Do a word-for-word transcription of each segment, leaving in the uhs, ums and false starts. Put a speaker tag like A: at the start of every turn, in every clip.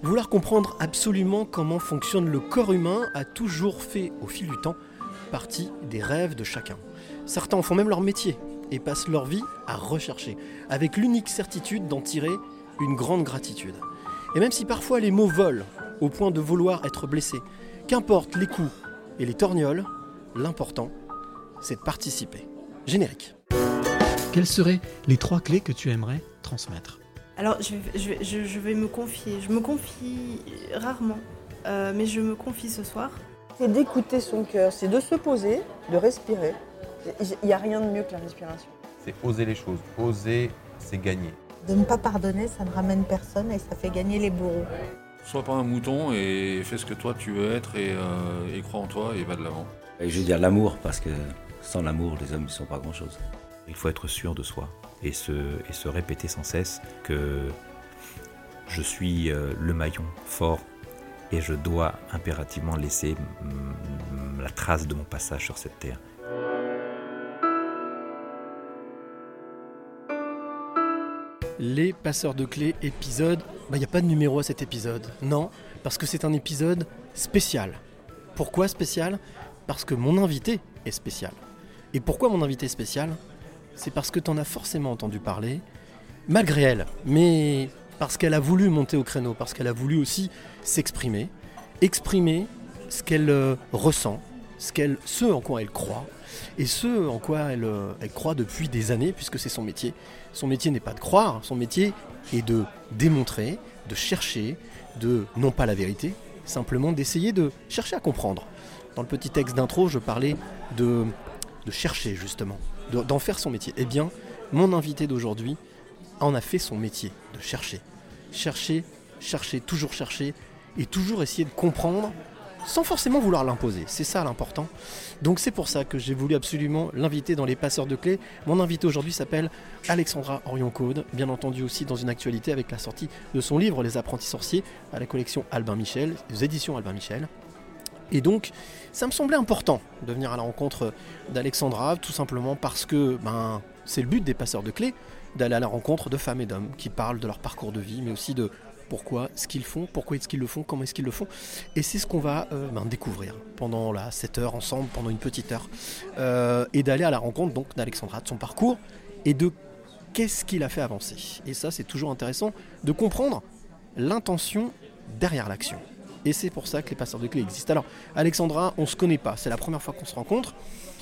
A: Vouloir comprendre absolument comment fonctionne le corps humain a toujours fait, au fil du temps, partie des rêves de chacun. Certains en font même leur métier et passent leur vie à rechercher, avec l'unique certitude d'en tirer une grande gratitude. Et même si parfois les mots volent au point de vouloir être blessés, qu'importe les coups et les torgnoles, l'important, c'est de participer. Générique.
B: Quelles seraient les trois clés que tu aimerais transmettre ?
C: Alors, je vais, je, vais, je, je vais me confier. Je me confie rarement, euh, mais je me confie ce soir.
D: C'est d'écouter son cœur, c'est de se poser, de respirer. Il n'y a rien de mieux que la respiration.
E: C'est oser les choses. Oser, c'est gagner.
F: De ne pas pardonner, ça ne ramène personne et ça fait gagner les bourreaux.
G: Sois pas un mouton et fais ce que toi tu veux être et, euh, et crois en toi et va de l'avant.
H: Et je veux dire l'amour, parce que sans l'amour, les hommes ne sont pas grand-chose.
I: Il faut être sûr de soi et se, et se répéter sans cesse que je suis euh, le maillon fort et je dois impérativement laisser m- la trace de mon passage sur cette terre.
A: Les passeurs de clés, épisode, bah, y a pas de numéro à cet épisode. Non, parce que c'est un épisode spécial. Pourquoi spécial ? Parce que mon invité est spécial. Et pourquoi mon invité est spécial ? C'est parce que tu en as forcément entendu parler, malgré elle, mais parce qu'elle a voulu monter au créneau, parce qu'elle a voulu aussi s'exprimer, exprimer ce qu'elle euh, ressent, ce, qu'elle, ce en quoi elle croit, et ce en quoi elle, euh, elle croit depuis des années, puisque c'est son métier. Son métier n'est pas de croire, son métier est de démontrer, de chercher, de, non pas la vérité, simplement d'essayer de chercher à comprendre. Dans le petit texte d'intro, je parlais de, de chercher justement, de, d'en faire son métier. Eh bien, mon invité d'aujourd'hui en a fait son métier, de chercher. Chercher, chercher, toujours chercher, et toujours essayer de comprendre, sans forcément vouloir l'imposer. C'est ça l'important. Donc c'est pour ça que j'ai voulu absolument l'inviter dans les passeurs de clés. Mon invité aujourd'hui s'appelle Alexandra Orion-Caude, bien entendu aussi dans une actualité avec la sortie de son livre Les Apprentis Sorciers à la collection Albin Michel, aux éditions Albin Michel. Et donc, ça me semblait important de venir à la rencontre d'Alexandra, tout simplement parce que ben, c'est le but des passeurs de clés, d'aller à la rencontre de femmes et d'hommes qui parlent de leur parcours de vie, mais aussi de pourquoi ce qu'ils font, pourquoi est-ce qu'ils le font, comment est-ce qu'ils le font. Et c'est ce qu'on va euh, ben, découvrir pendant là, sept heures ensemble, pendant une petite heure. Euh, et d'aller à la rencontre donc, d'Alexandra, de son parcours, et de qu'est-ce qui l'a fait avancer. Et ça, c'est toujours intéressant de comprendre l'intention derrière l'action. Et c'est pour ça que les passeurs de clés existent. Alors, Alexandra, on ne se connaît pas, c'est la première fois qu'on se rencontre.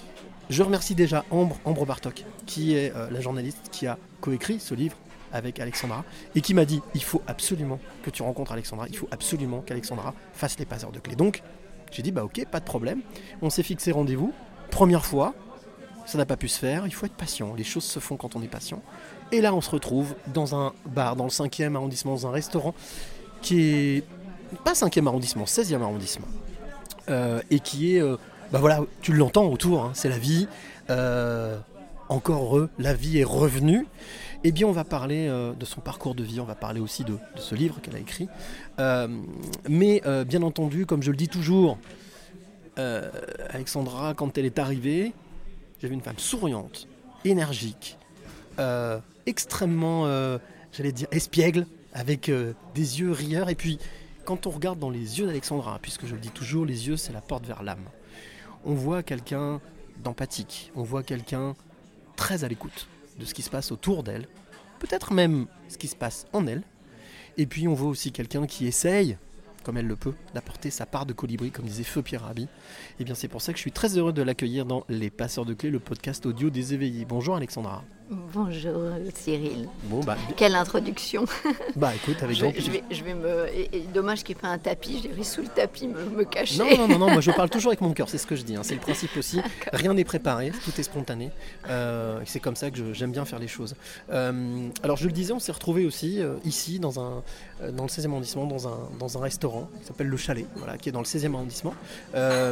A: Je remercie déjà Ambre, Ambre Bartok, qui est euh, la journaliste qui a coécrit ce livre avec Alexandra, et qui m'a dit, il faut absolument que tu rencontres Alexandra, il faut absolument qu'Alexandra fasse les passeurs de clés. Donc, j'ai dit, bah ok, pas de problème. On s'est fixé rendez-vous. Première fois, ça n'a pas pu se faire, il faut être patient. Les choses se font quand on est patient. Et là, on se retrouve dans un bar, dans le cinquième arrondissement, dans un restaurant qui est... pas cinquième arrondissement, seizième arrondissement, euh, et qui est, euh, bah voilà, tu l'entends autour, hein, c'est la vie, euh, encore heureux, la vie est revenue. Eh bien, on va parler euh, de son parcours de vie, on va parler aussi de, de ce livre qu'elle a écrit, euh, mais euh, bien entendu, comme je le dis toujours, euh, Alexandra, quand elle est arrivée, j'avais une femme souriante, énergique, euh, extrêmement, euh, j'allais dire, espiègle, avec euh, des yeux rieurs, et puis quand on regarde dans les yeux d'Alexandra, puisque je le dis toujours, les yeux c'est la porte vers l'âme, on voit quelqu'un d'empathique, on voit quelqu'un très à l'écoute de ce qui se passe autour d'elle, peut-être même ce qui se passe en elle, et puis on voit aussi quelqu'un qui essaye, comme elle le peut, d'apporter sa part de colibri, comme disait Feu Pierre Rabhi. Et bien c'est pour ça que je suis très heureux de l'accueillir dans Les Passeurs de Clés, le podcast audio des éveillés. Bonjour Alexandra.
J: Bonjour Cyril.
A: Bon bah.
J: Quelle introduction.
A: Bah écoute, avec
J: je,
A: grand
J: je vais, je vais me. Et, et dommage qu'il n'y ait pas un tapis, je l'ai sous le tapis, me, me cacher.
A: Non, non, non, non, moi je parle toujours avec mon cœur, c'est ce que je dis, hein. C'est le principe aussi. Rien n'est préparé, tout est spontané. Euh, et c'est comme ça que je, j'aime bien faire les choses. Euh, alors je le disais, on s'est retrouvés aussi euh, ici, dans, un, euh, dans le seizième arrondissement, dans un, dans un restaurant qui s'appelle Le Chalet, voilà, qui est dans le seizième arrondissement. Euh,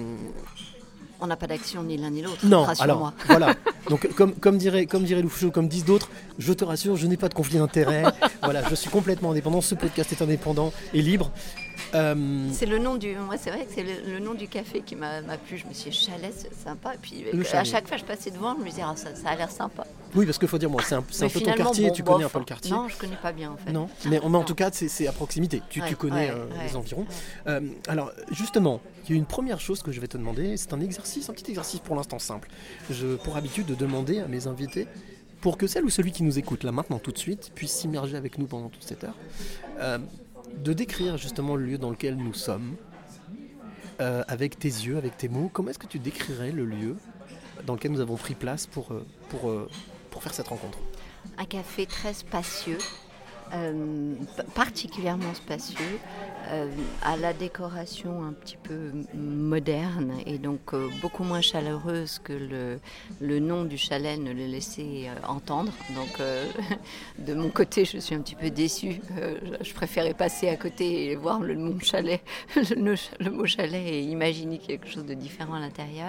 J: On n'a pas d'action ni l'un ni l'autre,
A: non,
J: rassure-moi.
A: Alors, voilà. Donc, comme, comme dirait, comme dirait Loufchou, comme disent d'autres, je te rassure, je n'ai pas de conflit d'intérêt. Voilà, je suis complètement indépendant. Ce podcast est indépendant et libre. Euh,
J: C'est le nom du. Moi, c'est vrai que c'est le, le nom du café qui m'a, m'a plu. Je me suis dit, chalet, c'est sympa. Et puis,
A: Le
J: à
A: chalet.
J: chaque fois, je passais devant, je me disais, ah, ça, ça a l'air sympa.
A: Oui, parce qu'il faut dire, moi, c'est un, c'est
J: Mais
A: un peu ton
J: finalement,
A: quartier,
J: bon,
A: tu
J: bof,
A: connais un peu le quartier.
J: Non, je connais pas bien en fait.
A: Non, mais, mais en tout cas, c'est, c'est à proximité. Tu,
J: Ouais,
A: tu connais
J: ouais,
A: euh,
J: ouais,
A: les environs.
J: ouais.
A: Euh, alors, justement, il y a une première chose que je vais te demander. C'est un exercice, un petit exercice pour l'instant simple. Je pour habitude de demander à mes invités, pour que celle ou celui qui nous écoute là maintenant tout de suite puisse s'immerger avec nous pendant toute cette heure, euh, de décrire justement le lieu dans lequel nous sommes, euh, avec tes yeux, avec tes mots. Comment est-ce que tu décrirais le lieu dans lequel nous avons pris place pour, euh, pour, euh, pour faire cette rencontre?
J: Un café très spacieux, euh, p- particulièrement spacieux, euh, à la décoration un petit peu moderne et donc euh, beaucoup moins chaleureuse que le, le nom du chalet ne le laissait euh, entendre. Donc euh, de mon côté, je suis un petit peu déçue. Euh, je préférais passer à côté et voir le mot chalet, le, le mot chalet et imaginer quelque chose de différent à l'intérieur.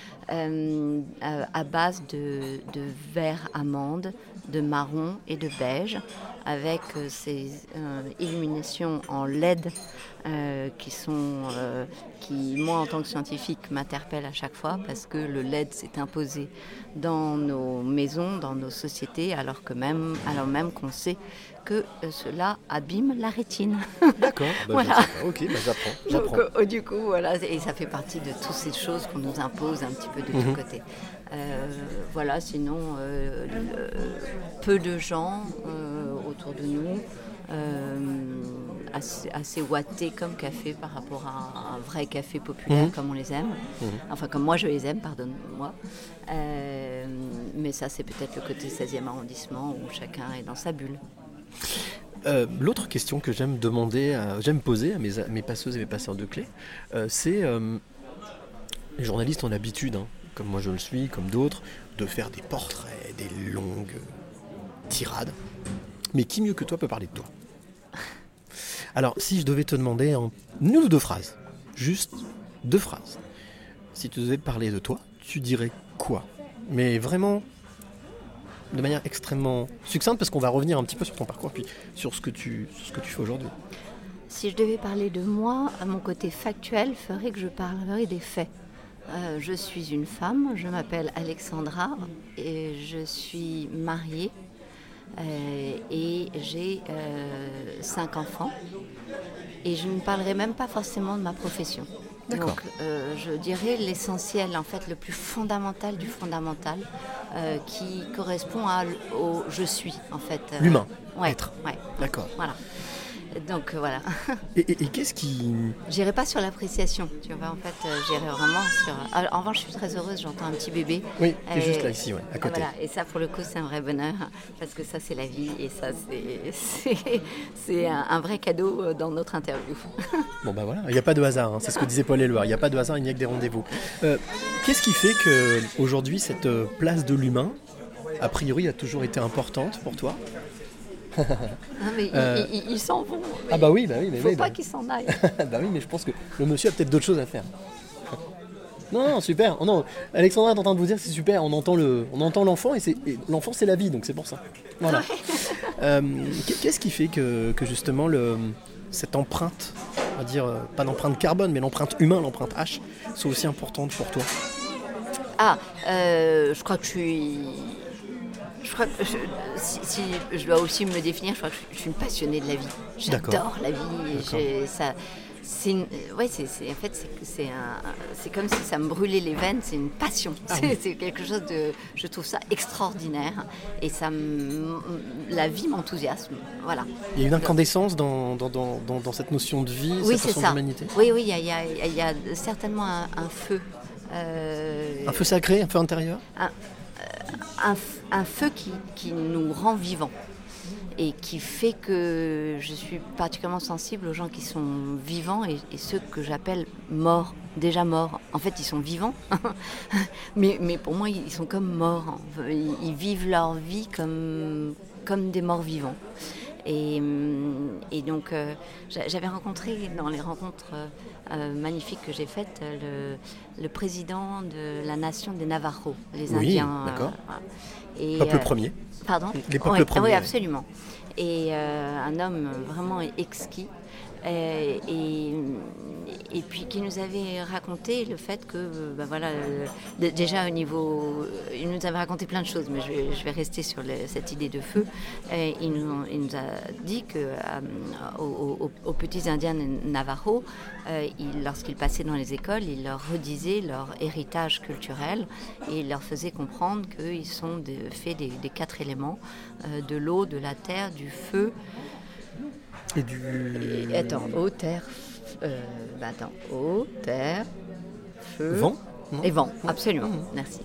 J: Euh, à, à base de, de vert amande, de marron et de beige, avec euh, ces euh, illuminations en L E D euh, qui sont, euh, qui moi en tant que scientifique m'interpellent à chaque fois parce que le L E D s'est imposé dans nos maisons, dans nos sociétés, alors que même, alors même qu'on sait que euh, cela abîme la rétine.
A: D'accord, bah,
J: Voilà.
A: je sais pas. Ok, bah, j'apprends. j'apprends.
J: Donc, euh, du coup, voilà, et ça fait partie de toutes ces choses qu'on nous impose un petit peu de
A: Mhm.
J: tous côtés. Euh, voilà, sinon, euh, le- peu de gens euh, autour de nous, euh, assez, assez ouatés comme café par rapport à un vrai café populaire
A: Mhm.
J: comme on les aime.
A: Mhm.
J: Enfin, comme moi je les aime, pardonne-moi. Euh, mais ça, c'est peut-être le côté seizième arrondissement où chacun est dans sa bulle.
A: Euh, l'autre question que j'aime demander, à- j'aime poser à mes, à mes passeuses et mes passeurs de clés, euh, c'est euh, les journalistes ont l'habitude, hein, comme moi je le suis, comme d'autres, de faire des portraits, des longues tirades. Mais qui mieux que toi peut parler de toi? Alors, si je devais te demander en une ou deux phrases, juste deux phrases, si tu devais parler de toi, tu dirais quoi? Mais vraiment de manière extrêmement succincte, parce qu'on va revenir un petit peu sur ton parcours, puis sur ce que tu, sur ce que tu fais aujourd'hui.
J: Si je devais parler de moi, à mon côté factuel ferait que je parlerais des faits. Euh, je suis une femme, je m'appelle Alexandra et je suis mariée euh, et j'ai euh, cinq enfants. Et je ne parlerai même pas forcément de ma profession.
A: D'accord.
J: Donc euh, je dirais l'essentiel, en fait, le plus fondamental du fondamental, euh, qui correspond à, l- au je suis, en fait. Euh,
A: L'humain,
J: ouais,
A: être.
J: ouais,
A: D'accord.
J: voilà. Donc euh, voilà.
A: Et, et- et qu'est-ce qui...
J: J'irai pas sur l'appréciation, tu vois, en fait, euh, j'irai vraiment sur... Alors, en revanche, je suis très heureuse, j'entends un petit bébé.
A: Oui, qui est
J: Euh,
A: juste là, ici, ouais, à côté.
J: Voilà, et ça, pour le coup, c'est un vrai bonheur, parce que ça, c'est la vie, et ça, c'est, c'est, c'est un, un vrai cadeau euh, dans notre interview.
A: Bon bah voilà, il n'y a pas de hasard, hein, c'est ce que disait Paul Éluard, il n'y a pas de hasard, il n'y a que des rendez-vous. Euh, qu'est-ce qui fait qu'aujourd'hui, cette euh, place de l'humain, a priori, a toujours été importante pour toi?
J: Non, mais ils-
A: Euh,
J: ils, ils- ils s'en vont.
A: Ah bah oui, bah oui, mais
J: Il faut
A: oui,
J: pas
A: bah-
J: qu'ils s'en aillent.
A: bah oui, mais je pense que le monsieur a peut-être d'autres choses à faire. Non, non, super. Oh non, Alexandra est en train de vous dire que c'est super. On entend le, on entend l'enfant et, c'est, et l'enfant c'est la vie, donc c'est pour ça. Voilà. Euh, qu'est-ce qui fait que, que justement le, cette empreinte, on va dire euh, pas l'empreinte carbone, mais l'empreinte humaine, l'empreinte H, soit aussi importante pour toi?
J: Ah, euh, je crois que je suis... Je crois que je- si, si je dois aussi me définir, je crois que je suis une passionnée de la vie. J'adore
A: D'accord.
J: la vie. Et
A: D'accord.
J: j'ai- ça, c'est une- ouais, c'est, c'est- en fait, c'est, c'est, un, c'est comme si ça me brûlait les veines. C'est une passion.
A: Ah
J: c'est,
A: oui.
J: c'est quelque chose de... Je trouve ça extraordinaire. Et ça me- la vie m'enthousiasme. Voilà.
A: Il y a une incandescence dans, dans, dans, dans, dans cette notion de vie,
J: Oui,
A: cette
J: c'est
A: notion
J: ça.
A: d'humanité.
J: Oui, oui, il y a, il y a- il y a certainement un, un feu. euh,
A: Un feu sacré, un feu intérieur.
J: un, un f- un feu qui, qui nous rend vivants et qui fait que je suis particulièrement sensible aux gens qui sont vivants et, et ceux que j'appelle morts, déjà morts. En fait, ils sont vivants, mais, mais pour moi, ils sont comme morts. Ils, ils vivent leur vie comme, comme des morts vivants. Et, hum, et donc, euh, j'a- j'avais rencontré dans les rencontres euh, euh, magnifiques que j'ai faites euh, le, le président de la nation des Navajos, les
A: Oui,
J: Indiens. euh,
A: d'accord.
J: voilà. Et,
A: Peuple
J: euh,
A: premier.
J: Pardon
A: Les peuples
J: oui,
A: premiers.
J: Oui, absolument. Et euh, un homme vraiment exquis. Euh, et, et puis qui nous avait raconté le fait que, ben voilà, euh, d- déjà au niveau, il nous avait raconté plein de choses, mais je vais, je vais rester sur le, cette idée de feu. Euh, il, nous, il nous a dit que euh, aux, aux, aux petits Indiens Navajo, euh, il, lorsqu'ils passaient dans les écoles, il leur redisait leur héritage culturel et il leur faisait comprendre qu'ils sont de, faits des, des quatre éléments, euh, de l'eau, de la terre, du feu.
A: Et du...
J: Et, attends, eau, terre, euh, bah attends, eau, terre, feu...
A: Vent non
J: Et vent, absolument,
A: Mmh.
J: merci.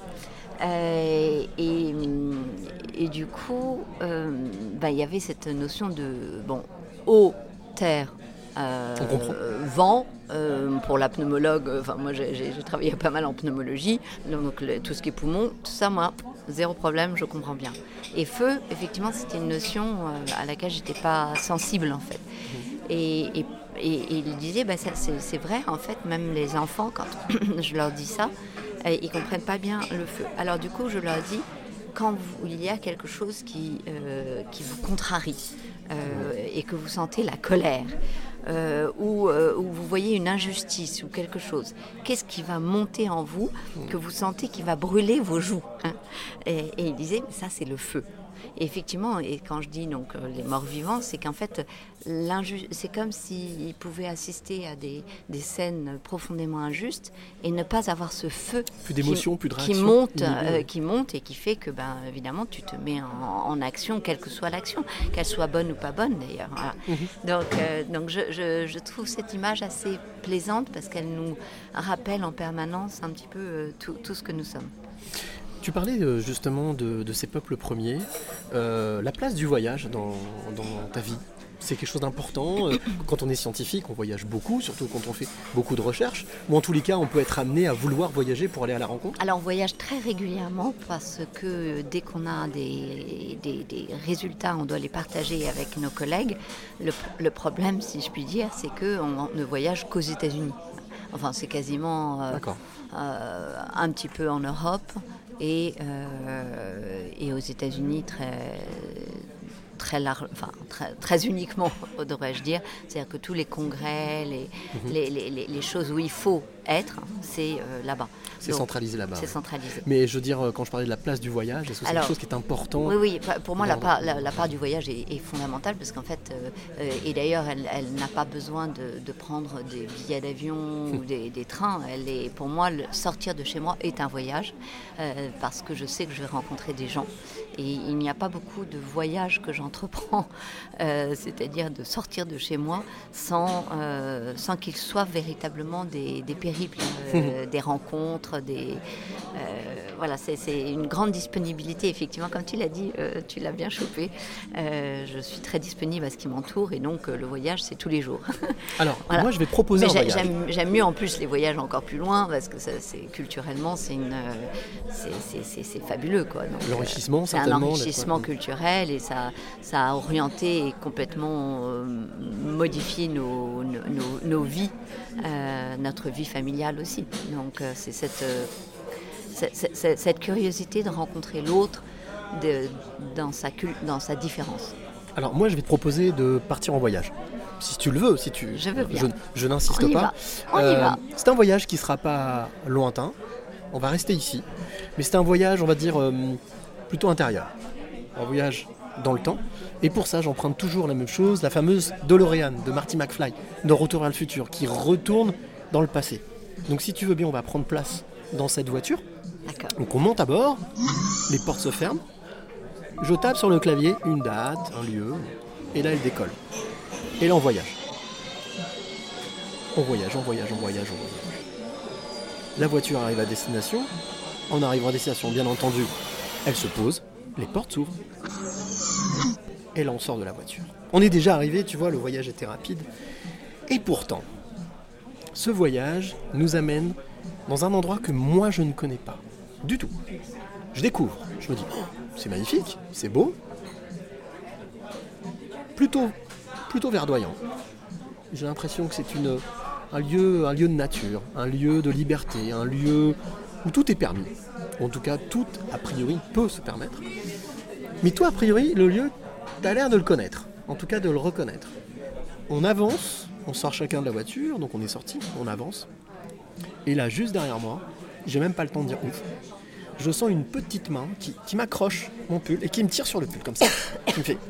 J: Euh, et, et du coup, euh, bah, il y avait cette notion de, bon, eau, terre, euh,
A: On comprend.
J: vent, euh, pour la pneumologue, enfin moi j'ai, j'ai, j'ai travaillé pas mal en pneumologie, donc le, tout ce qui est poumon, tout ça moi, zéro problème, je comprends bien. Et feu, effectivement, c'était une notion euh, à laquelle j'étais pas sensible en fait. Et, et, et, et il disait, bah, ça, c'est, c'est vrai en fait, même les enfants, quand je leur dis ça, euh, ils comprennent pas bien le feu. Alors du coup, je leur dis, quand vous, il y a quelque chose qui, euh, qui vous contrarie euh, et que vous sentez la colère, euh, ou, euh, ou vous voyez une injustice ou quelque chose, qu'est-ce qui va monter en vous que vous sentez qui va brûler vos joues, hein? et, et il disait, ça c'est le feu. Et effectivement, et quand je dis donc euh, les morts vivants, c'est qu'en fait, l'inju- c'est comme s'ils pouvaient assister à des, des scènes profondément injustes et ne pas avoir ce feu
A: Plus d'émotion,
J: qui,
A: plus de
J: qui
A: réaction.
J: monte,
A: Inhibé,
J: euh,
A: ouais.
J: qui monte et qui fait que, ben, évidemment, tu te mets en, en action, quelle que soit l'action, qu'elle soit bonne ou pas bonne d'ailleurs. Voilà.
A: Mhm.
J: Donc, euh, donc je, je, je trouve cette image assez plaisante parce qu'elle nous rappelle en permanence un petit peu euh, tout, tout ce que nous sommes.
A: Tu parlais euh, justement de, de ces peuples premiers. Euh, la place du voyage dans, dans ta vie, c'est quelque chose d'important. Euh, quand on est scientifique, on voyage beaucoup, surtout quand on fait beaucoup de recherches. Ou en tous les cas, on peut être amené à vouloir voyager pour aller à la rencontre.
J: Alors on voyage très régulièrement parce que dès qu'on a des, des, des résultats, on doit les partager avec nos collègues. Le, le problème, si je puis dire, c'est qu'on ne voyage qu'aux États-Unis. Enfin, c'est quasiment euh, euh, un petit peu en Europe et, euh, et aux États-Unis très... très large, enfin très, très uniquement, devrais-je dire. C'est-à-dire que tous les congrès, les,
A: Mhm.
J: les, les, les, les choses où il faut être, c'est euh, là-bas.
A: C'est
J: Donc,
A: centralisé là-bas.
J: C'est
A: ouais.
J: centralisé.
A: Mais je veux dire, quand je parlais de la place du voyage, est-ce que c'est
J: Alors,
A: quelque chose qui est important?
J: Oui, oui. Pour moi, la
A: dans-
J: part, la, la part du voyage est, est fondamentale parce qu'en fait, euh, euh, et d'ailleurs, elle, elle n'a pas besoin de, de prendre des billets d'avion ou des, des trains. Elle est, pour moi, le, sortir de chez moi est un voyage euh, parce que je sais que je vais rencontrer des gens. Et il n'y a pas beaucoup de voyages que j'entreprends, euh, c'est-à-dire de sortir de chez moi sans, euh, sans qu'ils soient véritablement des, des périples, euh, des rencontres, des... Euh, voilà, c'est, c'est une grande disponibilité, effectivement. Comme tu l'as dit, euh, tu l'as bien chopé. Euh, je suis très disponible à ce qui m'entoure et donc euh, le voyage, c'est tous les jours.
A: Alors,
J: Voilà.
A: moi, je vais te proposer
J: Mais
A: un
J: j'ai-
A: voyage.
J: J'aime, j'aime mieux en plus les voyages encore plus loin parce que ça, c'est, culturellement, c'est, une, euh, c'est, c'est, c'est, c'est fabuleux, quoi. Donc, euh,
A: L'enrichissement,
J: c'est un
A: certainement,
J: enrichissement
A: d'être-
J: culturel et ça, ça a orienté et complètement euh, modifié nos, nos, nos- nos vies, euh, notre vie familiale aussi. Donc euh, c'est cette, euh, c'est- c'est- c'est- cette curiosité de rencontrer l'autre de- dans, sa cul- dans sa différence.
A: Alors, moi, je vais te proposer de partir en voyage. Si tu le veux, si tu...
J: Je veux bien.
A: Je, je n'insiste
J: On y
A: pas.
J: va. On y va.
A: C'est un voyage qui ne sera pas lointain. On va rester ici. Mais c'est un voyage, on va dire, euh, plutôt intérieur. Un voyage dans le temps. Et pour ça, j'emprunte toujours la même chose, la fameuse DeLorean de Marty McFly, de Retour vers le futur, qui retourne dans le passé. Donc si tu veux bien, on va prendre place dans cette voiture.
J: D'accord.
A: Donc on monte à bord, les portes se ferment, je tape sur le clavier une date, un lieu, et là elle décolle. Et là on voyage. On voyage, on voyage, on voyage, on voyage. La voiture arrive à destination. En arrivant à destination, bien entendu, elle se pose, les portes s'ouvrent. Et là on sort de la voiture. On est déjà arrivé, tu vois, le voyage était rapide. Et pourtant, ce voyage nous amène dans un endroit que moi je ne connais pas du tout. Je découvre, je me dis, oh, c'est magnifique, c'est beau, plutôt, plutôt verdoyant. J'ai l'impression que c'est une, un, lieu, un lieu de nature, un lieu de liberté, un lieu où tout est permis. ou en tout cas tout, a priori, peut se permettre. Mais toi, a priori, le lieu, t'as l'air de le connaître, en tout cas de le reconnaître. On avance, on sort chacun de la voiture, donc on est sorti, on avance. Et là, juste derrière moi, j'ai même pas le temps de dire ouf, je sens une petite main qui, qui m'accroche mon pull et qui me tire sur le pull, comme ça. Qui me fait...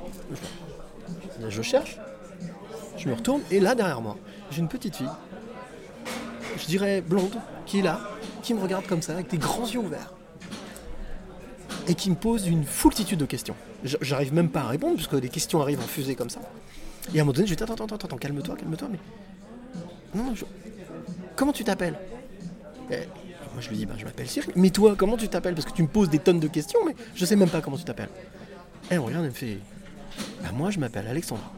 A: Je cherche, je me retourne, et là, derrière moi, j'ai une petite fille, je dirais blonde, qui est là, qui me regarde comme ça, avec des grands yeux ouverts, et qui me pose une foultitude de questions. J'arrive même pas à répondre, puisque les questions arrivent en fusée comme ça. Et à un moment donné, je dis, attends, attends, attends, attends, calme-toi, calme-toi, mais... Non, je... Comment tu t'appelles ? Et moi, je lui dis, bah, je m'appelle Cyril. Mais toi, comment tu t'appelles ? Parce que tu me poses des tonnes de questions, mais je sais même pas comment tu t'appelles. Elle me regarde, elle me fait, bah, moi, je m'appelle Alexandra.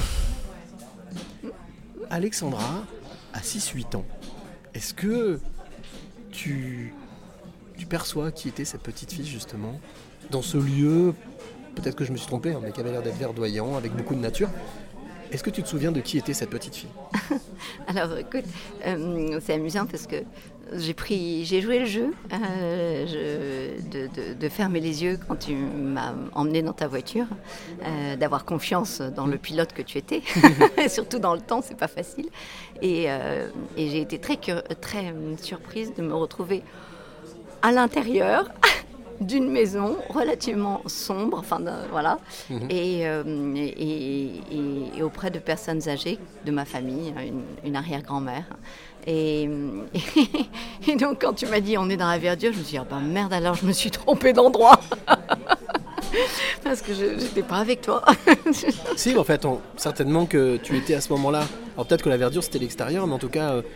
A: Alexandra a six huit ans. Est-ce que tu, tu perçois qui était cette petite fille, justement, dans ce lieu, peut-être que je me suis trompé, hein, mais qui avait l'air d'être verdoyant, avec beaucoup de nature. Est-ce que tu te souviens de qui était cette petite fille ?
J: Alors, écoute, euh, c'est amusant parce que j'ai pris, j'ai joué le jeu euh, je, de, de, de fermer les yeux quand tu m'as emmené dans ta voiture, euh, d'avoir confiance dans le pilote que tu étais, surtout dans le temps, c'est pas facile. Et, euh, et j'ai été très, très surprise de me retrouver à l'intérieur d'une maison relativement sombre, enfin euh, voilà, mmh. et, euh, et, et, et auprès de personnes âgées de ma famille, une, une arrière-grand-mère. Et, et, et donc quand tu m'as dit on est dans la verdure, je me suis dit ah ben merde alors je me suis trompée d'endroit. Parce que je n'étais pas avec toi.
A: Si, en fait, on, certainement que tu étais à ce moment-là. Alors peut-être que la verdure c'était l'extérieur, mais en tout cas... Euh,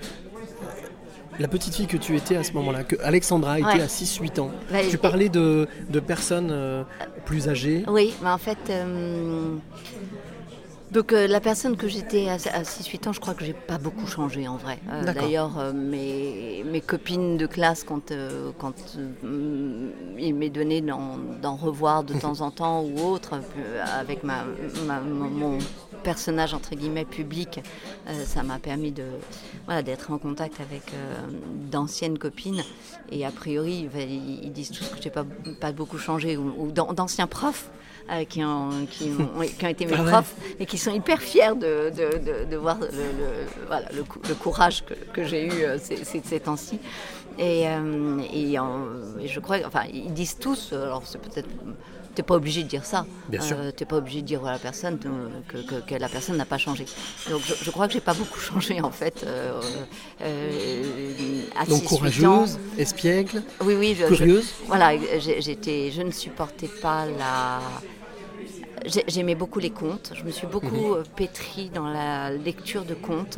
A: la petite fille que tu étais à ce moment-là, que Alexandra était ouais. à six huit ans. Bah, tu parlais de, de personnes euh, plus âgées.
J: Oui, mais en fait, euh, donc euh, la personne que j'étais à, à six huit ans, je crois que j'ai pas beaucoup changé en vrai. Euh, d'ailleurs, euh, mes, mes copines de classe, quand, euh, quand euh, il m'est donné d'en, d'en revoir de temps en temps ou autre, euh, avec ma, ma, mon personnage entre guillemets public, euh, ça m'a permis de, voilà, d'être en contact avec euh, d'anciennes copines. Et a priori, ils, ils disent tous que j'ai pas, pas beaucoup changé, ou, ou d'anciens profs. Euh, qui, ont, qui, ont, qui ont été mes profs et qui sont hyper fiers de, de, de, de voir le, le, voilà, le, le courage que, que j'ai eu euh, ces, ces, ces temps-ci. Et, euh, et, euh, et je crois, enfin, ils disent tous, alors c'est peut-être, t'es pas obligé de dire ça.
A: Bien sûr.
J: Euh, t'es pas obligé de dire à la personne que, que, que la personne n'a pas changé. Donc je, je crois que j'ai pas beaucoup changé en fait. Euh, euh, à
A: Donc courageuse, espiègle,
J: oui, oui, je,
A: curieuse.
J: Je, voilà, j'étais, je ne supportais pas la. J'aimais beaucoup les contes. Je me suis beaucoup mmh. pétrie dans la lecture de contes,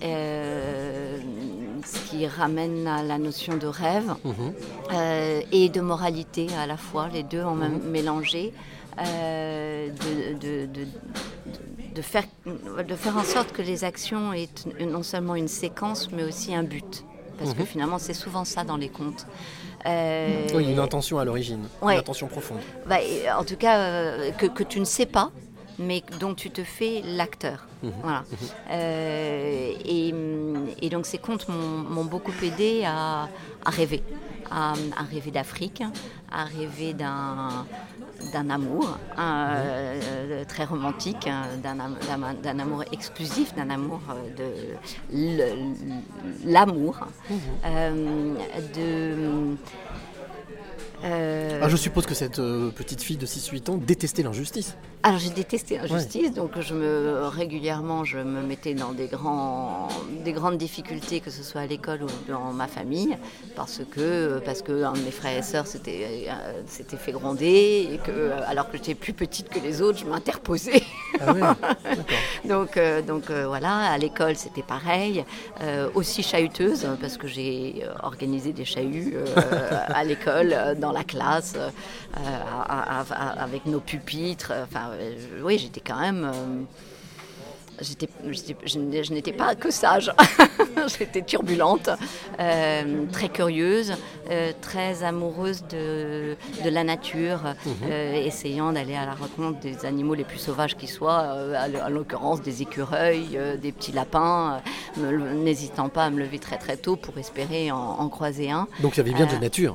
J: euh, ce qui ramène à la notion de rêve mmh. euh, et de moralité à la fois, les deux en mmh. même mélangés, euh, de, de, de, de, de, faire, de faire en sorte que les actions aient non seulement une séquence, mais aussi un but. Parce mmh. que finalement, c'est souvent ça dans les contes. Euh...
A: Oui, une intention à l'origine, ouais. Une intention profonde.
J: Bah, en tout cas, euh, que, que tu ne sais pas, mais dont tu te fais l'acteur. Mmh. Voilà. Mmh. Euh, et, et donc ces contes m'ont, m'ont beaucoup aidé à, à rêver, à, à rêver d'Afrique, à rêver d'un, d'un amour un, euh, très romantique, d'un, d'un, d'un amour exclusif, d'un amour de le, l'amour, mmh. euh, de...
A: Euh... Ah, je suppose que cette euh, petite fille de six huit ans détestait l'injustice.
J: Alors j'ai détesté l'injustice, ouais. Donc je me, régulièrement je me mettais dans des, grands, des grandes difficultés, que ce soit à l'école ou dans ma famille, parce que, parce que un de mes frères et sœurs s'était, euh, s'était fait gronder, et que, euh, alors que j'étais plus petite que les autres, je m'interposais.
A: Ah oui, d'accord.
J: donc euh, donc euh, voilà, à l'école c'était pareil, euh, aussi chahuteuse, parce que j'ai organisé des chahuts euh, à l'école, dans la classe, euh, à, à, à, avec nos pupitres, enfin euh, oui, j'étais quand même, euh, j'étais, j'étais, je, je n'étais pas que sage, j'étais turbulente, euh, très curieuse, euh, très amoureuse de, de la nature, mmh. euh, essayant d'aller à la rencontre des animaux les plus sauvages qui soient, euh, à, à l'occurrence des écureuils, euh, des petits lapins, euh, me, n'hésitant pas à me lever très très tôt pour espérer en, en croiser un.
A: Donc il y avait bien euh, de la nature.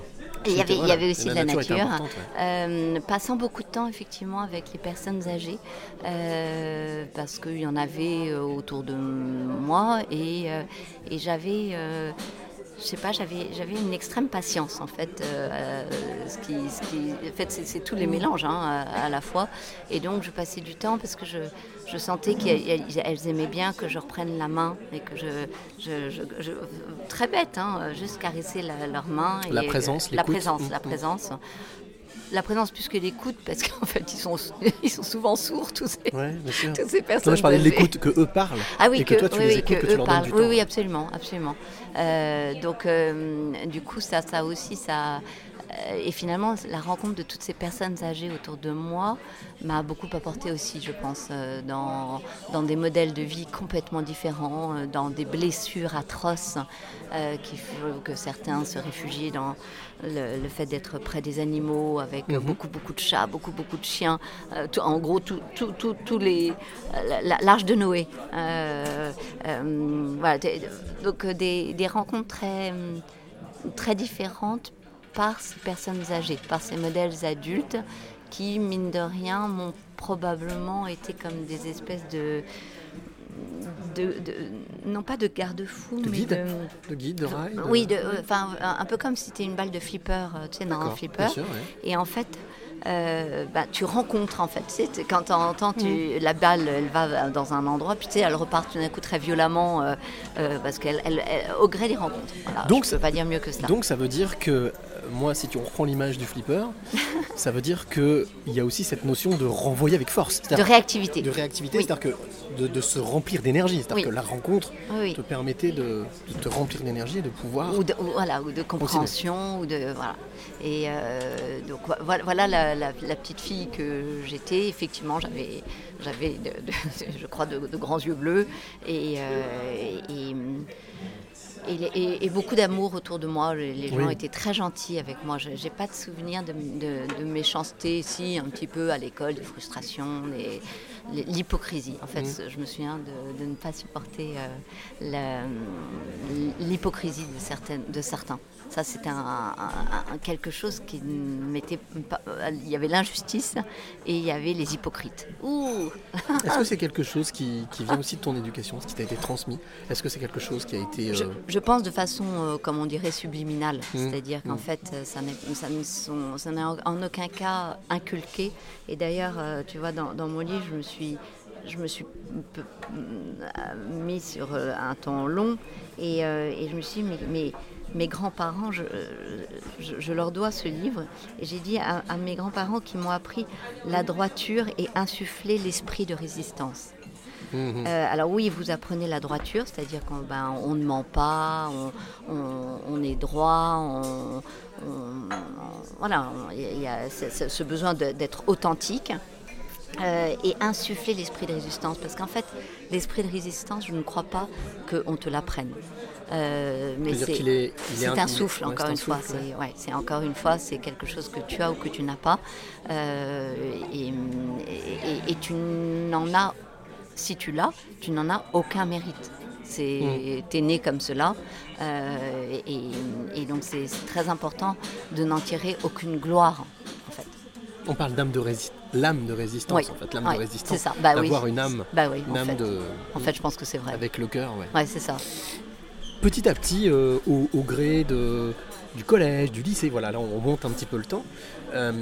J: Et il y avait, il y avait aussi
A: la
J: de la
A: nature était
J: nature,
A: importante, ouais.
J: Euh, passant beaucoup de temps effectivement avec les personnes âgées, euh, parce qu'il y en avait euh, autour de moi et, euh, et j'avais, euh, je sais pas, j'avais, j'avais une extrême patience en fait. Euh, ce qui, ce qui, en fait, c'est, c'est tous les mélanges hein, à, à la fois. Et donc je passais du temps parce que je, je sentais qu'elles aimaient bien que je reprenne la main et que je, je, je, je très bête, hein, juste caresser la, leurs mains.
A: La
J: et,
A: présence,
J: la
A: l'écoute.
J: présence,
A: Mmh.
J: la présence. La présence plus que l'écoute, parce qu'en fait, ils sont, ils sont souvent sourds, tous ces,
A: Ouais, bien sûr.
J: toutes ces personnes.
A: Non, je parlais de
J: âgées.
A: l'écoute, que eux parlent.
J: Ah oui,
A: et que,
J: que,
A: toi, tu
J: oui,
A: les
J: oui,
A: écoutes, que,
J: que
A: tu
J: eux
A: leur
J: parlent.
A: donnes du
J: Oui,
A: temps.
J: oui, absolument, absolument. Euh, donc, euh, du coup, ça, ça aussi, ça. euh, Et finalement, la rencontre de toutes ces personnes âgées autour de moi m'a beaucoup apporté aussi, je pense, euh, dans, dans des modèles de vie complètement différents, euh, dans des blessures atroces euh, qui font que certains se réfugient dans le, le fait d'être près des animaux, avec euh,
A: Mhm.
J: beaucoup, beaucoup de chats, beaucoup, beaucoup de chiens. Euh, tout- en gros, tous tout, tout, tous les la- la- l'arche de Noé. Euh, euh, voilà, des- donc euh, des, des rencontres très, très différentes par ces personnes âgées, par ces modèles adultes qui, mine de rien, m'ont probablement été comme des espèces de... de, de non pas de garde-fous,
A: De
J: mais
A: guide
J: de...
A: De guide, de rail de-
J: Oui, de, euh, enfin, un, un peu comme si c'était une balle de flipper, euh, tu sais, dans un
A: D'accord,
J: flipper.
A: bien sûr, ouais.
J: Et en fait, euh, bah, tu rencontres, en fait. Tu sais, t- quand tu entends, tu, la balle, elle va dans un endroit, puis tu sais, elle repart tout d'un coup très violemment, euh, euh, parce qu'elle, elle, elle- au gré des rencontres. Voilà,
A: Donc,
J: je peux pas dire mieux que ça.
A: Donc ça veut dire que, euh, moi, si tu reprends l'image du flipper, ça veut dire qu'il y a aussi cette notion de renvoyer avec force.
J: De
A: C'est-à-dire-
J: réactivité.
A: De réactivité,
J: Oui.
A: c'est-à-dire que de, de se remplir d'énergie. C'est-à-dire
J: Oui.
A: que la rencontre
J: Oui, oui.
A: te permettait de, de te remplir d'énergie et de pouvoir...
J: Ou de, ou, voilà, ou de compréhension, ou de voilà. Et euh, donc voilà, voilà la, la, la petite fille que j'étais. Effectivement, j'avais, j'avais, de, de, je crois, de, de grands yeux bleus et euh, et, et, et, et beaucoup d'amour autour de moi. Les, les gens
A: Oui.
J: étaient très gentils avec moi. Je j'ai pas de souvenir de, de, de méchanceté, si un petit peu à l'école, de frustration, des, les- l'hypocrisie. En fait,
A: Mm.
J: je me souviens de, de ne pas supporter euh, la- l'hypocrisie de, certaines, de certains. Ça, c'était un, un- un- quelque chose qui m'était pas... Il y avait l'injustice et il y avait les hypocrites. Ouh.
A: Est-ce que c'est quelque chose qui, qui vient aussi de ton éducation, ce qui t'a été transmis? Est-ce que c'est quelque chose qui a été... euh,
J: Je, je pense de façon, euh, comme on dirait, subliminale.
A: Mmh.
J: C'est-à-dire qu'en
A: Mmh.
J: fait, euh, ça n'est, ça ne sont- ça n'est en, en aucun cas inculqué. Et d'ailleurs, euh, tu vois, dans, dans mon livre, je me suis, je me suis peu- euh, mis sur euh, un temps long et, euh, et je me suis dit, mais, mais mes grands-parents, je, je, je leur dois ce livre. Et j'ai dit à, à mes grands-parents qui m'ont appris la droiture et insufflé l'esprit de résistance.
A: mhm.
J: Euh, alors oui, vous apprenez la droiture, c'est-à-dire qu'on ben, on ne ment pas, on, on- on est droit, on, on- on- voilà, il y a ce, ce- ce besoin de- d'être authentique. Euh, et insuffler l'esprit de résistance, parce qu'en fait, l'esprit de résistance, je ne crois pas qu'on te l'apprenne. Euh, mais
A: C'est-à-dire
J: c'est,
A: qu'il est- il est
J: c'est
A: un-
J: un
A: il est-
J: souffle,
A: ouais,
J: encore
A: c'est un
J: une fois.
A: souffle, ouais.
J: C'est, ouais, c'est encore une fois, c'est quelque chose que tu as ou que tu n'as pas. Euh, et, et- et- et tu n'en as, si tu l'as, tu n'en as aucun mérite. C'est, t'es né comme cela, euh, et, et donc c'est, c'est très important de n'en tirer aucune gloire, en fait.
A: On parle d'âme de résistance, l'âme de résistance
J: Oui,
A: en fait, l'âme
J: oui,
A: de résistance.
J: c'est ça. Bah oui.
A: D'avoir une âme,
J: Bah oui,
A: une
J: en
A: âme
J: fait.
A: de...
J: En fait, je pense que c'est vrai.
A: Avec le cœur, ouais.
J: Ouais, c'est ça.
A: Petit à petit, euh, au, au gré de, du collège, du lycée, voilà, là on monte un petit peu le temps. Euh,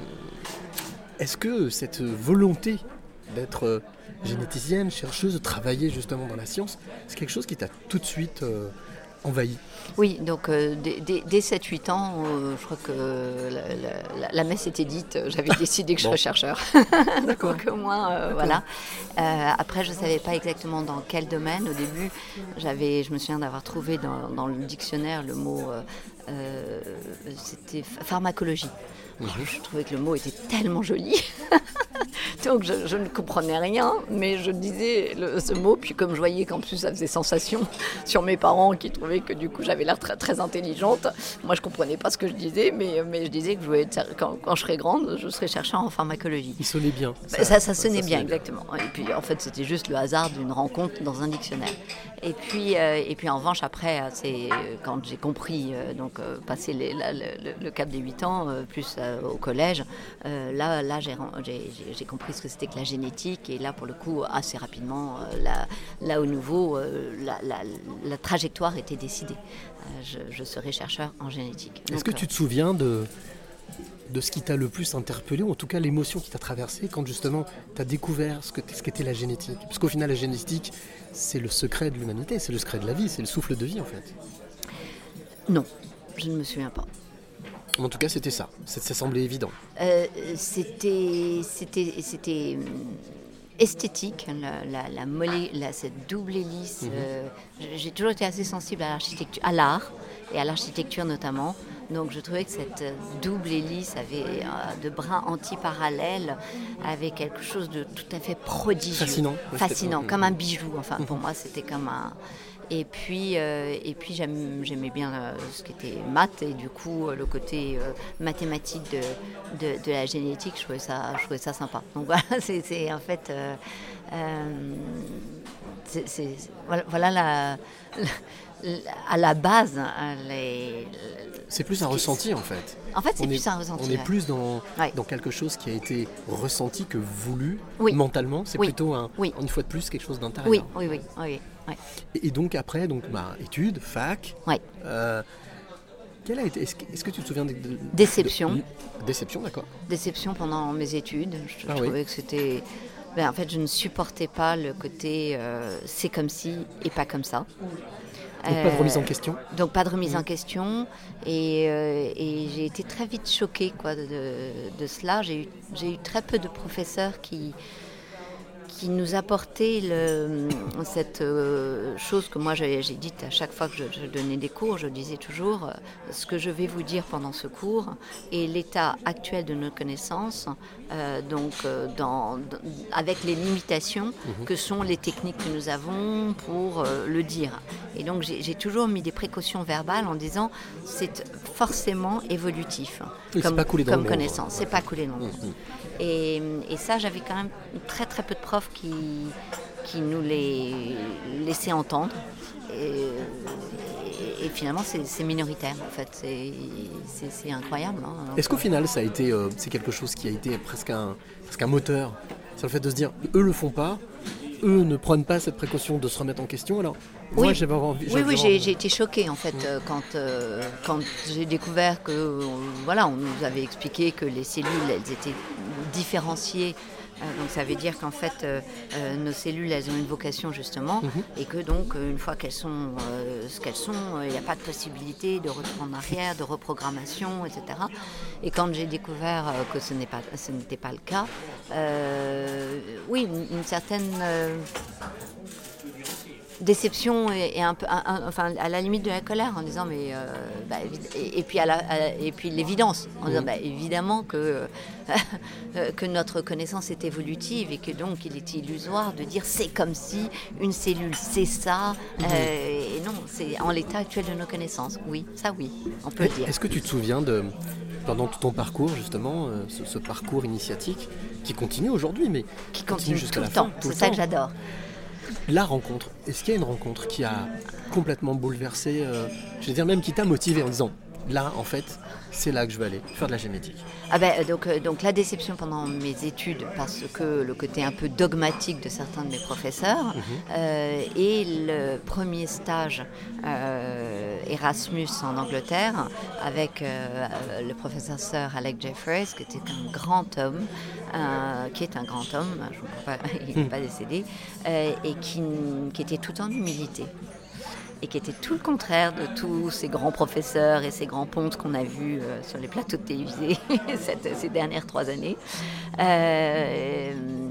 A: est-ce que cette volonté d'être euh, généticienne, chercheuse, de travailler justement dans la science, c'est quelque chose qui t'a tout de suite euh, envahi?
J: Oui, donc euh, dès, dès, dès sept huit ans, euh, je crois que la, la- la messe était dite, j'avais décidé que je
A: Bon.
J: serais chercheur.
A: D'accord.
J: Donc au moins, euh, voilà. Euh, après, je ne savais pas exactement dans quel domaine. Au début, j'avais, je me souviens d'avoir trouvé dans, dans le dictionnaire le mot, euh, euh, c'était ph- pharmacologie. Alors, je trouvais que le mot était tellement joli. Donc je, je ne comprenais rien, mais je disais le- ce mot, puis comme je voyais qu'en plus ça faisait sensation sur mes parents qui trouvaient que du coup j'avais l'air très, très intelligente, moi je comprenais pas ce que je disais, mais, mais je disais que je voulais être, quand, quand je serais grande, je serais chercheur en pharmacologie.
A: Il sonnait bien.
J: Ça, ça, ça sonnait bien, exactement. Et puis en fait c'était juste le hasard d'une rencontre dans un dictionnaire. Et puis, euh, et puis en revanche, après, c'est euh, quand j'ai compris, euh, donc euh, passé les, la, le, le cap des huit ans, euh, plus euh, au collège, euh, là, là j'ai, j'ai, j'ai compris ce que c'était que la génétique. Et là, pour le coup, assez rapidement, euh, là, là au nouveau, euh, la, la, la trajectoire était décidée. Euh, je, je serai chercheur en génétique.
A: Est-ce donc, que tu te souviens de... de ce qui t'a le plus interpellé, ou en tout cas l'émotion qui t'a traversé quand justement tu as découvert ce, que, ce qu'était la génétique? Parce qu'au final, la génétique, c'est le secret de l'humanité, c'est le secret de la vie, c'est le souffle de vie en fait.
J: Non, je ne me souviens pas.
A: En tout cas, c'était ça, ça, ça semblait évident.
J: Euh, c'était, c'était, c'était esthétique, la, la, la mollet, la, cette double hélice. Mm-hmm. Euh, j'ai toujours été assez sensible à l'architecture, à l'art et à l'architecture notamment. Donc je trouvais que cette double hélice avait euh, de bras antiparallèles avait quelque chose de tout à fait prodigieux.
A: Fascinant.
J: Fascinant, comme un bijou. Enfin, pour moi, c'était comme un... Et puis, euh, et puis j'aime, j'aimais bien euh, ce qui était maths, et du coup, euh, le côté euh, mathématique de, de, de la génétique, je trouvais ça, je trouvais ça sympa. Donc voilà, c'est, c'est en fait... Euh, euh, c'est, c'est, voilà, voilà la... la à la base, les...
A: c'est plus un ressenti en fait.
J: En fait, c'est
A: on
J: plus
A: est,
J: un ressenti.
A: On est
J: ouais.
A: plus dans,
J: ouais.
A: dans quelque chose qui a été ressenti que voulu
J: oui.
A: mentalement. C'est
J: oui.
A: plutôt, un,
J: oui.
A: une fois de plus, quelque chose d'intérieur.
J: Oui, oui, oui. oui, oui.
A: Et, et donc après, donc, bah, études, fac.
J: Oui.
A: Euh, quelle a été, est-ce, que, est-ce que tu te souviens de... de
J: Déception.
A: De, déception, d'accord.
J: Déception pendant mes études. Je,
A: ah,
J: je
A: oui.
J: trouvais que c'était... Ben, en fait, je ne supportais pas le côté euh, c'est comme ci et pas comme ça.
A: Donc pas de remise en question.
J: Euh, donc pas de remise mmh. en question. Et, euh, et j'ai été très vite choquée quoi, de, de cela. J'ai eu, j'ai eu très peu de professeurs qui, qui nous apportaient le, cette euh, chose que moi j'ai, j'ai dite à chaque fois que je, je donnais des cours. Je disais toujours euh, ce que je vais vous dire pendant ce cours et l'état actuel de nos connaissances, euh, donc euh, dans, dans, avec les limitations mmh. que sont les techniques que nous avons pour euh, le dire. Et donc j'ai, j'ai toujours mis des précautions verbales en disant c'est forcément évolutif
A: oui,
J: comme,
A: c'est pas coulé dans
J: comme
A: le
J: connaissance,
A: monde,
J: c'est pas coulé dans le monde. Mmh. Et, et ça, j'avais quand même très très peu de profs qui, qui nous les laissaient entendre. Et, et, et finalement, c'est, c'est minoritaire en fait, c'est, c'est, c'est incroyable. Hein.
A: Est-ce qu'au final, ça a été, euh, c'est quelque chose qui a été presque un, presque un moteur? C'est le fait de se dire, eux le font pas, eux ne prennent pas cette précaution de se remettre en question. Alors,
J: oui.
A: moi, j'avais envie.
J: Oui, oui,
A: envie...
J: j'ai, j'ai été choquée en fait mmh. euh, quand, euh, quand j'ai découvert que, euh, voilà, on nous avait expliqué que les cellules, elles étaient différenciées. Euh, donc ça veut dire qu'en fait, euh, euh, nos cellules, elles ont une vocation justement, mmh. et que donc euh, une fois qu'elles sont euh, ce qu'elles sont, il euh, n'y a pas de possibilité de retour en arrière, de reprogrammation, et cetera. Et quand j'ai découvert euh, que ce, n'est pas, ce n'était pas le cas, euh, oui, une, une certaine euh, déception et, et un peu, un, un, enfin à la limite de la colère en disant mais euh, bah, et, et puis à la, à, et puis l'évidence en disant bah, évidemment que que notre connaissance est évolutive et que donc il est illusoire de dire c'est comme si une cellule c'est ça mmh. euh, et non c'est en l'état actuel de nos connaissances. Oui, ça oui, on peut
A: est,
J: le dire.
A: Est-ce que tu te souviens de pendant tout ton parcours justement euh, ce, ce parcours initiatique qui continue aujourd'hui mais
J: qui continue,
A: continue jusqu'à
J: tout
A: la
J: le temps.
A: fin, tout
J: c'est
A: le
J: ça
A: temps.
J: que j'adore.
A: La rencontre, est-ce qu'il y a une rencontre qui a complètement bouleversé, euh, je veux dire même qui t'a motivé en disant là en fait c'est là que je vais aller faire de la génétique?
J: Ah ben, donc, euh, donc la déception pendant mes études parce que le côté un peu dogmatique de certains de mes professeurs mmh. euh, et le premier stage euh, Erasmus en Angleterre avec euh, le professeur Sir Alec Jeffreys qui était un grand homme euh, qui est un grand homme, je ne crois pas, il n'est mmh. pas décédé euh, et qui, qui était tout en humilité et qui était tout le contraire de tous ces grands professeurs et ces grands pontes qu'on a vus euh, sur les plateaux de télévisés cette, ces dernières trois années. Euh,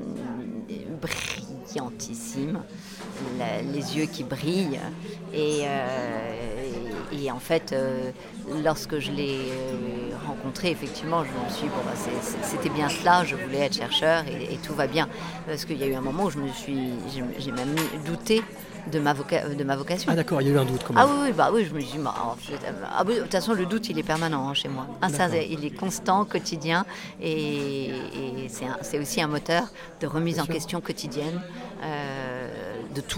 J: brillantissime, la, les yeux qui brillent. Et, euh, et, et en fait, euh, lorsque je l'ai euh, rencontré, effectivement, je me suis dit, bon, bah, c'est, c'est, c'était bien cela, je voulais être chercheur et, et tout va bien. Parce qu'il y a eu un moment où je me suis, j'ai, j'ai même douté de ma, voca- de ma vocation.
A: Ah d'accord, il y a eu un doute quand même.
J: Ah oui, oui, bah oui, je me suis dit, bah, ah, oui, de toute façon le doute il est permanent hein, chez moi. Ah, ça, il est constant, quotidien, et, et c'est, un, c'est aussi un moteur de remise bien en sûr. question quotidienne euh, de tout.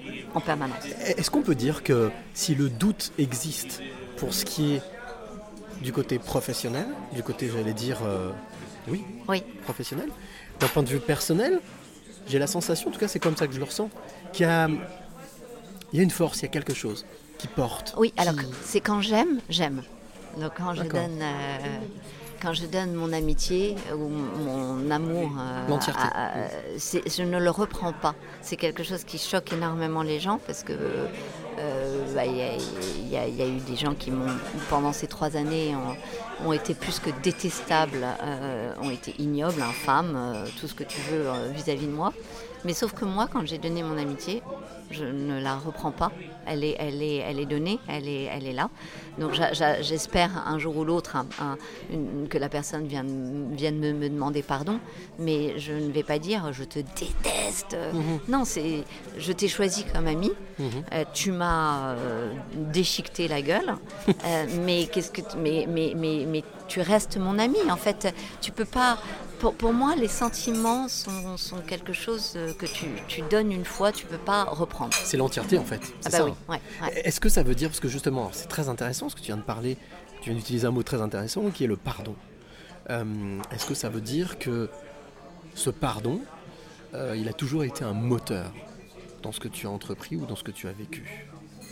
J: en permanence.
A: Est-ce qu'on peut dire que si le doute existe pour ce qui est du côté professionnel, du côté, j'allais dire, euh, oui,
J: oui,
A: professionnel, d'un point de vue personnel, j'ai la sensation, en tout cas c'est comme ça que je le ressens, qu'il y a, il y a une force, il y a quelque chose qui porte.
J: Oui,
A: qui...
J: alors c'est quand j'aime, j'aime. Donc quand je
A: D'accord.
J: donne, euh, quand je donne mon amitié ou mon amour, euh,
A: l'entièreté,
J: à, à, c'est, je ne le reprends pas. C'est quelque chose qui choque énormément les gens parce que euh, bah, y a, y a, y a eu des gens qui m'ont, pendant ces trois années, ont, ont été plus que détestables, euh, ont été ignobles, infâmes, euh, tout ce que tu veux euh, vis-à-vis de moi. Mais sauf que moi, quand j'ai donné mon amitié, je ne la reprends pas. Elle est, elle est, elle est donnée, elle est, elle est là. Donc j'a, j'a, j'espère un jour ou l'autre un, un, une, que la personne vienne, vienne me, me demander pardon. Mais je ne vais pas dire je te déteste. Mm-hmm. Non, c'est je t'ai choisi comme ami. Mm-hmm. Euh, tu m'as euh, déchiqueté la gueule. euh, mais qu'est-ce que, t- mais, mais, mais, mais tu restes mon ami. En fait, tu peux pas. Pour, pour moi, les sentiments sont, sont quelque chose que tu, tu donnes une fois, tu ne peux pas reprendre.
A: C'est l'entièreté en fait. C'est
J: ah bah
A: ça.
J: Oui, ouais, ouais.
A: Est-ce que ça veut dire, parce que justement, c'est très intéressant ce que tu viens de parler, tu viens d'utiliser un mot très intéressant qui est le pardon. Euh, est-ce que ça veut dire que ce pardon, euh, il a toujours été un moteur dans ce que tu as entrepris ou dans ce que tu as vécu ?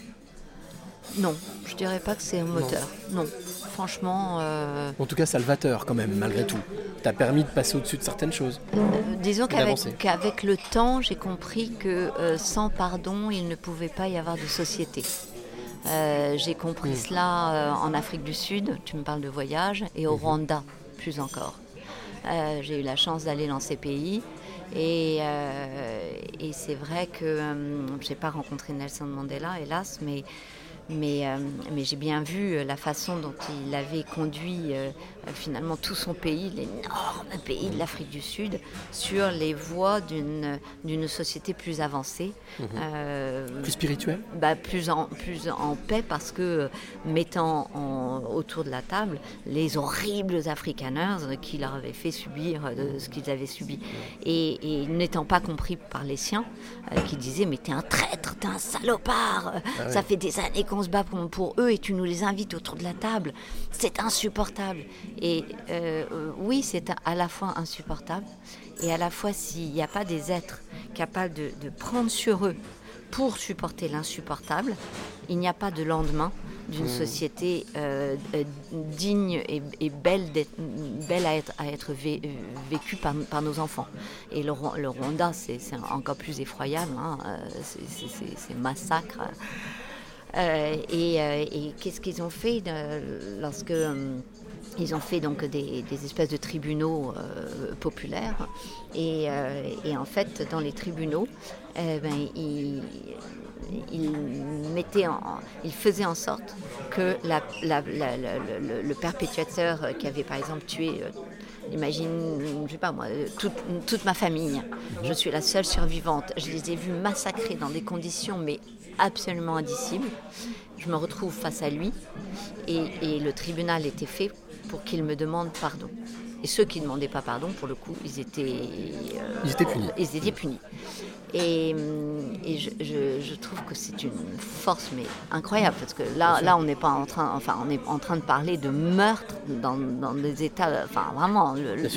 J: Non, je dirais pas que c'est un moteur. Non, non. Franchement... Euh...
A: En tout cas, salvateur quand même, malgré tout. T'as permis de passer au-dessus de certaines choses.
J: Euh, disons qu'avec, qu'avec le temps, j'ai compris que euh, sans pardon, il ne pouvait pas y avoir de société. Euh, j'ai compris mmh. cela euh, en Afrique du Sud, tu me parles de voyage, et au mmh. Rwanda, plus encore. Euh, j'ai eu la chance d'aller dans ces pays. Et, euh, et c'est vrai que euh, je n'ai pas rencontré Nelson Mandela, hélas, mais... Mais, euh, mais j'ai bien vu la façon dont il avait conduit euh, finalement tout son pays, l'énorme pays de l'Afrique du Sud, sur les voies d'une, d'une société plus avancée.
A: Mmh. Euh, plus spirituelle
J: bah, plus, en, plus en paix parce que mettant en, autour de la table les horribles afrikaners qui leur avaient fait subir de ce qu'ils avaient subi. Et, et n'étant pas compris par les siens, euh, qui disaient « mais t'es un traître, t'es un salopard, ah ça ouais. fait des années qu'on se bat pour, pour eux et tu nous les invites autour de la table, c'est insupportable. » Et euh, oui, c'est à la fois insupportable et à la fois s'il n'y a pas des êtres capables de, de prendre sur eux pour supporter l'insupportable, il n'y a pas de lendemain d'une mmh. société euh, euh, digne et, et belle, belle à être, à être vé, vécue par, par nos enfants. Et le, le Rwanda, c'est, c'est encore plus effroyable, hein, c'est, c'est, c'est, c'est massacre. Euh, et, euh, et qu'est-ce qu'ils ont fait de, lorsque euh, ils ont fait donc des, des espèces de tribunaux euh, populaires et, euh, et en fait dans les tribunaux euh, ben, ils, ils mettaient en, ils faisaient en sorte que la, la, la, la, le, le perpétuateur qui avait par exemple tué euh, imagine, je sais pas moi, toute, toute ma famille, je suis la seule survivante, je les ai vus massacrer dans des conditions mais absolument indicible. Je me retrouve face à lui et, et le tribunal était fait pour qu'il me demande pardon. Et ceux qui ne demandaient pas pardon, pour le coup, ils étaient, euh,
A: ils étaient punis.
J: Ils étaient punis. Et, et je, je, je trouve que c'est une force mais incroyable parce que là, là on n'est pas en train, enfin, on est en train de parler de meurtre dans, dans des états, enfin vraiment. Le, le,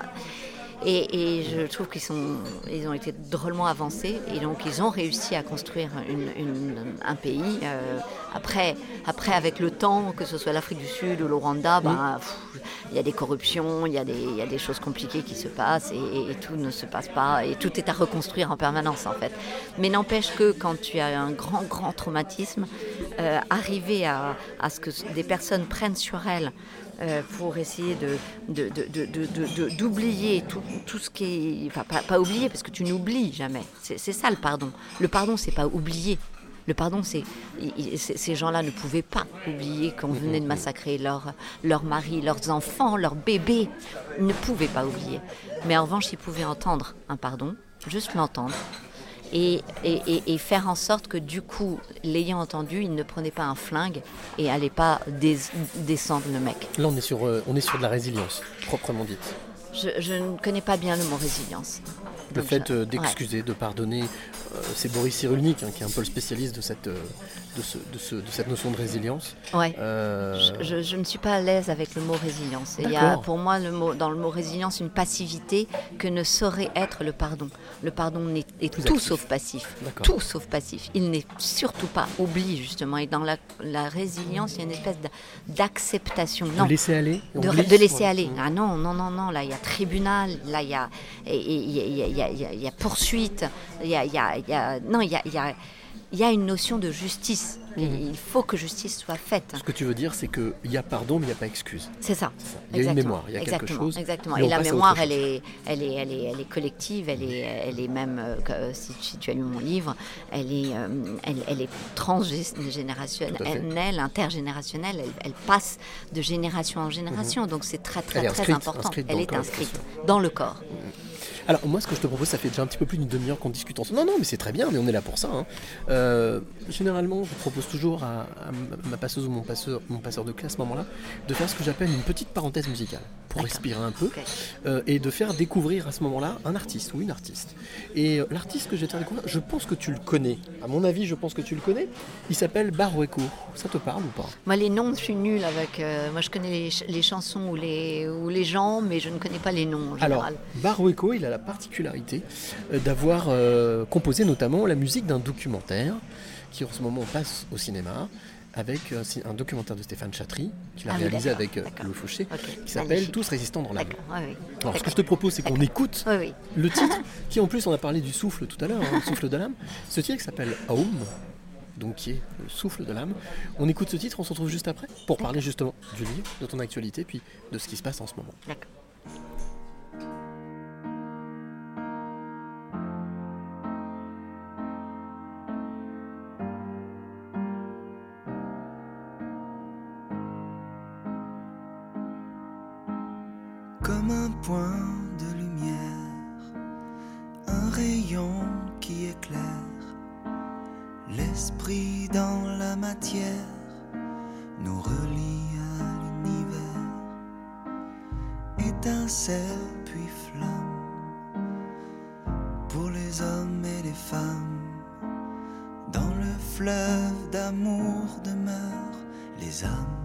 J: Et, et je trouve qu'ils sont, ils ont été drôlement avancés et donc ils ont réussi à construire une, une, un pays. Euh, après, après, avec le temps, que ce soit l'Afrique du Sud ou le Rwanda, il bah, y a des corruptions, il y, y a des choses compliquées qui se passent et, et, et tout ne se passe pas et tout est à reconstruire en permanence en fait. Mais n'empêche que quand tu as un grand, grand traumatisme, euh, arriver à, à ce que des personnes prennent sur elles Euh, pour essayer de, de, de, de, de, de, d'oublier tout, tout ce qui est... Enfin, pas, pas oublier, parce que tu n'oublies jamais. C'est, c'est ça le pardon. Le pardon, c'est pas oublier. Le pardon, c'est, c'est... Ces gens-là ne pouvaient pas oublier qu'on venait de massacrer leurs leur maris, leurs enfants, leurs bébés. Ils ne pouvaient pas oublier. Mais en revanche, ils pouvaient entendre un pardon, juste l'entendre. Et, et, et, et faire en sorte que du coup, l'ayant entendu, il ne prenait pas un flingue et n'allait pas des, descendre le mec.
A: Là, on est sur, euh, on est sur de la résilience, proprement dite.
J: Je, je ne connais pas bien le mot résilience.
A: Le
J: Donc
A: fait
J: je,
A: d'excuser, ouais. de pardonner, euh, c'est Boris Cyrulnik hein, qui est un peu le spécialiste de cette, euh, de, ce, de, ce, de cette notion de résilience.
J: Ouais.
A: Euh,
J: Je, je, je ne suis pas à l'aise avec le mot résilience. Il y a pour moi le mot, dans le mot résilience une passivité que ne saurait être le pardon. Le pardon est, est tout
A: actif.
J: sauf passif.
A: D'accord.
J: Tout sauf passif. Il n'est surtout pas oubli justement. Et dans la, la résilience, il y a une espèce de, d'acceptation. Non.
A: De laisser aller.
J: De,
A: on
J: de
A: glisse,
J: laisser
A: ouais.
J: aller.
A: Mmh.
J: Ah non, non, non, non. Là, il y a tribunal. Là, il y a, et, et, il y a, il y a, il y a, il y a, il y a poursuite. Il y a, il y a, il y a, non, il y a, il y a, il y a une notion de justice.
A: Mmh.
J: Il faut que justice soit faite.
A: Ce que tu veux dire, c'est qu'il y a pardon, mais il n'y a pas excuse.
J: C'est ça.
A: C'est ça. Il y a
J: Exactement.
A: une mémoire, il y a
J: exactement.
A: quelque chose.
J: Exactement.
A: mais
J: Et
A: on
J: la
A: passe à
J: mémoire,
A: autre
J: elle
A: chose.
J: est, elle est, elle est, elle est collective. Elle est, elle est même, euh, si, tu, si tu as lu mon livre, elle est, euh, elle, elle est transgénérationnelle, intergénérationnelle. Elle, elle passe de génération en génération. Mmh. Donc c'est très, très,
A: Elle est
J: très
A: inscrite,
J: important.
A: inscrite
J: elle
A: dans
J: est
A: le corps,
J: inscrite dans le corps.
A: Mmh. Alors moi ce que je te propose, ça fait déjà un petit peu plus d'une demi-heure qu'on discute ensemble. Non, non, mais c'est très bien, mais on est là pour ça. Hein. Euh, généralement, je propose toujours à, à ma passeuse ou mon passeur, mon passeur de clé à ce moment-là, de faire ce que j'appelle une petite parenthèse musicale, pour
J: D'accord.
A: respirer un peu,
J: Okay.
A: euh, et de faire découvrir à ce moment-là un artiste ou une artiste. Et euh, l'artiste que je vais te faire découvrir, je pense que tu le connais. À mon avis, je pense que tu le connais. Il s'appelle Barueco. Ça te parle ou pas?
J: Moi, les noms, je suis nulle avec. Euh, moi, je connais les, ch- les chansons ou les, ou les gens, mais je ne connais pas les noms en général.
A: Alors, Barueco, il a la particularité euh, d'avoir euh, composé notamment la musique d'un documentaire qui en ce moment passe au cinéma, avec euh, un documentaire de Stéphane Chatry, qu'il a
J: Ah oui,
A: réalisé
J: d'accord,
A: avec euh,
J: d'accord.
A: Le Fauché,
J: Okay.
A: qui s'appelle
J: Magnifique.
A: Tous résistants dans l'âme.
J: D'accord, oui, oui.
A: Alors,
J: D'accord.
A: ce que je te propose, c'est qu'on
J: D'accord.
A: écoute
J: Oui, oui.
A: le titre, qui en plus, on a parlé du souffle tout à l'heure, hein, le souffle de l'âme. Ce titre qui s'appelle Aum, donc qui est le souffle de l'âme. On écoute ce titre, on se retrouve juste après, pour parler justement du livre, de ton actualité, puis de ce qui se passe en ce moment.
J: D'accord.
K: Comme un point de lumière, un rayon qui éclaire l'esprit dans la matière, nous relie à l'univers, étincelle puis flamme, pour les hommes et les femmes, dans le fleuve d'amour demeurent les âmes.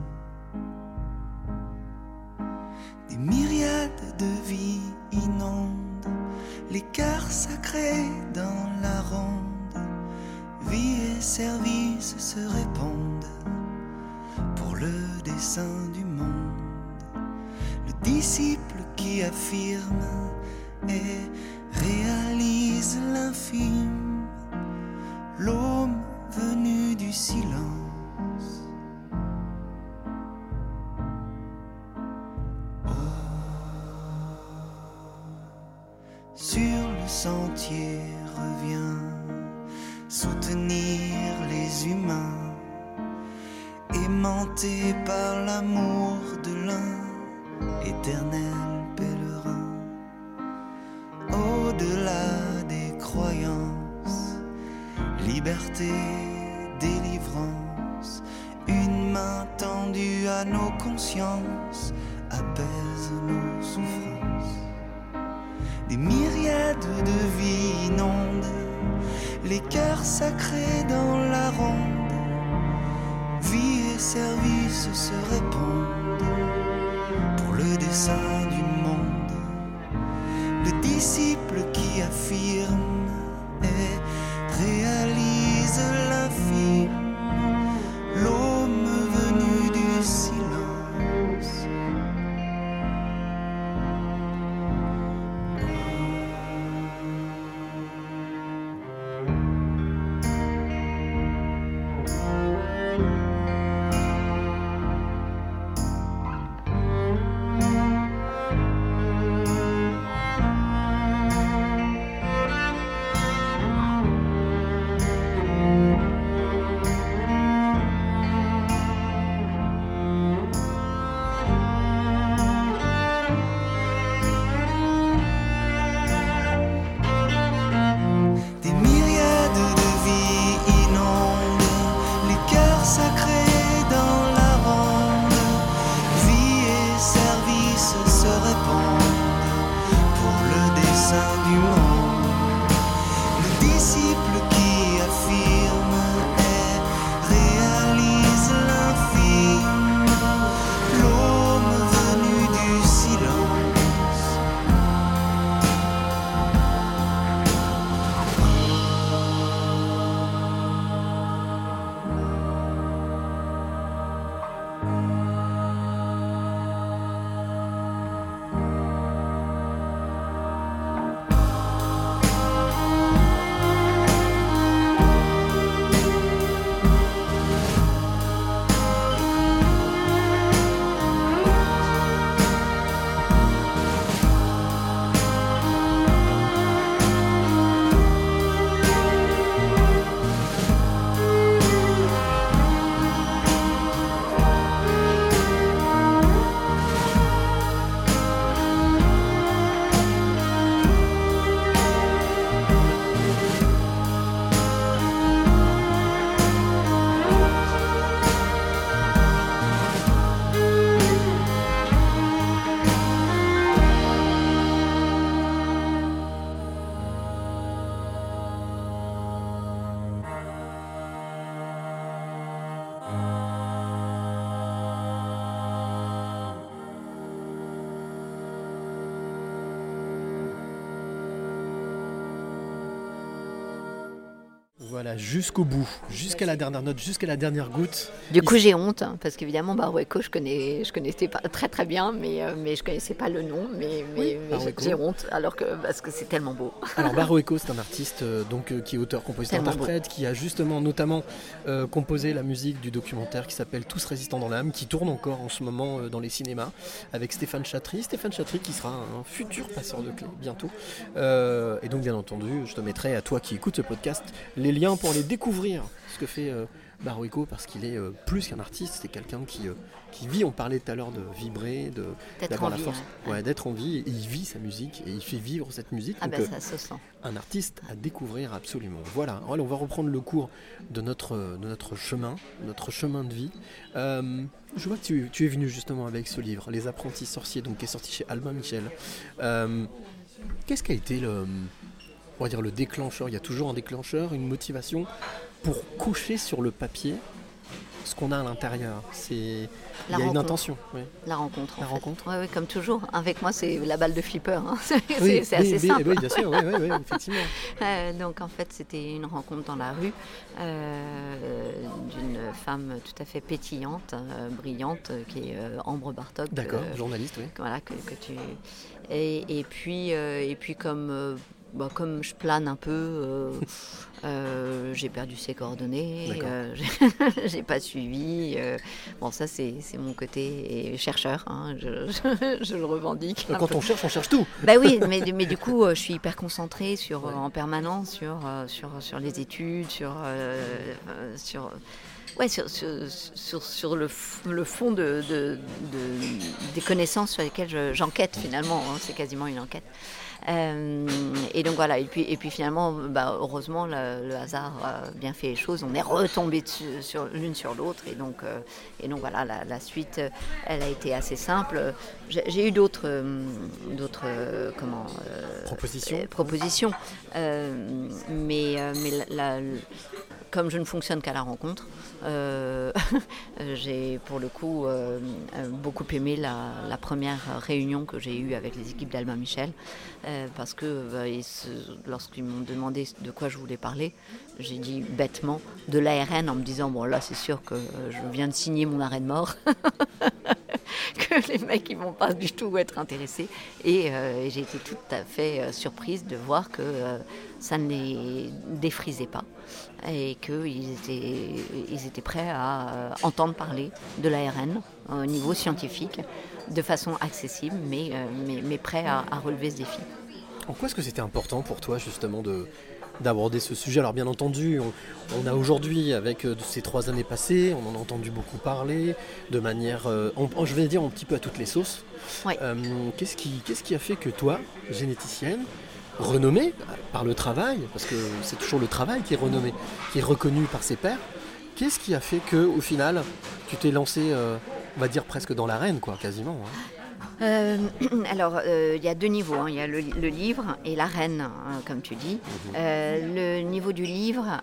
K: Des myriades de vies inondent les cœurs sacrés dans la ronde. Vie et service se répondent pour le dessein du monde. Le disciple qui affirme et réalise l'infime, l'homme venu du silence. Sur le sentier revient soutenir les humains, aimantés par l'amour de l'un, éternel pèlerin. Au-delà des croyances, liberté, délivrance, une main tendue à nos consciences apaise nos souffrances. Des myriades de vies inondent les cœurs sacrés dans la ronde. Vie et service se répondent pour le dessein du monde. Le disciple qui affirme et réalise l'infime, l'homme venu du silence.
A: Voilà, jusqu'au bout, jusqu'à la dernière note, jusqu'à la dernière goutte.
J: Du coup, j'ai honte, hein, parce qu'évidemment, Barueco, je connais, je connaissais pas très très bien, mais, euh, mais je connaissais pas le nom, mais, mais,
A: Oui,
J: mais
A: Barueco.
J: j'ai honte, alors que, parce que c'est tellement beau.
A: Alors Barueco, c'est un artiste euh, donc, euh, qui est auteur, compositeur,
J: Tellement
A: interprète, qui a justement notamment euh, composé la musique du documentaire qui s'appelle Tous résistants dans l'âme, qui tourne encore en ce moment euh, dans les cinémas, avec Stéphane Chatry. Stéphane Chatry qui sera un futur passeur de clés bientôt. Euh, et donc bien entendu, je te mettrai à toi qui écoutes ce podcast les liens pour aller découvrir ce que fait euh, Barueco, parce qu'il est euh, plus qu'un artiste, c'est quelqu'un qui, euh, qui vit, on parlait tout à l'heure de vibrer, de,
J: D'être
A: d'avoir
J: en
A: la
J: vie,
A: force,
J: ouais.
A: ouais, d'être en vie, et il vit sa musique et il fait vivre cette musique.
J: Ah
A: Donc,
J: ben
A: euh,
J: ça se sent.
A: un artiste à découvrir absolument. Voilà, alors, on va reprendre le cours de notre, de notre chemin, notre chemin de vie. Euh, je vois que tu, tu es venu justement avec ce livre, Les Apprentis Sorciers, donc qui est sorti chez Albin Michel. Euh, qu'est-ce qui a été le, on va dire le déclencheur? Il y a toujours un déclencheur, une motivation pour coucher sur le papier ce qu'on a à l'intérieur. C'est, il y a
J: rencontre.
A: une intention. Oui.
J: La rencontre, en
A: La
J: fait.
A: rencontre.
J: Ouais, ouais, comme toujours. Avec moi, c'est la balle de flipper. Hein. C'est,
A: Oui,
J: c'est
A: oui,
J: assez
A: oui,
J: simple.
A: oui, bien sûr, oui, oui, oui, effectivement.
J: Euh, donc en fait, c'était une rencontre dans la rue euh, d'une femme tout à fait pétillante, euh, brillante, euh, qui est euh, Ambre Bartok.
A: D'accord,
J: euh,
A: journaliste, oui.
J: Voilà, que, que tu... Et, et, puis, euh, et puis comme... Euh, Bah, comme je plane un peu, euh, euh, j'ai perdu ses coordonnées, euh, j'ai, j'ai pas suivi. Euh, bon, ça, c'est, c'est mon côté chercheur, hein, je, je, je le revendique.
A: Quand on cherche, on cherche tout.
J: Bah oui, mais, mais du coup, je suis hyper concentrée sur, ouais. en permanence sur, sur, sur les études, sur... Euh, sur Ouais, sur, sur, sur, sur le, le fond de, de, de, des connaissances sur lesquelles je, j'enquête finalement, hein, c'est quasiment une enquête. Euh, et donc voilà, et puis, et puis finalement, bah, heureusement, le, le hasard a bien fait les choses, on est retombés dessus, sur, l'une sur l'autre, et donc, euh, et donc voilà, la, la suite, elle a été assez simple. J'ai, j'ai eu d'autres, euh, d'autres euh, comment, euh,
A: propositions,
J: euh, propositions euh, mais, euh, mais la, la comme je ne fonctionne qu'à la rencontre, euh, j'ai pour le coup euh, beaucoup aimé la, la première réunion que j'ai eue avec les équipes d'Albin Michel, euh, parce que euh, ils se, lorsqu'ils m'ont demandé de quoi je voulais parler, j'ai dit bêtement de l'A R N en me disant bon là c'est sûr que euh, je viens de signer mon arrêt de mort. Que les mecs ils vont pas du tout être intéressés et, euh, et j'ai été tout à fait euh, surprise de voir que euh, ça ne les défrisait pas et qu'ils étaient, ils étaient prêts à euh, entendre parler de l'A R N au niveau scientifique de façon accessible mais, euh, mais, mais prêts à, à relever ce défi.
A: En quoi est-ce que c'était important pour toi justement de, d'aborder ce sujet? Alors bien entendu, on, on a aujourd'hui, avec euh, ces trois années passées, on en a entendu beaucoup parler, de manière, euh, on, je vais dire un petit peu à toutes les sauces.
J: Ouais.
A: Euh, qu'est-ce qui, qu'est-ce qui a fait que toi, généticienne, renommée par le travail, parce que c'est toujours le travail qui est renommé, qui est reconnu par ses pairs, qu'est-ce qui a fait que, au final, tu t'es lancé, euh, on va dire presque dans l'arène, quoi, quasiment, hein.
J: Euh, alors, il euh, y a deux niveaux. Il hein. y a le, le livre et l'arène, hein, comme tu dis. Mmh. Euh, le niveau du livre,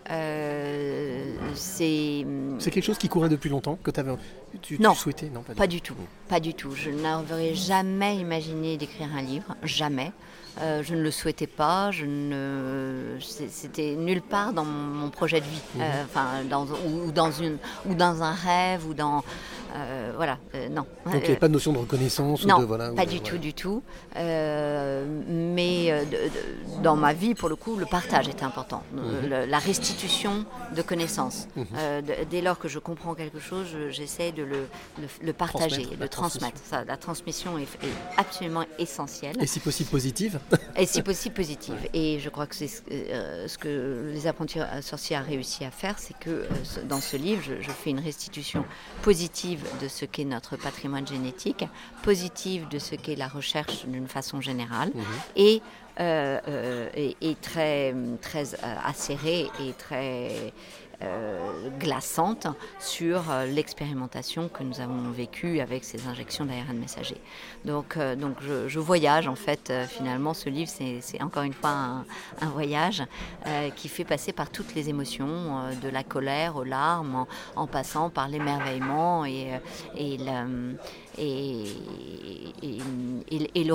J: euh, c'est...
A: C'est quelque chose qui courait depuis longtemps, que t'avais, tu,
J: non,
A: tu souhaitais? Non,
J: pas, pas du tout. Mmh. Pas du tout. Je n'aurais jamais imaginé d'écrire un livre, jamais. Euh, je ne le souhaitais pas, je ne... c'était nulle part dans mon projet de vie, mmh. euh, enfin, dans, ou, dans une, ou dans un rêve, ou dans... Euh, voilà, euh, non.
A: Donc il n'y avait pas de notion de reconnaissance?
J: Non,
A: ou de, voilà,
J: pas
A: ou,
J: du
A: voilà.
J: tout, du tout. Euh, mais euh, de, de, dans ma vie, pour le coup, le partage était important. Mmh. Le, la restitution de connaissances. Mmh. Euh, de, dès lors que je comprends quelque chose, je, j'essaie de le, le, le partager, de le transmettre. Ça, la transmission est, est absolument essentielle.
A: Et si possible positive?
J: Et si possible positive. Et je crois que c'est euh, ce que les apprentis sorciers a réussi à faire, c'est que euh, dans ce livre, je, je fais une restitution positive de ce qu'est notre patrimoine génétique, positive de ce qu'est la recherche d'une façon générale, mmh. et, euh, euh, et, et très, très euh, acérée et très euh, glaçante sur euh, l'expérimentation que nous avons vécue avec ces injections d'A R N messager. Donc, euh, donc je, je voyage en fait, euh, finalement ce livre c'est, c'est encore une fois un, un voyage euh, qui fait passer par toutes les émotions, euh, de la colère aux larmes, en, en passant par l'émerveillement et, et, la, et, et, et, et le rire.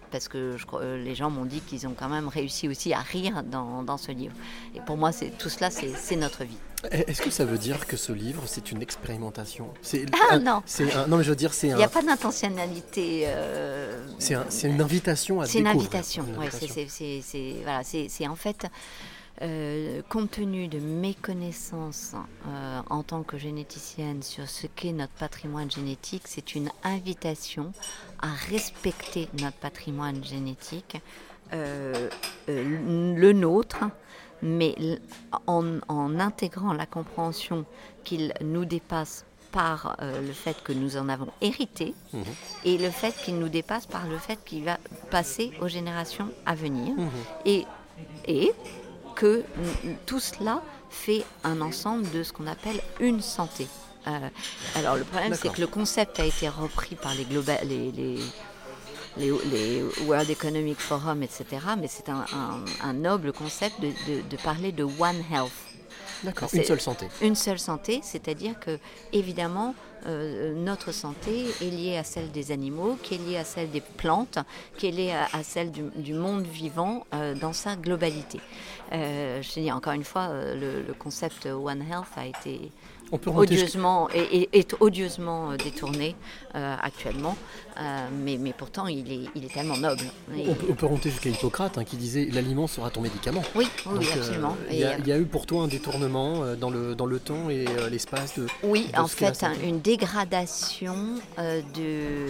J: parce que je, euh, les gens m'ont dit qu'ils ont quand même réussi aussi à rire dans, dans ce livre. Et pour moi, c'est, tout cela, c'est, c'est notre vie.
A: Est-ce que ça veut dire que ce livre, c'est une expérimentation? c'est,
J: Ah
A: un,
J: non
A: c'est un, Non, mais je veux dire, c'est
J: Il
A: un...
J: n'y a pas d'intentionnalité. Euh...
A: C'est, un, c'est une invitation à
J: c'est
A: découvrir.
J: Une invitation,
A: une
J: oui.
A: invitation.
J: C'est, c'est, c'est, c'est, voilà, c'est, c'est en fait... Euh, compte tenu de mes connaissances euh, en tant que généticienne sur ce qu'est notre patrimoine génétique, c'est une invitation à respecter notre patrimoine génétique, euh, euh, le nôtre, mais en, en intégrant la compréhension qu'il nous dépasse par euh, le fait que nous en avons hérité mmh. et le fait qu'il nous dépasse par le fait qu'il va passer aux générations à venir. Mmh. Et, et que tout cela fait un ensemble de ce qu'on appelle une santé. Euh, alors le problème, D'accord. c'est que le concept a été repris par les, globa- les, les, les, les World Economic Forum, et cetera, mais c'est un, un, un noble concept de, de, de parler de One Health.
A: D'accord, c'est une seule santé.
J: Une seule santé, c'est-à-dire que, évidemment, euh, notre santé est liée à celle des animaux, qui est liée à celle des plantes, qui est liée à, à celle du, du monde vivant euh, dans sa globalité. Euh, je te dis encore une fois, euh, le, le concept One Health a été
A: On peut
J: odieusement, et, et, est odieusement détourné euh, actuellement, euh, mais, mais pourtant il est, il est tellement noble.
A: Et... On, peut, on peut remonter jusqu'à Hippocrate hein, qui disait l'aliment sera ton médicament.
J: Oui, oui, Donc, oui absolument.
A: Il euh, y, y a eu pour toi un détournement euh, dans, le, dans le temps et euh, l'espace de.
J: Oui,
A: de
J: en fait, un, une dégradation euh, de,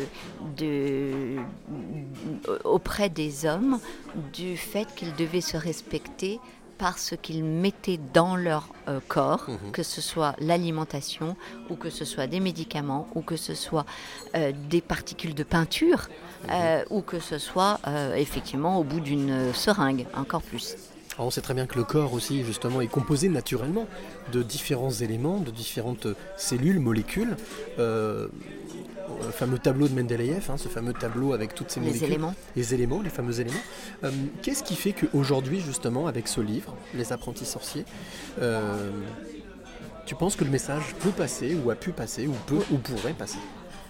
J: de, auprès des hommes du fait qu'ils devaient se respecter par ce qu'ils mettaient dans leur euh, corps, mmh. que ce soit l'alimentation, ou que ce soit des médicaments, ou que ce soit euh, des particules de peinture, mmh. euh, ou que ce soit euh, effectivement au bout d'une seringue, encore plus.
A: Alors on sait très bien que le corps aussi justement est composé naturellement de différents éléments, de différentes cellules, molécules. Euh, le fameux tableau de Mendeleïev, hein, ce fameux tableau avec toutes ces
J: les
A: molécules.
J: Éléments.
A: Les éléments, les fameux éléments. Euh, qu'est-ce qui fait qu'aujourd'hui justement avec ce livre, Les Apprentis Sorciers, euh, tu penses que le message peut passer, ou a pu passer, ou peut, ou pourrait passer?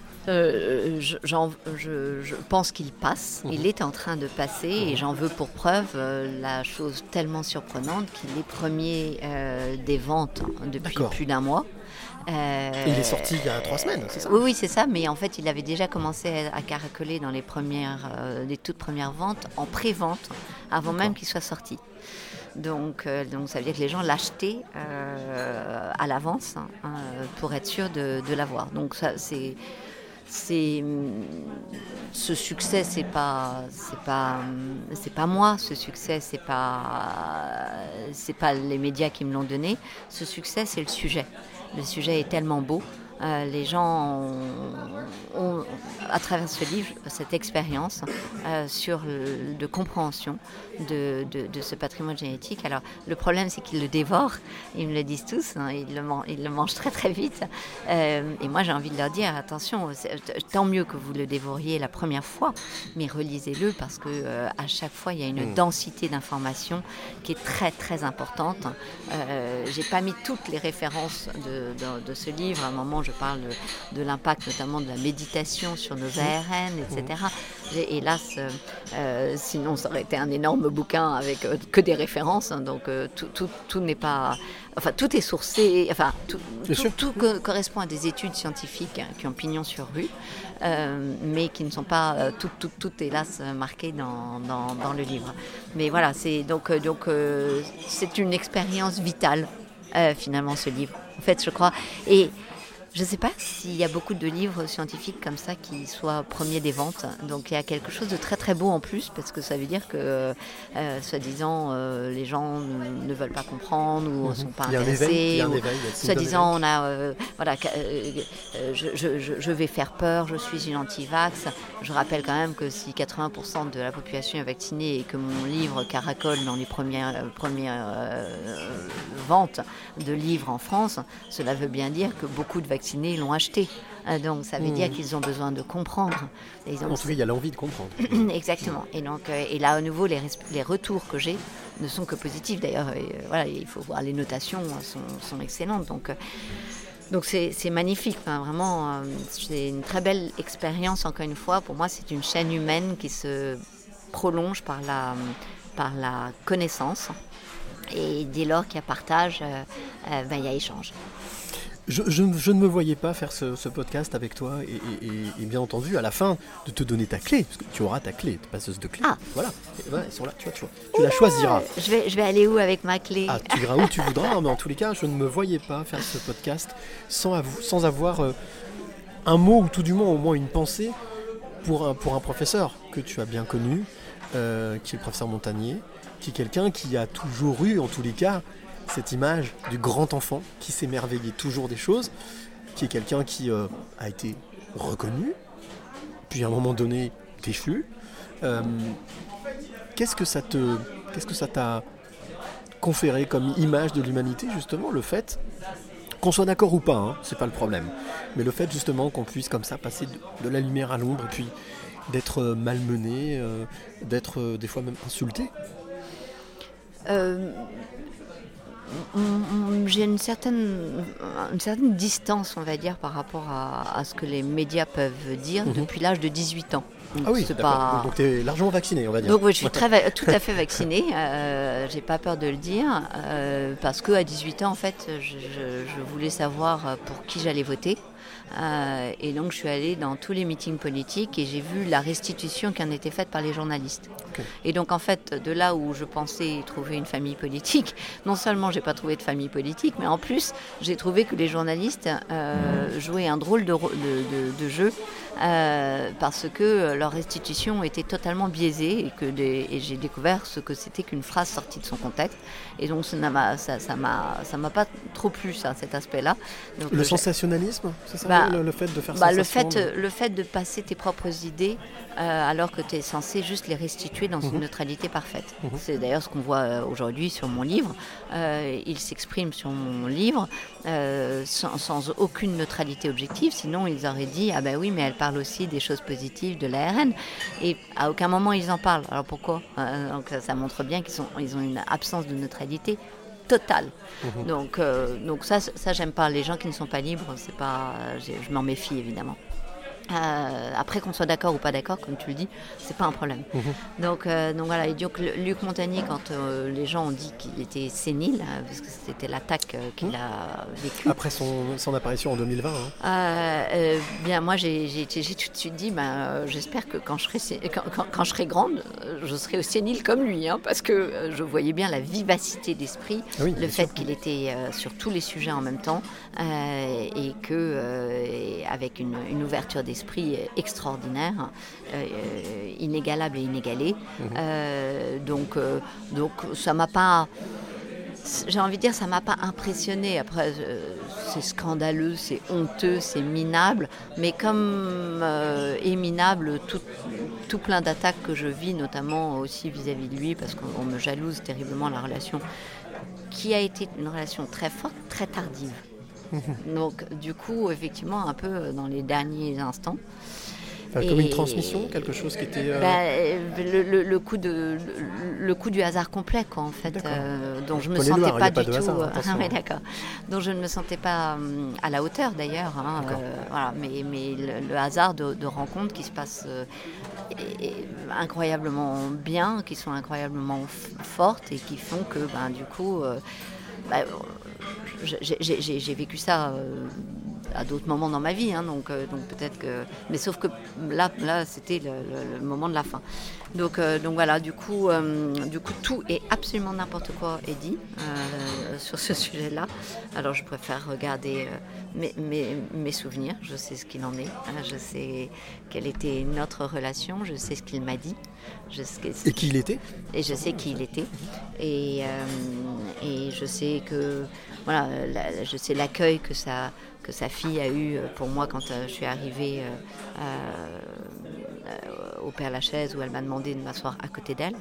J: Euh, je, je, je pense qu'il passe, mmh. il est en train de passer mmh. et j'en veux pour preuve euh, la chose tellement surprenante qu'il est premier euh, des ventes depuis D'accord. plus d'un mois.
A: Euh, il est sorti il y a trois semaines, c'est ça?
J: Oui, oui, c'est ça, mais en fait il avait déjà commencé à, à caracoler dans les, premières, euh, les toutes premières ventes, en pré-vente, avant D'accord. même qu'il soit sorti. Donc, euh, donc ça veut dire que les gens l'achetaient euh, à l'avance hein, pour être sûr de, de l'avoir. Donc ça, c'est... C'est, ce succès, c'est pas, c'est pas, c'est pas moi. Ce succès, c'est pas, c'est pas les médias qui me l'ont donné. Ce succès, c'est le sujet. Le sujet est tellement beau. Euh, les gens ont, ont, à travers ce livre, cette expérience euh, sur le, de compréhension de, de, de ce patrimoine génétique. Alors, le problème, c'est qu'ils le dévorent. Ils me le disent tous. Hein, ils, le man- ils le mangent très, très vite. Euh, et moi, j'ai envie de leur dire, attention, tant mieux que vous le dévoriez la première fois, mais relisez-le parce que euh, à chaque fois, il y a une mmh. densité d'informations qui est très, très importante. Euh, j'ai pas mis toutes les références de, de, de ce livre. À un moment, je parle de, de l'impact notamment de la méditation sur nos A R N, et cetera. J'ai, hélas, euh, euh, sinon ça aurait été un énorme bouquin avec euh, que des références. Hein, donc euh, tout, tout, tout n'est pas, enfin tout est sourcé. Enfin tout, tout, tout co- correspond à des études scientifiques hein, qui ont pignon sur rue, euh, mais qui ne sont pas euh, tout, tout, tout hélas marqué dans, dans, dans le livre. Mais voilà, c'est donc euh, donc euh, c'est une expérience vitale euh, finalement ce livre. En fait, je crois et je ne sais pas s'il y a beaucoup de livres scientifiques comme ça qui soient premiers des ventes. Donc il y a quelque chose de très très beau en plus parce que ça veut dire que, euh, soi-disant, euh, les gens ne veulent pas comprendre ou ne mmh. sont pas intéressés. Soi-disant, on a, euh, voilà, euh, je, je, je vais faire peur, je suis une anti-vax. Je rappelle quand même que si quatre-vingts pour cent de la population est vaccinée et que mon livre caracole dans les premières, euh, premières euh, ventes de livres en France, cela veut bien dire que beaucoup de vaccinés l'ont acheté. Donc ça veut mmh. dire qu'ils ont besoin de comprendre. Et ils ont...
A: En tout cas, il y a l'envie de comprendre.
J: Exactement. Et, donc, euh, et là, à nouveau, les, res- les retours que j'ai ne sont que positifs. D'ailleurs, et, euh, voilà, il faut voir, les notations sont, sont excellentes. Donc, euh, donc c'est, c'est magnifique. Hein, vraiment, euh, c'est une très belle expérience, encore une fois. Pour moi, c'est une chaîne humaine qui se prolonge par la, par la connaissance. Et dès lors qu'il y a partage, euh, euh, ben, il y a échange.
A: Je, je, je ne me voyais pas faire ce, ce podcast avec toi et, et, et, et bien entendu à la fin de te donner ta clé, parce que tu auras ta clé, ta passeuse de clé.
J: Ah.
A: Voilà, et voilà, ils sont là, tu vois, tu vois. Tu la choisiras.
J: Je vais, je vais aller où avec ma clé?
A: Ah, tu iras où tu voudras, mais en tous les cas, je ne me voyais pas faire ce podcast sans, avou- sans avoir euh, un mot ou tout du moins au moins une pensée pour un, pour un professeur que tu as bien connu, euh, qui est le professeur Montagnier, qui est quelqu'un qui a toujours eu, en tous les cas, cette image du grand enfant qui s'émerveillait toujours des choses, qui est quelqu'un qui euh, a été reconnu, puis à un moment donné déchu. Euh, qu'est-ce que ça te, qu'est-ce que ça t'a conféré comme image de l'humanité, justement, le fait qu'on soit d'accord ou pas, hein, c'est pas le problème, mais le fait justement qu'on puisse comme ça passer de, de la lumière à l'ombre et puis d'être malmené, euh, d'être euh, des fois même insulté.
J: Euh, j'ai une certaine, une certaine distance, on va dire, par rapport à, à ce que les médias peuvent dire mmh. depuis l'âge de dix-huit ans. Donc,
A: ah oui,
J: c'est
A: pas... donc tu es largement vacciné, on va dire.
J: Donc oui, je suis très va- tout à fait vaccinée, euh, j'ai pas peur de le dire, euh, parce qu'à dix-huit ans, en fait, je, je, je voulais savoir pour qui j'allais voter. Euh, et donc je suis allée dans tous les meetings politiques et j'ai vu la restitution qui en était faite par les journalistes. Okay. Et donc en fait, de là où je pensais trouver une famille politique, non seulement j'ai pas trouvé de famille politique, mais en plus j'ai trouvé que les journalistes euh, jouaient un drôle de, de, de, de jeu euh, parce que leur restitution était totalement biaisée et que des, et j'ai découvert ce que c'était qu'une phrase sortie de son contexte. Et donc ça m'a, ça, ça m'a, ça m'a pas trop plu, ça, cet aspect-là. Donc,
A: le sensationnalisme, c'est ça?
J: Bah,
A: le, le fait de faire
J: bah,
A: sensation
J: le fait,
A: de...
J: le fait de passer tes propres idées euh, alors que tu es censé juste les restituer dans mmh. une neutralité parfaite. Mmh. C'est d'ailleurs ce qu'on voit euh, aujourd'hui sur mon livre. Euh, il s'exprime sur mon livre euh, sans, sans aucune neutralité objective, sinon ils auraient dit « Ah ben oui, mais elle parle aussi des choses positives de l'A R N ». Et à aucun moment ils en parlent. Alors pourquoi? euh, donc, ça, ça montre bien qu'ils sont, ils ont une absence de neutralité totale. Mmh. Donc, euh, donc ça, ça j'aime pas. Les gens qui ne sont pas libres, c'est pas, je m'en méfie évidemment. Euh, après qu'on soit d'accord ou pas d'accord, comme tu le dis, c'est pas un problème. Mmh. Donc, euh, donc voilà. Et donc Luc Montagnier, quand euh, les gens ont dit qu'il était sénile, euh, parce que c'était l'attaque euh, qu'il mmh. a vécue.
A: Après son, son apparition en deux mille vingt. Hein.
J: Euh, euh, bien, moi, j'ai, j'ai, j'ai tout de suite dit, ben, euh, j'espère que quand je serai, quand, quand, quand je serai grande, je serai sénile comme lui, hein, parce que euh, je voyais bien la vivacité d'esprit, oui, le fait sûr. qu'il était euh, sur tous les sujets en même temps, euh, et que euh, avec une, une ouverture d'esprit esprit extraordinaire, euh, inégalable et inégalé. Mmh. Euh, donc, euh, donc ça m'a pas, j'ai envie de dire, ça m'a pas impressionné. Après, euh, c'est scandaleux, c'est honteux, c'est minable, mais comme euh, est minable tout, tout plein d'attaques que je vis, notamment aussi vis-à-vis de lui, parce qu'on me jalouse terriblement la relation, qui a été une relation très forte, très tardive. Donc du coup, effectivement, un peu dans les derniers instants.
A: Enfin, comme une transmission, quelque chose qui était... Euh...
J: Bah, le, le, le, coup de, le, le coup du hasard complet, quoi, en fait, euh, dont je ne me sentais
A: Loire,
J: pas
A: pas
J: du
A: de
J: tout...
A: Hasard,
J: ah, mais d'accord. Dont je ne me sentais pas euh, à la hauteur, d'ailleurs. Hein, euh, voilà, mais, mais le, le hasard de, de rencontres qui se passent euh, est, est incroyablement bien, qui sont incroyablement f- fortes et qui font que, ben, du coup... Euh, bah, J'ai, j'ai, j'ai vécu ça euh, à d'autres moments dans ma vie, hein, donc, euh, donc peut-être que... Mais sauf que là, là c'était le, le, le moment de la fin. Donc, euh, donc voilà, du coup, euh, du coup, tout et absolument n'importe quoi est dit euh, sur ce sujet-là. Alors je préfère regarder euh, mes, mes, mes souvenirs, je sais ce qu'il en est, hein, je sais quelle était notre relation, je sais ce qu'il m'a dit. Je sais
A: et qui il était
J: Et je sais qui il était. Et, euh, et je sais que... Voilà, la, je sais l'accueil que sa, que sa fille a eu pour moi quand euh, je suis arrivée euh, euh, au Père-Lachaise, où elle m'a demandé de m'asseoir à côté d'elle,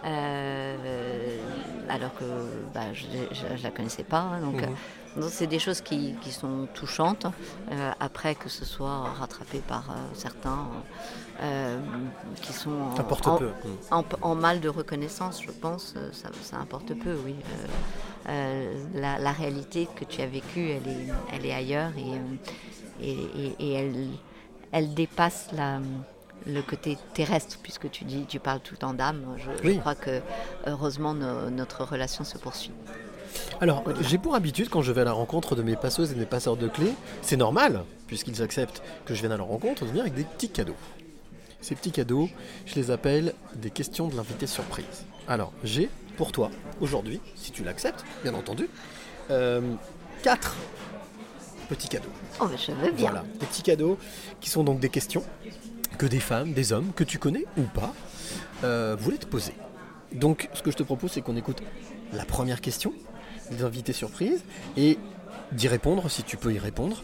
J: euh, alors que bah, je ne la connaissais pas. Hein, donc, mmh. donc c'est des choses qui, qui sont touchantes, euh, après que ce soit rattrapé par euh, certains euh, qui sont en, en, en, en mal de reconnaissance, je pense, ça, ça importe peu, oui. Euh, Euh, la, la réalité que tu as vécue, elle est, elle est ailleurs et, et, et, et elle, elle dépasse la, le côté terrestre, puisque tu dis, tu parles tout le temps d'âme. Je,
A: Oui.
J: je crois que heureusement no- notre relation se poursuit.
A: Alors, j'ai pour habitude, quand je vais à la rencontre de mes passeuses et de mes passeurs de clés, c'est normal, puisqu'ils acceptent que je vienne à leur rencontre, de venir avec des petits cadeaux. Ces petits cadeaux, je les appelle des questions de l'invité surprise. Alors, j'ai pour toi, aujourd'hui, si tu l'acceptes, bien entendu, euh, quatre petits cadeaux.
J: Oh, mais je veux bien.
A: Voilà, des petits cadeaux qui sont donc des questions que des femmes, des hommes, que tu connais ou pas, euh, voulaient te poser. Donc, ce que je te propose, c'est qu'on écoute la première question des invités surprises et d'y répondre si tu peux y répondre.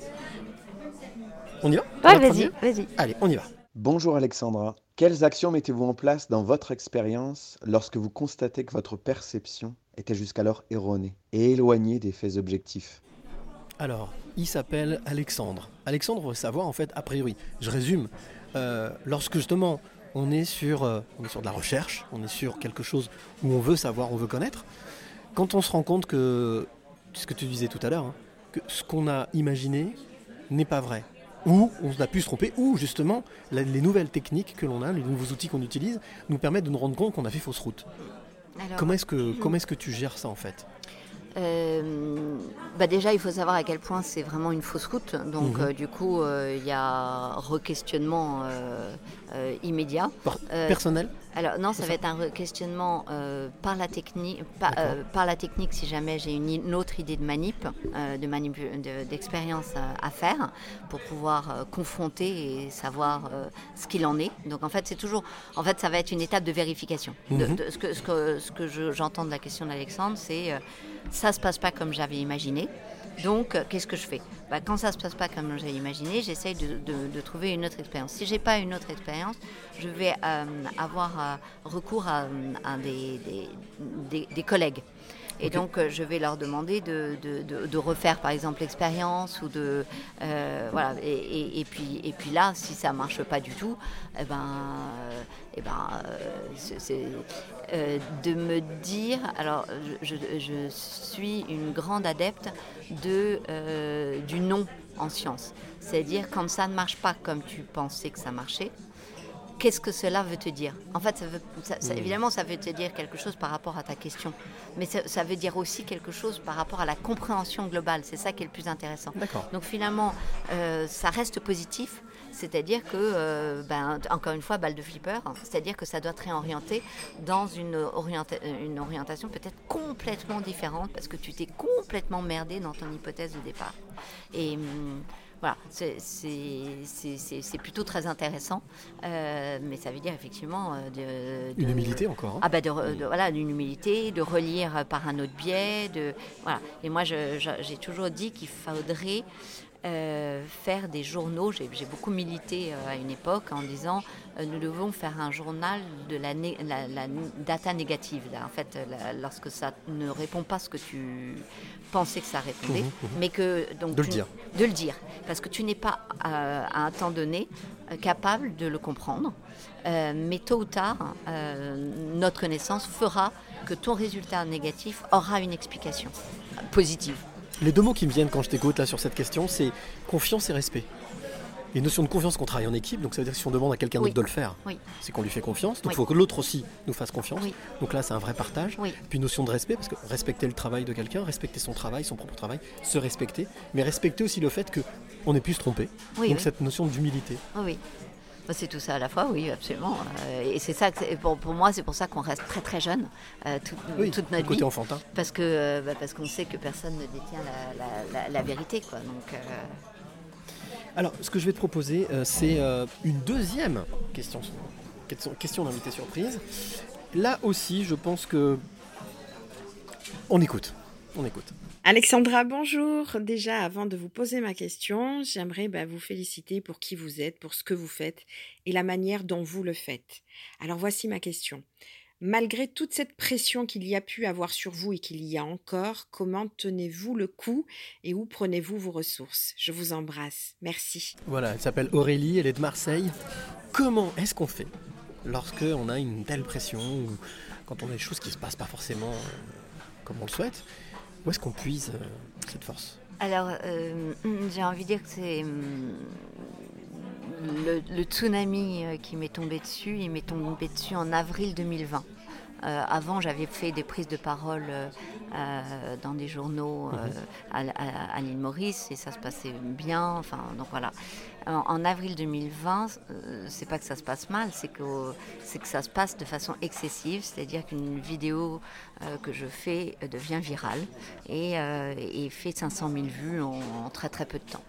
A: On y va?
J: Ouais,
A: La
J: vas-y,
A: première
J: vas-y.
A: Allez, on y va.
L: Bonjour Alexandra. Quelles actions mettez-vous en place dans votre expérience lorsque vous constatez que votre perception était jusqu'alors erronée et éloignée des faits objectifs?
A: Alors, il s'appelle Alexandre. Alexandre veut savoir, en fait, a priori, je résume, euh, lorsque justement on est, sur, euh, on est sur de la recherche, on est sur quelque chose où on veut savoir, on veut connaître, quand on se rend compte que, ce que tu disais tout à l'heure, hein, que ce qu'on a imaginé n'est pas vrai, ou on a pu se tromper, ou justement la- les nouvelles techniques que l'on a, les nouveaux outils qu'on utilise, nous permettent de nous rendre compte qu'on a fait fausse route.
J: Alors,
A: Comment est-ce que, comment est-ce que tu gères ça en fait?
J: Euh, bah déjà, il faut savoir à quel point c'est vraiment une fausse route. Donc,
A: Mhm.
J: euh, du coup, euh, il y a re-questionnement euh, euh, immédiat.
A: Par-
J: Euh,
A: personnel?
J: Alors non,
A: C'est
J: ça
A: ça
J: va être un questionnement euh, par la technique, par, euh, par la technique si jamais j'ai une, une autre idée de manip, euh, de manipu- de- d'expérience à, à faire pour pouvoir euh, confronter et savoir euh, ce qu'il en est. Donc en fait, c'est toujours, en fait, ça va être une étape de vérification. De-
A: Mhm.
J: de- ce que, ce que, ce que je- j'entends de la question d'Alexandre, c'est euh, ça se passe pas comme j'avais imaginé. Donc, euh, qu'est-ce que je fais? Bah, quand ça ne se passe pas comme j'ai imaginé, j'essaye de, de- de trouver une autre expérience. Si je n'ai pas une autre expérience, je vais euh, avoir euh, recours à, à des, des- des- des collègues. Et
A: Ok.
J: donc, euh, je vais leur demander de, de- de- de refaire, par exemple, l'expérience. Ou de, euh, voilà. et, et- et puis, et puis là, si ça ne marche pas du tout, eh ben, euh, eh ben, euh, c'est, c'est, euh, de me dire... Alors, je, je- je suis une grande adepte de, euh, du non en science. C'est-à-dire, quand ça ne marche pas comme tu pensais que ça marchait, qu'est-ce que cela veut te dire? En fait, ça veut, ça- ça-
A: Mmh.
J: évidemment, ça veut te dire quelque chose par rapport à ta question. Mais ça, ça veut dire aussi quelque chose par rapport à la compréhension globale. C'est ça qui est le plus intéressant.
A: D'accord.
J: Donc finalement, euh, ça reste positif. C'est-à-dire que, euh, ben, encore une fois, balle de flipper, hein, c'est-à-dire que ça doit te réorienter dans une, orienta- une orientation peut-être complètement différente parce que tu t'es complètement merdé dans ton hypothèse de départ. Et hum, voilà, c'est, c'est, c'est, c'est, c'est plutôt très intéressant, euh, mais ça veut dire effectivement euh, de, de-
A: Une humilité encore, hein.
J: Ah bah de, re- de- voilà, d'une humilité, de relire par un autre biais, de voilà. Et moi, je- je- j'ai toujours dit qu'il faudrait euh, faire des journaux. J'ai, j'ai beaucoup milité euh, à une époque en disant euh, nous devons faire un journal de la, né- la, la data négative. Là. En fait, la- lorsque ça ne répond pas ce que tu pensais que ça répondait,
A: Mhm, mhm.
J: mais que donc
A: De le
J: tu-
A: dire.
J: de le dire, parce que tu n'es pas euh, à un temps donné euh, capable de le comprendre. Euh, mais tôt ou tard, euh, notre connaissance fera que ton résultat négatif aura une explication euh, positive.
A: Les deux mots qui me viennent quand je t'écoute là sur cette question, c'est confiance et respect. Les notions de confiance qu'on travaille en équipe, donc ça veut dire que si on demande à quelqu'un
J: Oui.
A: d'autre de le faire,
J: Oui.
A: c'est qu'on lui fait confiance. Donc il
J: Oui.
A: faut que l'autre aussi nous fasse confiance.
J: Oui.
A: Donc là, c'est un vrai partage.
J: Oui.
A: Puis notion de respect, parce que respecter le travail de quelqu'un, respecter son travail, son propre travail, se respecter, mais respecter aussi le fait qu'on ait pu se tromper.
J: Oui,
A: donc
J: oui.
A: cette notion d'humilité.
J: Oui, oui. Bah, c'est tout ça à la fois, oui, absolument. Euh, et c'est ça, que c'est- pour, pour moi, c'est pour ça qu'on reste très très jeune euh, toute,
A: Oui,
J: toute
A: le
J: notre
A: côté
J: vie.
A: enfantin.
J: Parce que euh, bah, parce qu'on sait que personne ne détient la, la- la- la vérité, quoi. Donc, euh,
A: Alors, ce que je vais te proposer, euh, c'est euh, une deuxième question, question, question d'invité surprise. Là aussi, je pense que on écoute, on écoute.
M: Alexandra, bonjour. Déjà, avant de vous poser ma question, j'aimerais bah, vous féliciter pour qui vous êtes, pour ce que vous faites et la manière dont vous le faites. Alors voici ma question. Malgré toute cette pression qu'il y a pu avoir sur vous et qu'il y a encore, comment tenez-vous le coup et où prenez-vous vos ressources? Je vous embrasse. Merci.
A: Voilà, elle s'appelle Aurélie, elle est de Marseille. Comment est-ce qu'on fait lorsque on a une telle pression ou quand on a des choses qui se passent pas forcément euh, comme on le souhaite? Où est-ce qu'on puise euh, cette force?
J: alors, euh, j'ai envie de dire que c'est hum, le, le tsunami euh, qui m'est tombé dessus, il m'est tombé dessus en avril deux mille vingt. Euh, avant, j'avais fait des prises de parole euh, euh, dans des journaux euh, à, à, à l'île Maurice et ça se passait bien. Enfin, donc voilà. En, en avril deux mille vingt, euh, c'est pas que ça se passe mal, c'est que, c'est que ça se passe de façon excessive, c'est-à-dire qu'une vidéo euh, que je fais euh, devient virale et, euh, et fait cinq cent mille vues en, en très très peu de temps.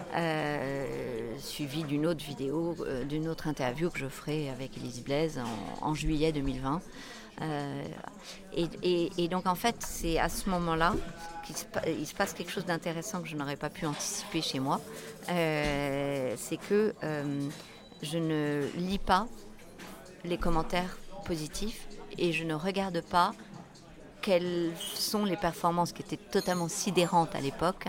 J: Euh, suivi d'une autre vidéo, euh, d'une autre interview que je ferai avec Élise Blaise en, en juillet deux mille vingt. Euh, et, et, et donc en fait c'est à ce moment-là qu'il se, il se passe quelque chose d'intéressant que je n'aurais pas pu anticiper chez moi. Euh, c'est que euh, je ne lis pas les commentaires positifs et je ne regarde pas quelles sont les performances qui étaient totalement sidérantes à l'époque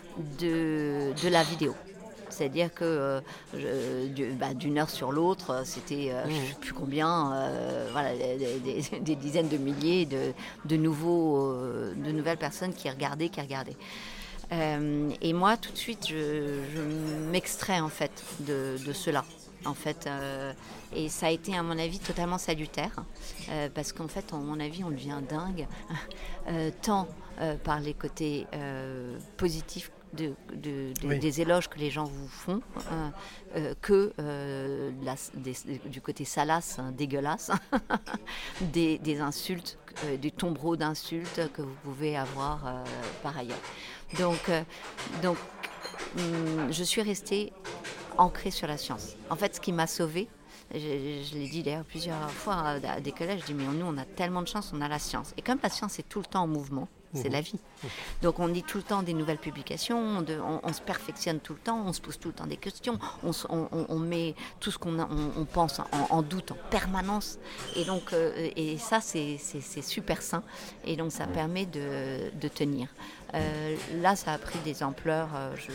J: de, de la vidéo. C'est-à-dire que euh, je, du, bah, d'une heure sur l'autre, c'était euh, mmh. je ne sais plus combien, euh, voilà, des, des, des dizaines de milliers de, de, nouveaux, euh, de nouvelles personnes qui regardaient, qui regardaient. Euh, et moi, tout de suite, je, je m'extrais en fait de, de cela. En fait, euh, et ça a été à mon avis totalement salutaire euh, parce qu'en fait, à mon avis, on devient dingue euh, tant euh, par les côtés euh, positifs De, de, de, oui. des éloges que les gens vous font euh, euh, que euh, la, des, du côté salace, hein, dégueulasse, des, des insultes, euh, des tombereaux d'insultes que vous pouvez avoir euh, par ailleurs. Donc, euh, donc hum, je suis restée ancrée sur la science. En fait, ce qui m'a sauvée, je, je l'ai dit d'ailleurs plusieurs fois à des collèges, je dis mais nous on a tellement de chance, on a la science. Et comme la science est tout le temps en mouvement, c'est mmh. la vie. Donc on dit tout le temps des nouvelles publications, on, de, on, on se perfectionne tout le temps, on se pose tout le temps des questions, on, on, on met tout ce qu'on a, on, on pense en, en doute en permanence. Et donc euh, et ça c'est, c'est, c'est super sain. Et donc ça permet de, de tenir. Euh, là ça a pris des ampleurs, euh, je,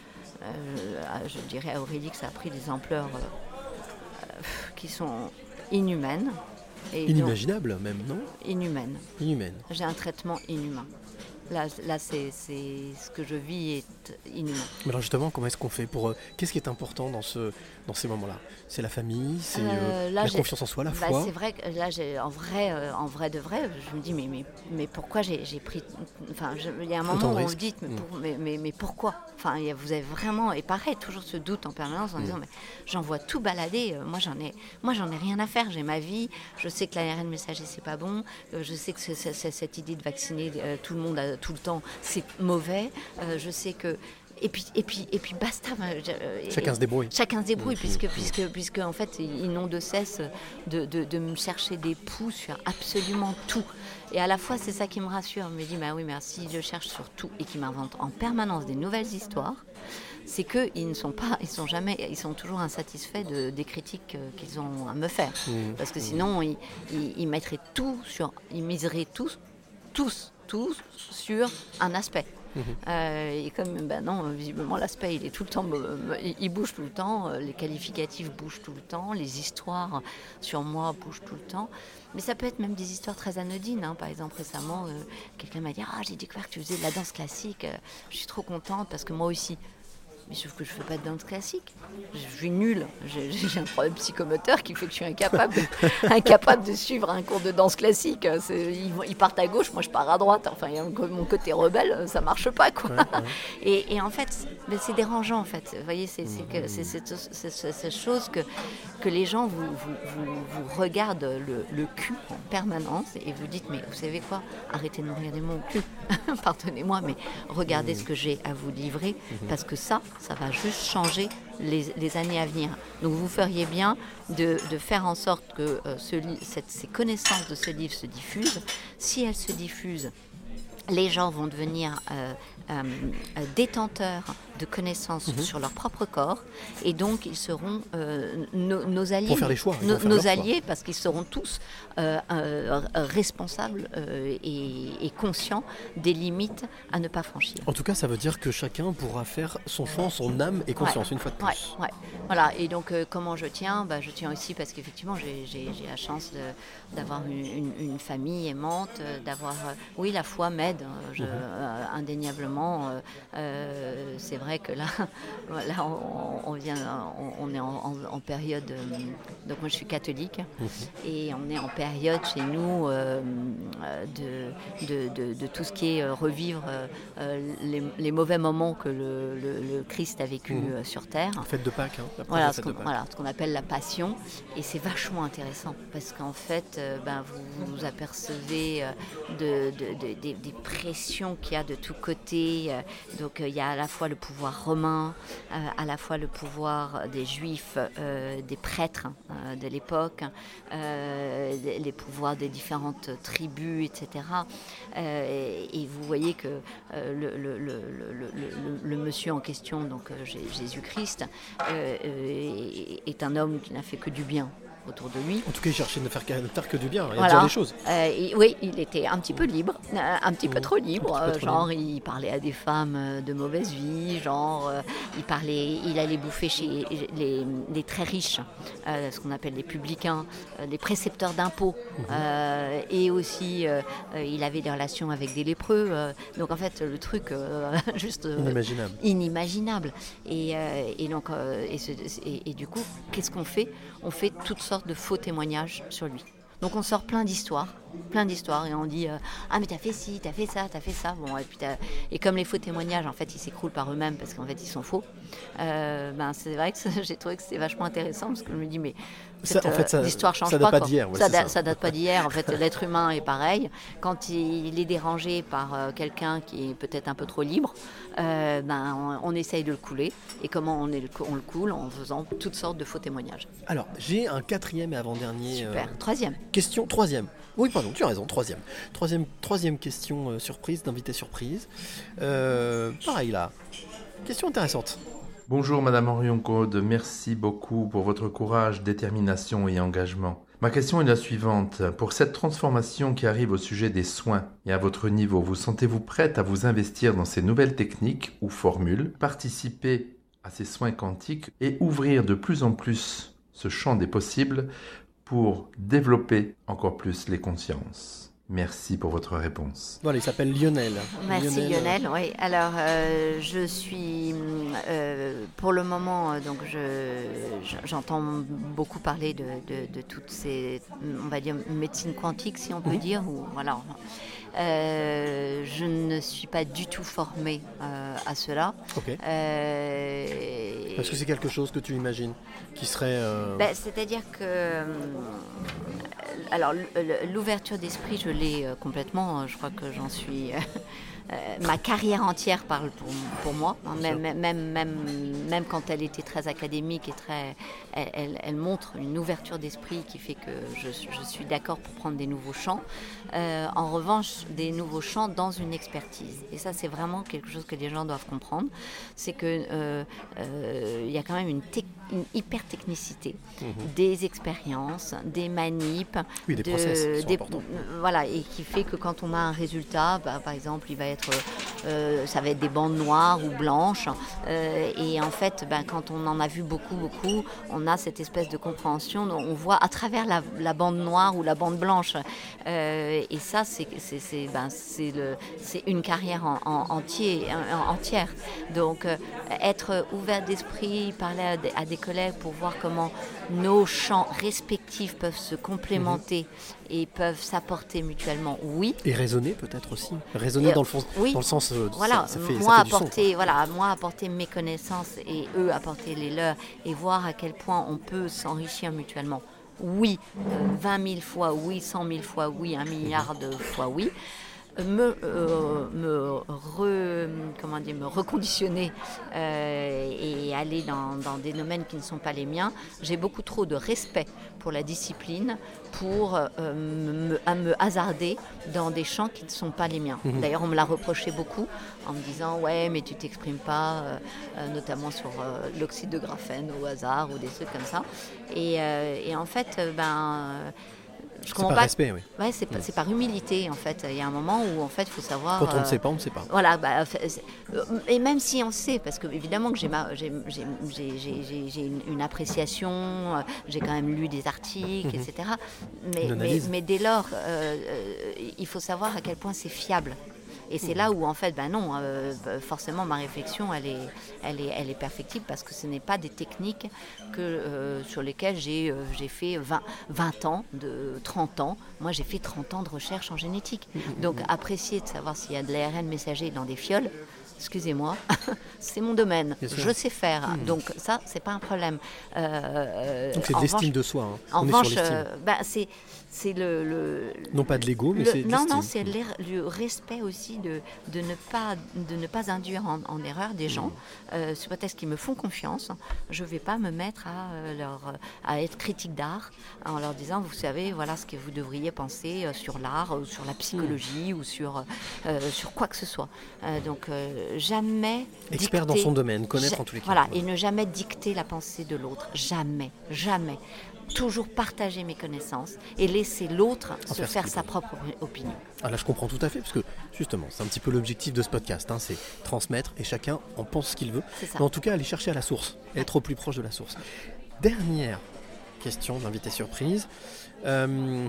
J: euh, je dirais à Aurélie que ça a pris des ampleurs euh, euh, qui sont inhumaines. Et
A: inimaginable donc, même, non ?
J: Inhumaine.
A: Inhumaine.
J: J'ai un traitement inhumain. Là, là c'est, c'est ce que je vis est inhumain. Mais
A: alors justement, comment est-ce qu'on fait pour euh, qu'est-ce qui est important dans ce dans ces moments-là ? C'est la famille, c'est euh, là, la j'ai, confiance en soi, la
J: bah,
A: foi.
J: C'est vrai que là, j'ai, en vrai, euh, en vrai de vrai, je me dis mais mais mais pourquoi j'ai, j'ai pris, enfin, il y a un moment où vous dites mais, pour, mais, mais mais pourquoi ? Enfin, y a, vous avez vraiment et pareil toujours ce doute en permanence en mmh. disant mais j'en vois tout balader. Euh, moi j'en ai, moi j'en ai rien à faire. J'ai ma vie. Je sais que l'A R N messager c'est pas bon. Euh, je sais que c'est, c'est, c'est, cette idée de vacciner euh, tout le monde à, tout le temps c'est mauvais. Euh, je sais que Et puis, et puis, et puis basta. Euh,
A: chacun se débrouille.
J: Chacun se débrouille, mmh, puisque, mmh. puisque, puisque, en fait, ils n'ont de cesse de, de, de me chercher des poux sur absolument tout. Et à la fois, c'est ça qui me rassure. Je me dis, bah oui, merci, je cherche sur tout et qui m'inventent en permanence des nouvelles histoires. C'est qu'ils ne sont pas, ils sont jamais, ils sont toujours insatisfaits de, des critiques qu'ils ont à me faire. Mmh, Parce que mmh. sinon, ils, ils, ils mettraient tout sur, ils miseraient tous, tous, tous sur un aspect. Mmh. Euh, et comme ben non, visiblement l'aspect il est tout le temps, il, il bouge tout le temps, les qualificatifs bougent tout le temps, les histoires sur moi bougent tout le temps. Mais ça peut être même des histoires très anodines. Hein. Par exemple, récemment, euh, quelqu'un m'a dit ah j'ai découvert que tu faisais de la danse classique. Euh, je suis trop contente parce que moi aussi. Mais sauf que je ne fais pas de danse classique. Je suis nulle. J'ai, j'ai un problème psychomoteur qui fait que je suis incapable de, incapable de suivre un cours de danse classique. C'est, ils, ils partent à gauche, moi je pars à droite. Enfin, y a mon côté rebelle, ça ne marche pas, quoi. Ouais, ouais. Et, et en fait, ben, c'est dérangeant, en fait. Vous voyez, c'est, c'est, que, c'est, c'est, c'est, c'est cette chose que, que les gens vous, vous, vous, vous regardent le, le cul en permanence et vous dites, mais vous savez quoi ? Arrêtez de me regarder mon cul. Pardonnez-moi, mais regardez mmh. ce que j'ai à vous livrer, mmh. parce que ça, ça va juste changer les, les années à venir. Donc vous feriez bien de, de faire en sorte que euh, ce, cette, ces connaissances de ce livre se diffusent. Si elles se diffusent, les gens vont devenir euh, euh, détenteurs de connaissances mmh. sur leur propre corps et donc ils seront euh, nos, nos alliés.
A: Pour faire les choix.
J: Nos,
A: faire
J: nos alliés choix. Parce qu'ils seront tous euh, euh, responsables euh, et, et conscients des limites à ne pas franchir.
A: En tout cas, ça veut dire que chacun pourra faire son choix en son âme et conscience, ouais. une fois de plus.
J: Ouais, ouais. Voilà, et donc euh, comment je tiens bah, je tiens aussi parce qu'effectivement j'ai, j'ai, j'ai la chance de, d'avoir une, une, une famille aimante, d'avoir... Euh, oui, la foi m'aide, je, mmh. euh, indéniablement. Euh, euh, c'est vrai que là, là on, on, vient, on, on est en, en, en période... Euh, donc moi je suis catholique mmh. et on est en période chez nous euh, de, de, de, de tout ce qui est revivre euh, les, les mauvais moments que le, le, le Christ a vécu mmh. euh, sur Terre.
A: La fête de Pâques. Hein,
J: voilà,
A: fête
J: ce qu'on,
A: de Pâques.
J: voilà ce qu'on appelle la Passion. Et c'est vachement intéressant parce qu'en fait, euh, ben, vous vous apercevez euh, de, de, de, de, des pressions qu'il y a de tous côtés. Euh, donc il euh, y a à la fois le pouvoir romain, euh, à la fois le pouvoir des Juifs, euh, des prêtres euh, de l'époque, euh, les, les pouvoirs des différentes tribus, et cetera. Euh, et, et vous voyez que euh, le, le, le, le, le, le monsieur en question, donc euh, Jésus-Christ, euh, euh, est un homme qui n'a fait que du bien autour de lui.
A: En tout cas, il cherchait ne faire, ne faire que du bien, il
J: voilà.
A: dire des choses.
J: Euh, et, oui, il était un petit peu libre, euh, un petit mmh. peu trop libre.
A: Peu trop
J: genre,
A: libre.
J: Il parlait à des femmes de mauvaise vie, genre, euh, il parlait, il allait bouffer chez les, les très riches, euh, ce qu'on appelle les publicains, euh, les précepteurs d'impôts. Mmh. Euh, et aussi, euh, il avait des relations avec des lépreux. Euh, donc, en fait, le truc, euh, juste... Euh,
A: inimaginable.
J: Inimaginable. Et, euh, et donc, euh, et, ce, et, et du coup, qu'est-ce qu'on fait ? On fait toutes sortes de faux témoignages sur lui. Donc on sort plein d'histoires, plein d'histoires et on dit euh, ah mais t'as fait ci, t'as fait ça, t'as fait ça. Bon et puis t'as... et comme les faux témoignages en fait ils s'écroulent par eux-mêmes parce qu'en fait ils sont faux. Euh, ben c'est vrai que j'ai trouvé que c'était vachement intéressant parce que je me dis mais cette,
A: ça, en fait, ça,
J: l'histoire change
A: ça
J: pas.
A: Date pas
J: quoi.
A: d'hier, ouais,
J: ça,
A: da-
J: ça. ça date pas d'hier. En fait l'être humain est pareil. Quand il est dérangé par euh, quelqu'un qui est peut-être un peu trop libre, euh, ben on, on essaye de le couler. Et comment on, est, on le coule en faisant toutes sortes de faux témoignages.
A: Alors j'ai un quatrième et avant-dernier.
J: Super.
A: Euh,
J: troisième.
A: Question troisième. Oui, pardon, tu as raison, troisième. Troisième, troisième question euh, surprise, d'invité surprise. Euh, pareil là, question intéressante.
N: Bonjour Madame Orion-Code, merci beaucoup pour votre courage, détermination et engagement. Ma question est la suivante. Pour cette transformation qui arrive au sujet des soins et à votre niveau, vous sentez-vous prête à vous investir dans ces nouvelles techniques ou formules, participer à ces soins quantiques et ouvrir de plus en plus ce champ des possibles pour développer encore plus les consciences? Merci pour votre réponse.
A: Voilà, il s'appelle Lionel.
J: Merci
A: Lionel,
J: Lionel. Oui. Alors, euh, je suis euh, pour le moment, donc je, j'entends beaucoup parler de, de, de toutes ces, on va dire, médecine quantique, si on peut mmh. dire. Ou voilà. Euh, je ne suis pas du tout formée euh, à cela.
A: Okay.
J: Euh,
A: Est-ce que c'est quelque chose que tu imagines qui serait... Euh...
J: Ben, c'est-à-dire que... Euh, alors, l'ouverture d'esprit, je l'ai euh, complètement. Je crois que j'en suis... Euh, euh, ma carrière entière parle pour, pour moi. Hein, même, même, même, même quand elle était très académique et très... Elle, elle, elle montre une ouverture d'esprit qui fait que je, je suis d'accord pour prendre des nouveaux champs. Euh, en revanche, des nouveaux champs dans une expertise. Et ça, c'est vraiment quelque chose que les gens doivent comprendre. C'est qu'il euh, euh, y a quand même une, te- une hyper technicité, mmh. des expériences, des manips,
A: oui, des
J: de,
A: process,
J: des,
A: importants.
J: Voilà, et qui fait que quand on a un résultat, bah, par exemple, il va être, euh, ça va être des bandes noires ou blanches. Euh, et en fait, bah, quand on en a vu beaucoup, beaucoup, on a cette espèce de compréhension. On voit à travers la, la bande noire ou la bande blanche. Euh, et ça, c'est, c'est, c'est, ben, c'est, le, c'est une carrière en, en, entier, en, entière. Donc, euh, être ouvert d'esprit, parler à des, à des collègues pour voir comment nos champs respectifs peuvent se complémenter mmh. et peuvent s'apporter mutuellement, oui.
A: Et raisonner peut-être aussi. Raisonner et, dans, le fond,
J: oui.
A: dans le sens... Euh,
J: voilà,
A: ça, ça fait,
J: moi,
A: ça fait
J: apporter,
A: du son,
J: voilà, moi apporter mes connaissances et eux apporter les leurs et voir à quel point on peut s'enrichir mutuellement. Oui, euh, vingt mille fois oui, cent mille fois oui, un milliard de fois oui. Me, euh, me, re, comment dire, me reconditionner euh, et aller dans, dans des domaines qui ne sont pas les miens. J'ai beaucoup trop de respect pour la discipline pour euh, me, à me hasarder dans des champs qui ne sont pas les miens. Mmh. D'ailleurs, on me l'a reproché beaucoup en me disant « ouais, mais tu t'exprimes pas, euh, euh, notamment sur euh, l'oxyde de graphène au hasard ou des trucs comme ça. » Et, euh, et en fait, ben... Je
A: c'est par pas... respect, oui.
J: Ouais, c'est, c'est par humilité, en fait. Il y a un moment où, en fait, il faut savoir...
A: Quand on ne
J: euh,
A: sait pas, on ne sait pas.
J: Voilà, bah, et même si on sait, parce que évidemment que j'ai, ma, j'ai, j'ai, j'ai, j'ai, j'ai une, une appréciation, j'ai quand même lu des articles, mmh. et cetera. Mais, mais, mais dès lors, euh, euh, il faut savoir à quel point c'est fiable. Et c'est là où en fait, ben non, euh, forcément ma réflexion, elle est, elle est, elle est perfectible parce que ce n'est pas des techniques que, euh, sur lesquelles j'ai, euh, j'ai fait vingt, vingt ans, de trente ans. Moi, j'ai fait trente ans de recherche en génétique. Donc, apprécier de savoir s'il y a de l'A R N messager dans des fioles, excusez-moi, c'est mon domaine, je sais faire. Mmh. Donc ça, c'est pas un problème. Euh,
A: Donc c'est de l'estime revanche, de soi. Hein.
J: En
A: On
J: revanche,
A: est sur
J: euh, bah, c'est, c'est le, le...
A: Non pas de l'ego, mais
J: le,
A: c'est de
J: Non,
A: l'estime.
J: non, c'est le respect aussi de, de, ne, pas, de ne pas induire en, en erreur des gens. Mmh. Euh, sous prétexte qu'ils me font confiance, je ne vais pas me mettre à, euh, leur, à être critique d'art en leur disant, vous savez, voilà ce que vous devriez penser euh, sur l'art, ou sur la psychologie, mmh. ou sur, euh, sur quoi que ce soit. Euh, donc, euh, jamais
A: expert
J: dicter,
A: dans son domaine, connaître en tous les cas.
J: Voilà, et ne jamais dicter la pensée de l'autre, jamais, jamais. Toujours partager mes connaissances et laisser l'autre en se faire, faire sa propre opinion.
A: Ah là, je comprends tout à fait, parce que justement, c'est un petit peu l'objectif de ce podcast, hein, c'est transmettre et chacun en pense ce qu'il veut. Mais en tout cas, aller chercher à la source, être au plus proche de la source. Dernière question d'invité surprise. Euh,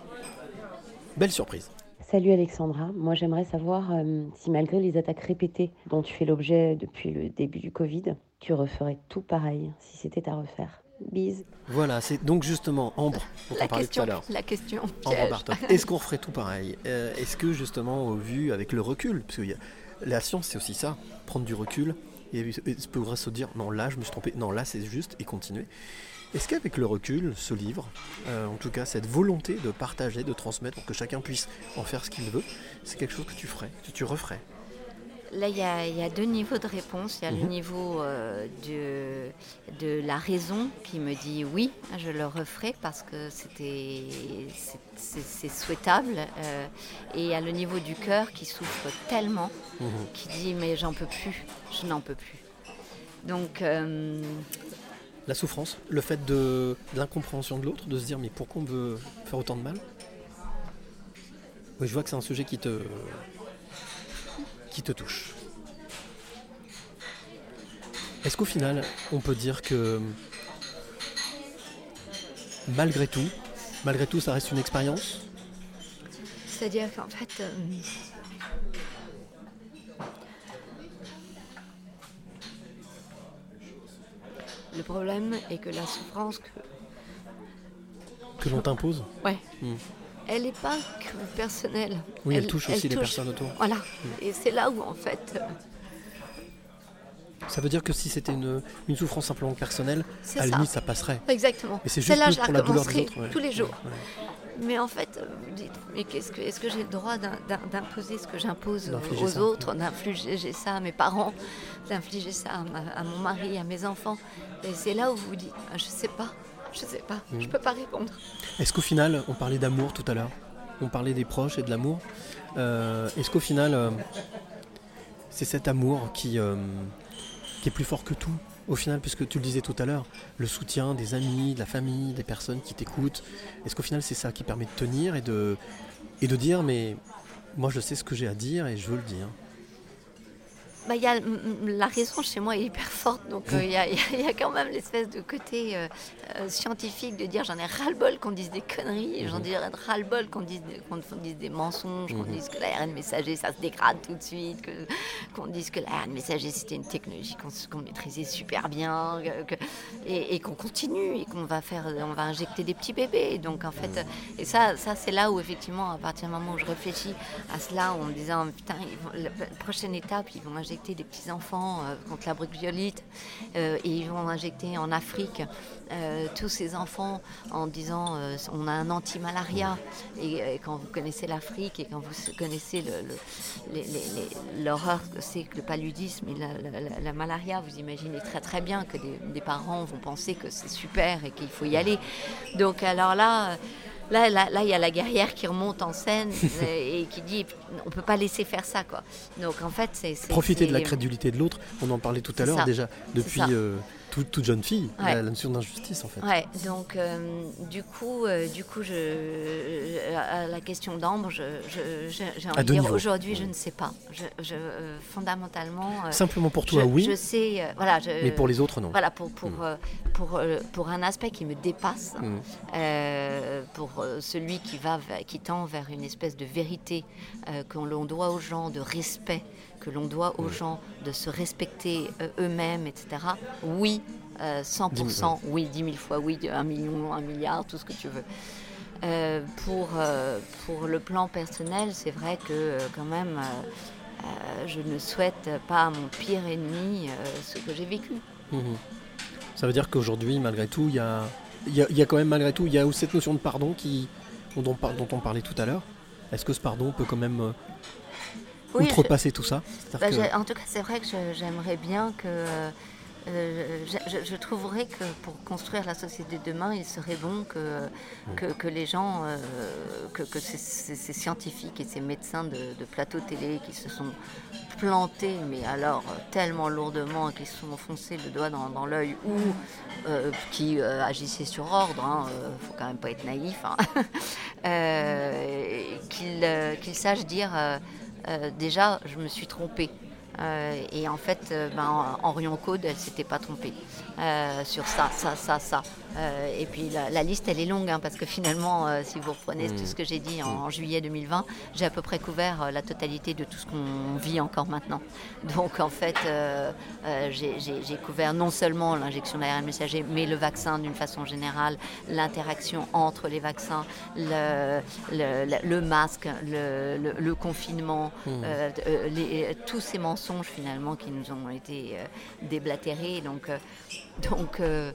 A: belle surprise.
O: Salut Alexandra, moi j'aimerais savoir euh, si malgré les attaques répétées dont tu fais l'objet depuis le début du Covid, tu referais tout pareil si c'était à refaire. Bise.
A: Voilà, c'est donc justement Ambre, dont
J: la
A: on parlait
J: question,
A: tout à l'heure.
J: La question
A: Ambre Bartok. Est-ce qu'on referait tout pareil ? euh, Est-ce que justement, au vu, avec le recul, parce que y a, la science c'est aussi ça, prendre du recul et, et se pourrait se dire non là je me suis trompé, non là c'est juste et continuer. Est-ce qu'avec le recul, ce livre, euh, en tout cas cette volonté de partager, de transmettre pour que chacun puisse en faire ce qu'il veut, c'est quelque chose que tu ferais, que tu referais ?
J: Là, il y, y a deux niveaux de réponse. Il y a mmh. le niveau euh, de, de la raison qui me dit oui, je le referai parce que c'était, c'est, c'est, c'est souhaitable. Euh, et il y a le niveau du cœur qui souffre tellement, mmh. qui dit mais j'en peux plus, je n'en peux plus. Donc... Euh,
A: la souffrance, le fait de, de l'incompréhension de l'autre, de se dire mais pourquoi on veut faire autant de mal ? Oui, je vois que c'est un sujet qui te... qui te touche. Est-ce qu'au final, on peut dire que malgré tout, malgré tout, ça reste une expérience ?
J: C'est-à-dire qu'en fait, euh, le problème est que la souffrance que
A: que l'on t'impose,
J: ouais. Mmh. Elle n'est pas que personnelle.
A: Oui, elle, elle touche aussi elle les touche, personnes autour.
J: Voilà. Mmh. Et c'est là où, en fait... Euh...
A: Ça veut dire que si c'était une, une souffrance simplement personnelle, c'est à la limite, ça passerait.
J: Exactement.
A: Mais c'est juste
J: là, je
A: pour la douleur des autres.
J: Ouais. Tous les jours. Ouais. Mais en fait, vous dites, mais qu'est-ce que, est-ce que j'ai le droit d'imposer ce que j'impose aux ça. autres, d'infliger ça à mes parents, d'infliger ça à, ma, à mon mari, à mes enfants ? Et c'est là où vous vous dites, je ne sais pas. Je sais pas, mmh. je peux pas répondre.
A: Est-ce qu'au final, on parlait d'amour tout à l'heure, on parlait des proches et de l'amour, euh, est-ce qu'au final, euh, c'est cet amour qui, euh, qui est plus fort que tout, au final, puisque tu le disais tout à l'heure, le soutien des amis, de la famille, des personnes qui t'écoutent, est-ce qu'au final c'est ça qui permet de tenir et de, et de dire, mais moi je sais ce que j'ai à dire et je veux le dire ?
J: Bah, y a, la raison chez moi est hyper forte, donc il euh, y, y, y a quand même l'espèce de côté euh, euh, scientifique de dire j'en ai ras-le-bol qu'on dise des conneries, mmh. j'en ai ras-le-bol qu'on dise, qu'on dise des mensonges, mmh. qu'on dise que l'A R N messager ça se dégrade tout de suite, que, qu'on dise que l'A R N messager c'était une technologie qu'on, qu'on maîtrisait super bien, que, que, et, et qu'on continue et qu'on va faire, on va injecter des petits bébés. Donc en fait, et ça, ça c'est là où effectivement à partir du moment où je réfléchis à cela, en me disant putain, ils vont, la prochaine étape, ils vont injecter des petits enfants euh, contre la bruxellite euh, et ils vont injecter en Afrique euh, tous ces enfants en disant euh, on a un anti-malaria et, et quand vous connaissez l'Afrique et quand vous connaissez le, le, les, les, les, l'horreur que c'est que le paludisme et la, la, la, la malaria, vous imaginez très très bien que des, des parents vont penser que c'est super et qu'il faut y aller. Donc alors là Là, là, là, il y a la guerrière qui remonte en scène et qui dit on peut pas laisser faire ça, quoi. Donc en fait, c'est, c'est
A: profiter
J: c'est...
A: de la crédulité de l'autre. On en parlait tout à c'est l'heure ça. déjà depuis euh, tout, toute jeune fille, ouais. la, la notion d'injustice en fait.
J: Ouais. Donc euh, du coup, euh, du coup, je, à la question d'Ambre, je, je, je, j'ai envie de dire niveaux. aujourd'hui, je ne sais pas. Je, je euh, fondamentalement. Euh,
A: Simplement pour toi,
J: je,
A: oui.
J: Je sais, euh, voilà. Je,
A: mais pour les autres, non.
J: Voilà, pour pour mmh. euh, pour euh, pour un aspect qui me dépasse, mmh. euh, pour celui qui va, qui tend vers une espèce de vérité euh, euh, que l'on doit aux gens de respect, que l'on doit aux gens de se respecter euh, eux-mêmes, et cetera, oui, euh, cent pour cent, oui, dix mille fois, oui, un million, un milliard, tout ce que tu veux. Euh, pour, euh, pour le plan personnel, c'est vrai que euh, quand même, euh, euh, je ne souhaite pas à mon pire ennemi euh, ce que j'ai vécu.
A: Mmh. Ça veut dire qu'aujourd'hui, malgré tout, il y a, y, a, y a quand même, malgré tout, il y a cette notion de pardon qui, dont, on, dont on parlait tout à l'heure. Est-ce que ce pardon peut quand même euh, oui, outrepasser je, tout ça
J: bah, que... En tout cas, c'est vrai que je, j'aimerais bien que... Euh, Euh, je, je trouverais que pour construire la société de demain, il serait bon que, que, que les gens, euh, que, que ces, ces, ces scientifiques et ces médecins de, de plateau télé qui se sont plantés, mais alors tellement lourdement, qui se sont enfoncés le doigt dans, dans l'œil ou euh, qui euh, agissaient sur ordre, il hein, euh, faut quand même pas être naïf, hein, euh, qu'ils, euh, qu'ils sachent dire euh, euh, déjà je me suis trompé. Euh, et en fait, euh, ben, Orion Code, elle ne s'était pas trompée euh, sur ça, ça, ça, ça. Euh, et puis la, la liste, elle est longue, hein, parce que finalement, euh, si vous reprenez mmh. tout ce que j'ai dit en, en juillet deux mille vingt, j'ai à peu près couvert euh, la totalité de tout ce qu'on vit encore maintenant. Donc en fait, euh, euh, j'ai, j'ai, j'ai couvert non seulement l'injection d'A R N messager, mais le vaccin d'une façon générale, l'interaction entre les vaccins, le, le, le, le masque, le, le, le confinement, mmh. euh, euh, les, tous ces mensonges finalement qui nous ont été euh, déblatérés. Donc, euh, donc euh,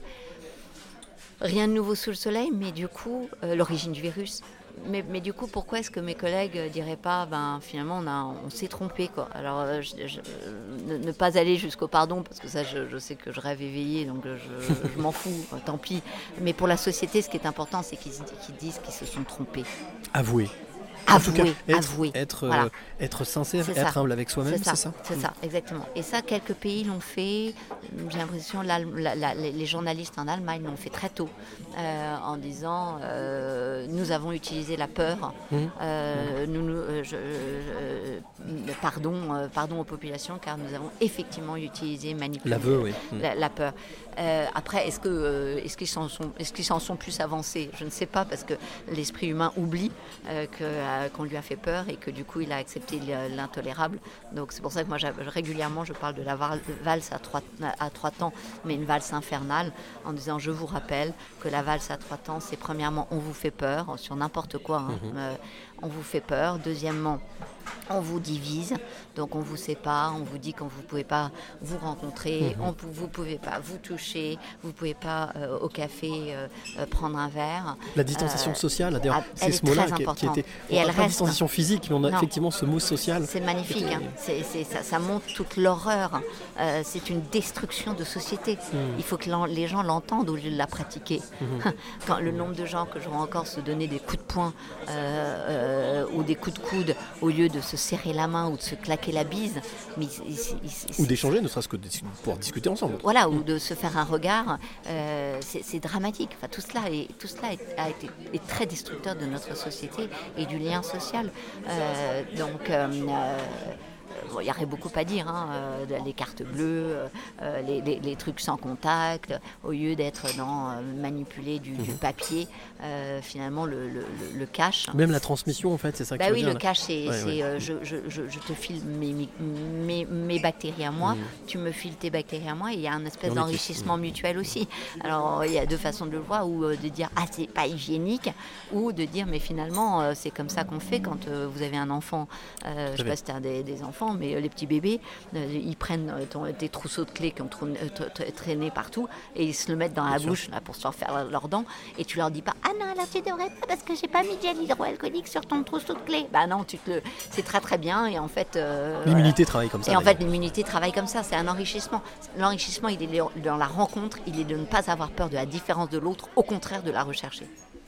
J: rien de nouveau sous le soleil, mais du coup, euh, l'origine du virus. Mais, mais du coup, pourquoi est-ce que mes collègues ne diraient pas, ben, finalement, on, a, on s'est trompé, quoi. Alors, euh, je, je, ne, ne pas aller jusqu'au pardon, parce que ça, je, je sais que je rêve éveillé, donc je, je m'en fous, tant pis. Mais pour la société, ce qui est important, c'est qu'ils, qu'ils disent qu'ils se sont trompés.
A: Avouer.
J: En
A: avouer,
J: tout cas, être,
A: avouer. Être, voilà. euh, être sincère,
J: c'est
A: être
J: ça.
A: humble avec soi-même,
J: c'est ça.
A: C'est ça,
J: c'est ça, exactement. Et ça, quelques pays l'ont fait. J'ai l'impression que la, la, les journalistes en Allemagne l'ont fait très tôt, euh, en disant euh, nous avons utilisé la peur. Mmh. Euh, mmh. Nous, nous, euh, je, euh, pardon, euh, pardon aux populations, car nous avons effectivement utilisé, manipulé
A: L'aveu, oui. mmh.
J: la, la peur. Euh, après, est-ce, que, euh, est-ce, qu'ils s'en sont, est-ce qu'ils s'en sont plus avancés ? Je ne sais pas, parce que l'esprit humain oublie euh, que, euh, qu'on lui a fait peur et que du coup il a accepté l'intolérable. Donc c'est pour ça que moi régulièrement je parle de la valse à trois, à trois temps, mais une valse infernale, en disant je vous rappelle que la valse à trois temps, c'est premièrement on vous fait peur sur n'importe quoi, hein, mmh. euh, on vous fait peur. Deuxièmement, on vous divise, donc on vous sépare, on vous dit qu'on vous pouvez pas vous rencontrer, mmh. on, vous pouvez pas vous toucher, vous pouvez pas euh, au café euh, euh, prendre un verre.
A: La distanciation euh, sociale, d'ailleurs,
J: elle
A: c'est
J: est
A: ce mot-là
J: qui,
A: qui était.
J: Et elle
A: pas
J: reste.
A: Distanciation physique, mais on a non. effectivement ce mot social.
J: C'est magnifique, hein. c'est, c'est, ça, ça montre toute l'horreur. Euh, c'est une destruction de société. Mmh. Il faut que les gens l'entendent au lieu de la pratiquer. Mmh. Quand le nombre de gens que je vois encore se donner des coups de poing euh, euh, ou des coups de coude au lieu de se serrer la main ou de se claquer la bise, mais il, il, il,
A: ou d'échanger, ne serait-ce que de pouvoir discuter ensemble.
J: Voilà, mmh. ou de se faire un regard, euh, c'est, c'est dramatique. Enfin, tout cela, est, tout cela est, a été, est très destructeur de notre société et du lien social. Euh, donc, euh, euh, bon, il y aurait beaucoup à dire, hein, euh, les cartes bleues, euh, les, les, les trucs sans contact, au lieu d'être dans euh, manipuler du, mmh. du papier, euh, finalement le, le, le cash.
A: Même la transmission, en fait, c'est ça.
J: Bah
A: que
J: oui,
A: dire,
J: le
A: là.
J: cash, c'est,
A: ouais,
J: c'est
A: ouais.
J: Euh, je, je, je, je te file mes, mes, mes bactéries à moi, mmh. tu me files tes bactéries à moi, et il y a un espèce non, d'enrichissement mmh. mutuel aussi. Alors il y a deux façons de le voir, ou euh, de dire ah c'est pas hygiénique, ou de dire mais finalement euh, c'est comme ça qu'on fait quand euh, vous avez un enfant. Euh, je sais pas si t'as des, des enfants, mais euh, les petits bébés, euh, ils prennent euh, ton, tes trousseaux de clés qui ont traîné, euh, traîné partout et ils se le mettent dans Bien la sûr. bouche là, pour se faire leurs dents, et tu leur dis pas ah non alors tu devrais pas parce que j'ai pas mis de gel hydroalcoolique sur ton trousseau de clés. Bah non, tu te le... c'est très très bien, et en fait euh,
A: l'immunité
J: voilà.
A: travaille comme ça.
J: Et en fait l'immunité travaille comme ça, c'est un enrichissement. L'enrichissement, il est dans la rencontre, il est de ne pas avoir peur de la différence de l'autre, au contraire de la rechercher.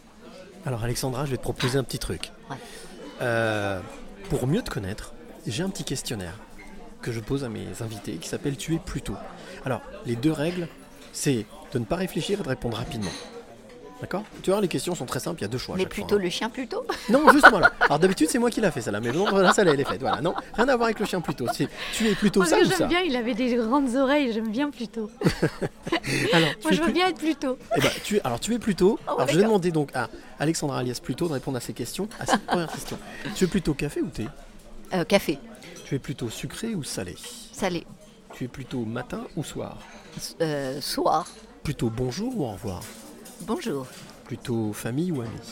A: Alors Alexandra, je vais te proposer un petit truc.
J: Ouais.
A: Euh, pour mieux te connaître, j'ai un petit questionnaire que je pose à mes invités qui s'appelle Tu es plutôt. Alors, les deux règles, c'est de ne pas réfléchir et de répondre rapidement. D'accord ? Tu vois, les questions sont très simples, il y a deux choix.
J: Mais plutôt
A: fois, hein.
J: le chien plutôt ?
A: Non, justement là. Alors d'habitude, c'est moi qui l'a fait celle-là, mais non, là, celle-là, elle est faite. Voilà, non, rien à voir avec le chien plutôt. C'est tu es plutôt
P: Moi,
A: ça ou
P: j'aime
A: ça ?
P: bien, il avait des grandes oreilles, j'aime bien plutôt.
A: Alors,
P: moi, je veux
A: plus...
P: bien être plutôt.
A: Eh ben, tu es... Alors, tu es plutôt.
P: Oh,
A: alors, je vais demander donc à Alexandra alias Plutôt de répondre à ces questions, à cette première question. Tu es plutôt café ou thé ?
J: Euh, café.
A: Tu es plutôt sucré ou salé?
J: Salé.
A: Tu es plutôt matin ou soir?
J: Euh, soir.
A: Plutôt bonjour ou au revoir?
J: Bonjour.
A: Plutôt famille ou amis?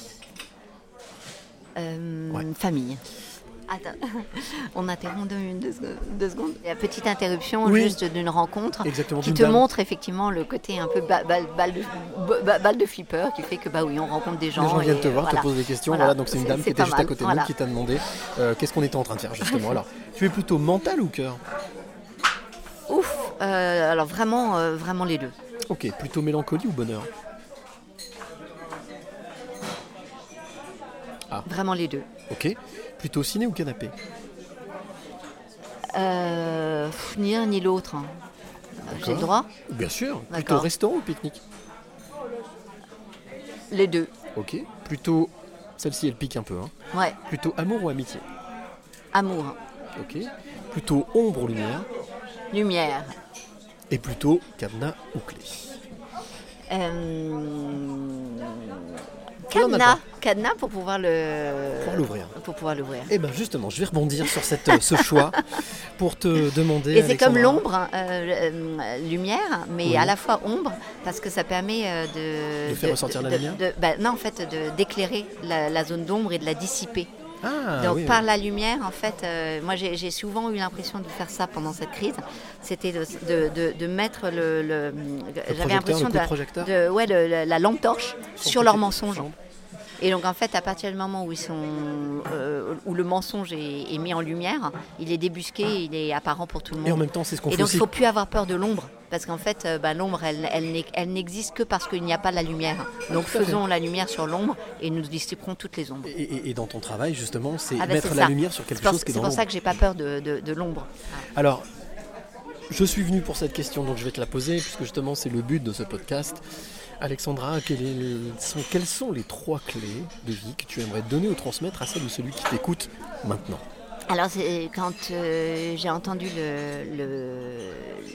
J: Euh,
A: Ouais.
J: Famille. Attends, on interrompt deux, deux, deux secondes. La petite interruption
A: Oui.
J: juste d'une rencontre
A: Exactement,
J: qui
A: d'une
J: te
A: dame.
J: montre effectivement le côté un peu ba- balle, balle de, ba- balle de flipper qui fait que bah oui, on rencontre des gens.
A: Les gens viennent
J: et,
A: te voir,
J: voilà.
A: te posent des questions. Voilà, donc c'est une dame qui était
J: pas
A: juste à
J: mal,
A: côté de
J: voilà.
A: nous qui t'a demandé euh, qu'est-ce qu'on était en train de faire justement. Alors, tu es plutôt mental ou cœur?
J: Ouf, euh, alors vraiment, euh, vraiment les deux.
A: Ok, plutôt mélancolie ou bonheur? Ah.
J: Vraiment les deux.
A: Ok, plutôt ciné ou canapé?
J: Euh, pff, ni l'un ni l'autre. hein. J'ai le
A: D'accord.
J: droit?
A: Bien sûr. Plutôt
J: D'accord.
A: restaurant ou pique-nique?
J: Les deux.
A: Ok, plutôt... Celle-ci, elle pique un peu. Hein.
J: Ouais.
A: Plutôt amour ou amitié?
J: Amour.
A: Ok. Plutôt ombre ou lumière?
J: Lumière.
A: Et plutôt cadenas ou clé?
J: Euh,
A: Tu en as
J: Cadenas.
A: pas.
J: Cadenas pour pouvoir le...
A: Pour l'ouvrir.
J: Pour pouvoir l'ouvrir.
A: Eh bien justement, je vais rebondir sur cette, euh, ce choix pour te demander...
J: Et c'est comme
A: Alexandra.
J: l'ombre, hein, euh, euh, lumière, mais
A: Oui.
J: à la fois ombre, parce que ça permet euh, de...
A: De faire ressortir la lumière
J: de- bah, Non, en fait, de- d'éclairer la, la zone d'ombre et de la dissiper.
A: Ah,
J: Donc
A: oui,
J: par
A: oui.
J: la lumière, en fait, euh, moi j'ai j'ai souvent eu l'impression de faire ça pendant cette crise. C'était de, de, de- de mettre le... le- j'avais
A: projecteur,
J: l'impression
A: le coup de
J: de,
A: projecteur
J: de- ouais, le- le- la lampe torche
A: Sur
J: sur
A: tes-
J: leurs mensonges.
A: jambes.
J: Et donc en fait, à partir du moment où ils sont, euh, où le mensonge est, est mis en lumière, il est débusqué, il est apparent pour tout le monde.
A: Et en même temps, c'est ce qu'on
J: Et
A: fait
J: donc
A: aussi.
J: il ne faut plus avoir peur de l'ombre, parce qu'en fait, euh, bah, l'ombre, elle, elle, n'est- elle n'existe que parce qu'il n'y a pas la lumière. Donc
A: Tout à fait.
J: faisons la lumière sur l'ombre et nous dissiperons toutes les ombres.
A: Et, et- et dans ton travail, justement, c'est
J: Ah bah,
A: mettre
J: c'est
A: la
J: ça.
A: lumière sur quelque
J: C'est pour-
A: chose qui est
J: C'est
A: dans
J: pour
A: l'ombre.
J: ça que j'ai pas peur de, de, de l'ombre.
A: Alors, je suis venu pour cette question, donc je vais te la poser, puisque justement c'est le but de ce podcast. Alexandra, quel est le- sont- quelles sont les trois clés de vie que tu aimerais donner ou transmettre à celle ou celui qui t'écoute maintenant?
J: Alors, c'est quand euh, j'ai entendu le, le,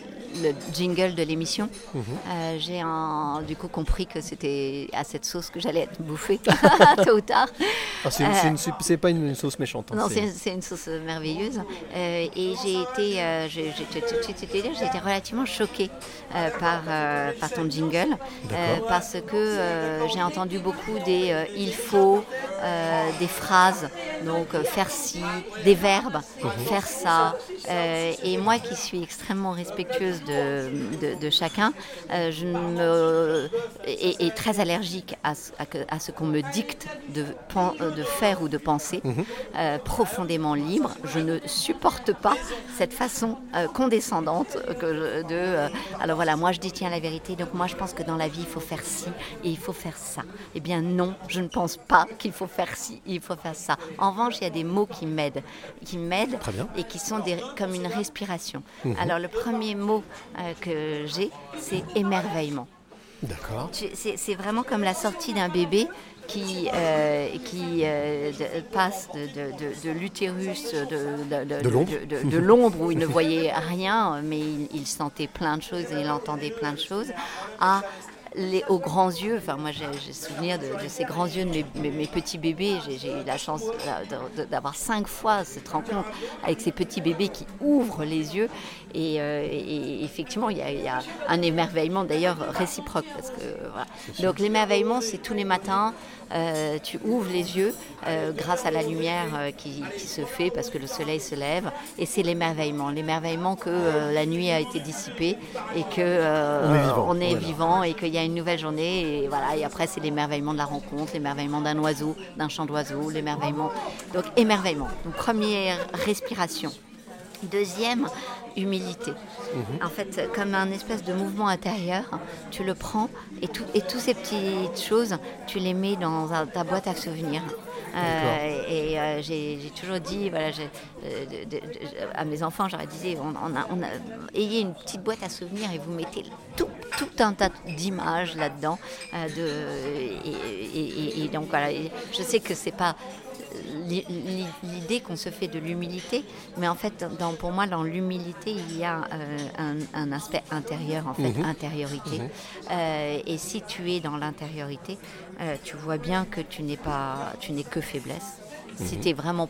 J: le jingle de l'émission,
A: Mhm.
J: euh, j'ai en- du coup compris que c'était à cette sauce que j'allais être bouffée tôt ou tard.
A: Ah, c'est,
J: Euh,
A: c'est une- c'est- c'est pas une, une sauce méchante. hein,
J: Non,
A: c'est-
J: c'est c'est une sauce merveilleuse. Euh, et j'ai été, euh, je- je- je- tout de suite te dire, j'ai été relativement choquée euh, par, euh, par ton jingle. euh,
A: D'accord.
J: parce que euh, j'ai entendu beaucoup des euh, il faut, euh, des phrases, donc euh, faire ci, des verbes,
A: Mhm.
J: faire ça. Euh, et moi qui suis extrêmement respectueuse de, de, de chacun, euh, je me, et, et très allergique à, ce- à que- à ce qu'on me dicte de, pen- de faire ou de penser,
A: Mhm.
J: euh, profondément libre. Je ne supporte pas cette façon euh, condescendante que je- de... euh, alors voilà, moi je détiens la vérité, donc moi je pense que dans la vie il faut faire ci et il faut faire ça. Eh bien non, je ne pense pas qu'il faut faire ci et il faut faire ça. En revanche, il y a des mots qui m'aident, qui m'aident
A: Très bien.
J: et qui sont des- comme une respiration.
A: Mhm.
J: Alors le premier mot euh, que j'ai, c'est émerveillement.
A: D'accord.
J: Tu- C'est c'est vraiment comme la sortie d'un bébé qui, euh, qui euh, de- passe de, de- de- de l'utérus, de, de-
A: De l'ombre.
J: de- de- de l'ombre où il ne voyait rien, mais il, il sentait plein de choses et il entendait plein de choses, à les, aux grands yeux. Enfin, moi, j'ai j'ai souvenir de, de ces grands yeux de mes, mes- mes petits bébés. J'ai j'ai eu la chance de- de- d'avoir cinq fois cette rencontre avec ces petits bébés qui ouvrent les yeux. Et, euh, et effectivement, il y, a, il y a un émerveillement d'ailleurs réciproque. Parce que, voilà. Donc l'émerveillement, c'est tous les matins, euh, tu ouvres les yeux euh, grâce à la lumière euh, qui, qui se fait parce que le soleil se lève. Et c'est l'émerveillement. L'émerveillement que euh, la nuit a été dissipée et que euh,
A: On est vivant.
J: on est
A: Voilà.
J: vivant et qu'il y a une nouvelle journée. Et, voilà, et après, c'est l'émerveillement de la rencontre, l'émerveillement d'un oiseau, d'un chant d'oiseau, l'émerveillement. Donc émerveillement. Donc première respiration. Deuxième, humilité.
A: Mhm.
J: En fait, comme un espèce de mouvement intérieur, tu le prends et, tout, et toutes ces petites choses, tu les mets dans un- ta boîte à souvenirs. Euh, et euh, j'ai j'ai toujours dit, voilà, j'ai, euh, de- de- de- à mes enfants, j'aurais dit, on, on a, on a, ayez une petite boîte à souvenirs et vous mettez tout, tout un tas d'images là-dedans. euh, de, et, et- et- et donc voilà, et je sais que c'est pas l'i- l'i- l'idée qu'on se fait de l'humilité, mais en fait, dans, pour moi, dans l'humilité, il y a euh, un, un aspect intérieur, en fait,
A: Mhm.
J: intériorité.
A: Mhm.
J: Euh, et si tu es dans l'intériorité, euh, tu vois bien que tu n'es pas, tu n'es que faiblesse. Si
A: Mhm.
J: tu es vraiment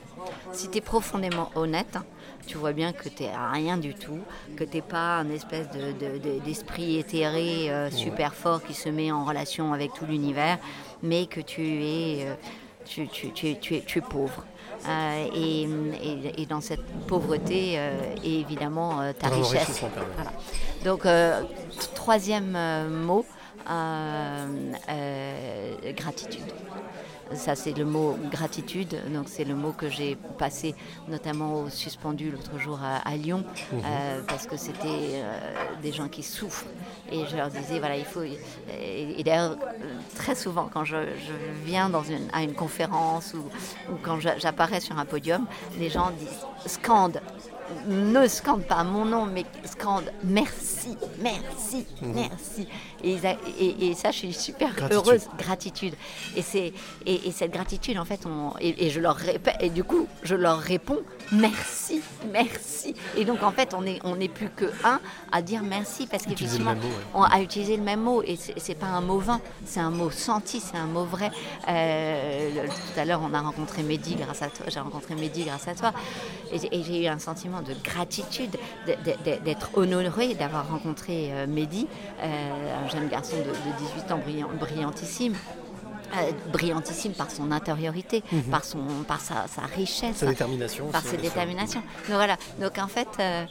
J: si tu es profondément honnête, tu vois bien que tu n'es rien du tout, que tu n'es pas un espèce de, de, de, d'esprit éthéré euh, super fort qui se met en relation avec tout l'univers, mais que tu es, euh, tu, tu, tu, tu, es, tu es pauvre. Euh, et, et, et dans cette pauvreté euh, est évidemment euh, ta richesse. Voilà. Donc, euh, troisième euh, mot, euh, euh, gratitude. Ça, c'est le mot gratitude. Donc, c'est le mot que j'ai passé notamment au suspendu l'autre jour à, à Lyon, mmh. euh, parce que c'était euh, des gens qui souffrent. Et je leur disais, voilà, il faut. Et, et d'ailleurs, très souvent, quand je, je viens dans une, à une conférence ou, ou quand je, j'apparais sur un podium, les gens disent scandent. Ne scande pas mon nom, mais scande merci, merci, mmh. merci. Et, et, et ça, je suis super gratitude. heureuse, gratitude. Et, c'est, et, et cette gratitude, en fait, on, et, et je leur répète, et du coup, je leur réponds merci, merci. Et donc, en fait, on n'est on est plus que un à dire merci, parce qu'effectivement, mot, ouais. on a utilisé le même mot, et c'est, c'est pas un mot vain, c'est un mot senti, c'est un mot vrai. Euh, tout à l'heure, on a rencontré Mehdi grâce à toi, j'ai rencontré Mehdi grâce à toi, et, et j'ai eu un sentiment de gratitude, de, de, de, d'être honorée d'avoir rencontré euh, Mehdi, euh, un jeune garçon de, de dix-huit ans brillant, brillantissime. Euh, brillantissime par son intériorité, mmh. par, son, par sa, sa richesse,
A: sa détermination,
J: par ses déterminations. Donc voilà. Donc en fait, euh,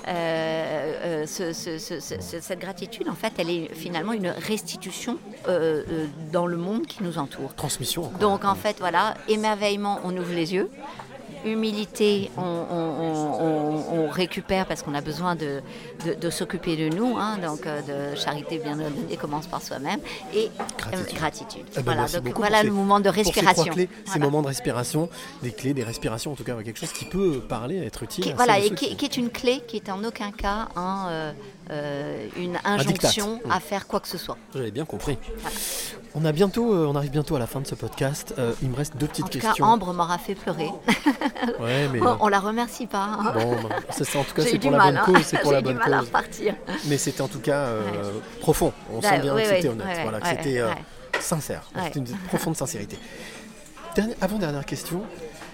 J: euh, ce, ce, ce, ce, cette gratitude, en fait, elle est finalement une restitution euh, euh, dans le monde qui nous entoure.
A: Transmission. Encore.
J: Donc en fait, voilà, émerveillement, on ouvre les yeux. Humilité, on, on, on, on récupère parce qu'on a besoin de, de, de s'occuper de nous, hein, donc euh, de charité bien donnée commence par soi-même, et gratitude. Euh, gratitude.
A: Eh ben,
J: voilà, donc
A: le
J: voilà
A: ces,
J: le moment de respiration.
A: Ces, clés,
J: voilà.
A: ces moments de respiration, des clés, des respirations, en tout cas quelque chose qui peut parler, être utile.
J: Qui, voilà, et qui, qui... qui est une clé qui est en aucun cas un, euh, euh, une injonction à faire quoi que ce soit.
A: J'avais bien compris. Voilà. On, a bientôt, euh, on arrive bientôt à la fin de ce podcast. Euh, il me reste deux petites
J: en tout
A: questions.
J: Cas, Ambre m'aura fait pleurer.
A: Ouais, mais
J: on, on la remercie pas. Hein.
A: Bon, c'est ça, en tout cas,
J: J'ai
A: c'est pour
J: mal,
A: la bonne
J: hein.
A: cause. C'est pour
J: J'ai
A: la bonne
J: du mal
A: cause.
J: à repartir.
A: Mais c'était en tout cas euh, ouais. profond. On
J: bah,
A: sent bien
J: ouais,
A: que
J: ouais,
A: c'était honnête.
J: Ouais,
A: voilà,
J: ouais,
A: que c'était euh,
J: ouais.
A: sincère.
J: Ouais.
A: C'était une profonde sincérité. Dernière, avant dernière question.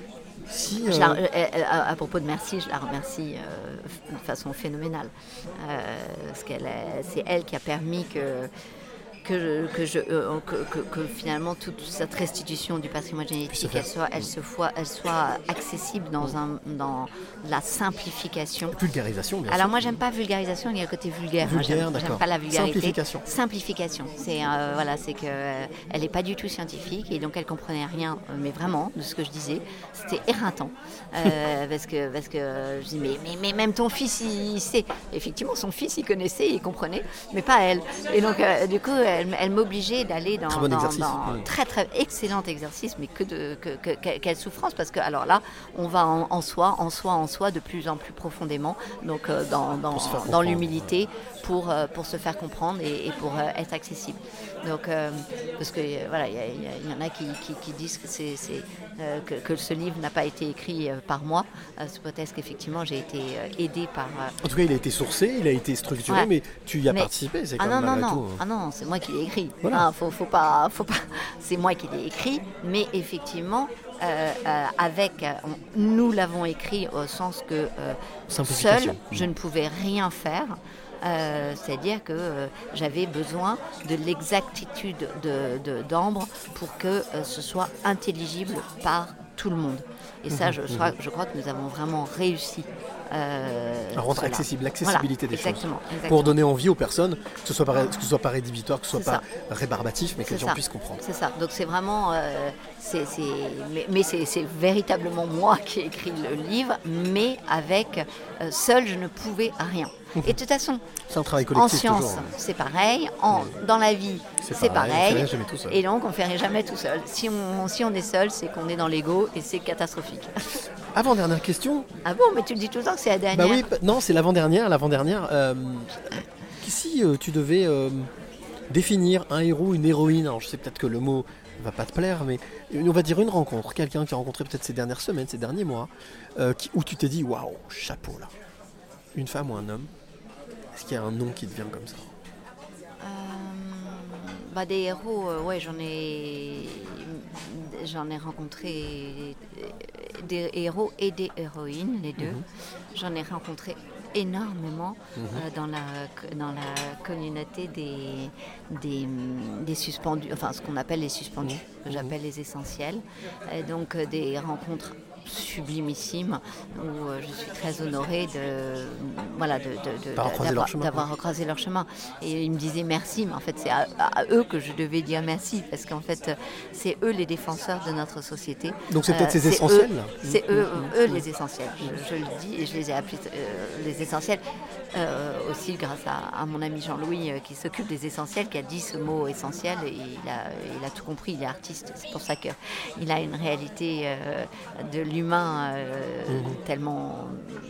A: Si, euh...
J: la, euh, à, à propos de merci, je la remercie euh, de façon phénoménale. Euh, parce qu'elle est, c'est elle qui a permis que. Que, je, que, je, euh, que, que, que finalement toute cette restitution du patrimoine génétique elle soit, elle, se soit, elle soit accessible dans, un, dans la simplification.
A: Vulgarisation, bien
J: Alors
A: sûr.
J: moi j'aime pas vulgarisation, il y a le côté vulgaire.
A: Vulgaire,
J: moi, j'aime,
A: d'accord.
J: j'aime pas la vulgarité.
A: Simplification.
J: Simplification. C'est euh, voilà, c'est que euh, elle est pas du tout scientifique et donc elle comprenait rien, euh, mais vraiment de ce que je disais. C'était éreintant euh, parce que parce que je dis mais, mais mais même ton fils il, il sait. Effectivement son fils il connaissait, il comprenait, mais pas elle. Et donc euh, du coup Elle, elle m'obligeait d'aller dans,
A: très bon
J: dans,
A: exercice.
J: dans
A: Oui.
J: très très excellent exercice, mais que de que, que, quelle souffrance parce que alors là on va en, en soi, en soi, en soi de plus en plus profondément, donc euh, dans dans, dans l'humilité pour euh, pour se faire comprendre et, et pour euh, être accessible. Donc euh, parce que euh, voilà il y, y, y en a qui, qui, qui disent que c'est, c'est euh, que, que ce livre n'a pas été écrit euh, par moi. Euh, c'est peut-être qu'effectivement j'ai été euh, aidée par. Euh,
A: en tout cas il a été sourcé, il a été structuré, ouais. mais tu y as mais, participé. C'est
J: ah
A: quand
J: non
A: même
J: non non
A: tout,
J: ah non c'est moi qui l'ai écrit.
A: Voilà.
J: Ah, faut, faut pas, faut pas. C'est moi qui l'ai écrit, mais effectivement, euh, euh, avec, euh, on, nous l'avons écrit au sens que euh, seule, je ne pouvais rien faire. Euh, c'est-à-dire que euh, j'avais besoin de l'exactitude de, de, d'Ambre pour que euh, ce soit intelligible par tout le monde. Et ça, je, mmh. je crois que nous avons vraiment réussi. Euh,
A: à rendre
J: voilà.
A: accessible, l'accessibilité
J: voilà,
A: des
J: exactement,
A: choses.
J: Exactement.
A: Pour donner envie aux personnes, que ce soit pas, que ce soit pas rédhibitoire, que ce soit
J: c'est
A: pas
J: ça.
A: rébarbatif, mais que
J: c'est
A: les gens
J: ça.
A: puissent comprendre.
J: C'est ça. Donc c'est vraiment, euh, c'est, c'est, mais, mais c'est, c'est véritablement moi qui ai écrit le livre, mais avec euh, seul je ne pouvais rien. Et de toute façon,
A: c'est un travail collectif,
J: en science,
A: toujours.
J: c'est pareil. En, dans la vie,
A: c'est,
J: c'est
A: pareil.
J: pareil.
A: On jamais tout seul.
J: Et donc, on ne fait jamais tout seul. Si on, si on est seul, c'est qu'on est dans l'ego et c'est catastrophique.
A: Avant-dernière question.
J: Ah bon, mais tu le dis tout le temps que c'est la dernière.
A: Bah oui, non, c'est l'avant-dernière. L'avant-dernière. Euh, si euh, tu devais euh, définir un héros, une héroïne, alors je sais peut-être que le mot va pas te plaire, mais on va dire une rencontre, quelqu'un qui a rencontré peut-être ces dernières semaines, ces derniers mois, euh, qui, où tu t'es dit, waouh, chapeau là. Une femme ou un homme. Est-ce qu'il y a un nom qui te vient comme ça ?
J: euh, bah Des héros, euh, ouais, j'en ai, j'en ai rencontré des héros et des héroïnes, les deux.
A: Mhm.
J: J'en ai rencontré énormément
A: Mhm.
J: euh, dans, la, dans la communauté des, des, des suspendus, enfin ce qu'on appelle les suspendus, que j'appelle les essentiels. Et donc euh, des rencontres sublimissimes où euh, je suis très honorée de, voilà, de, de, de,
A: D'avoir croisé leur chemin,
J: d'avoir croisé leur chemin. Et ils me disaient merci, mais en fait c'est à, à eux que je devais dire merci, parce qu'en fait c'est eux les défenseurs de notre société.
A: Donc c'est peut-être
J: Euh,
A: ces essentiels,
J: eux-
A: là.
J: C'est
A: Mhm.
J: eux,
A: Mhm.
J: eux les essentiels, je, je le dis et je les ai appelés euh, les essentiels. Euh, aussi grâce à, à mon ami Jean-Louis euh, qui s'occupe des essentiels, qui a dit ce mot essentiel, et il a, il a tout compris, il est artiste, c'est pour ça qu'il a une réalité euh, de l'humain euh,
A: Mhm.
J: tellement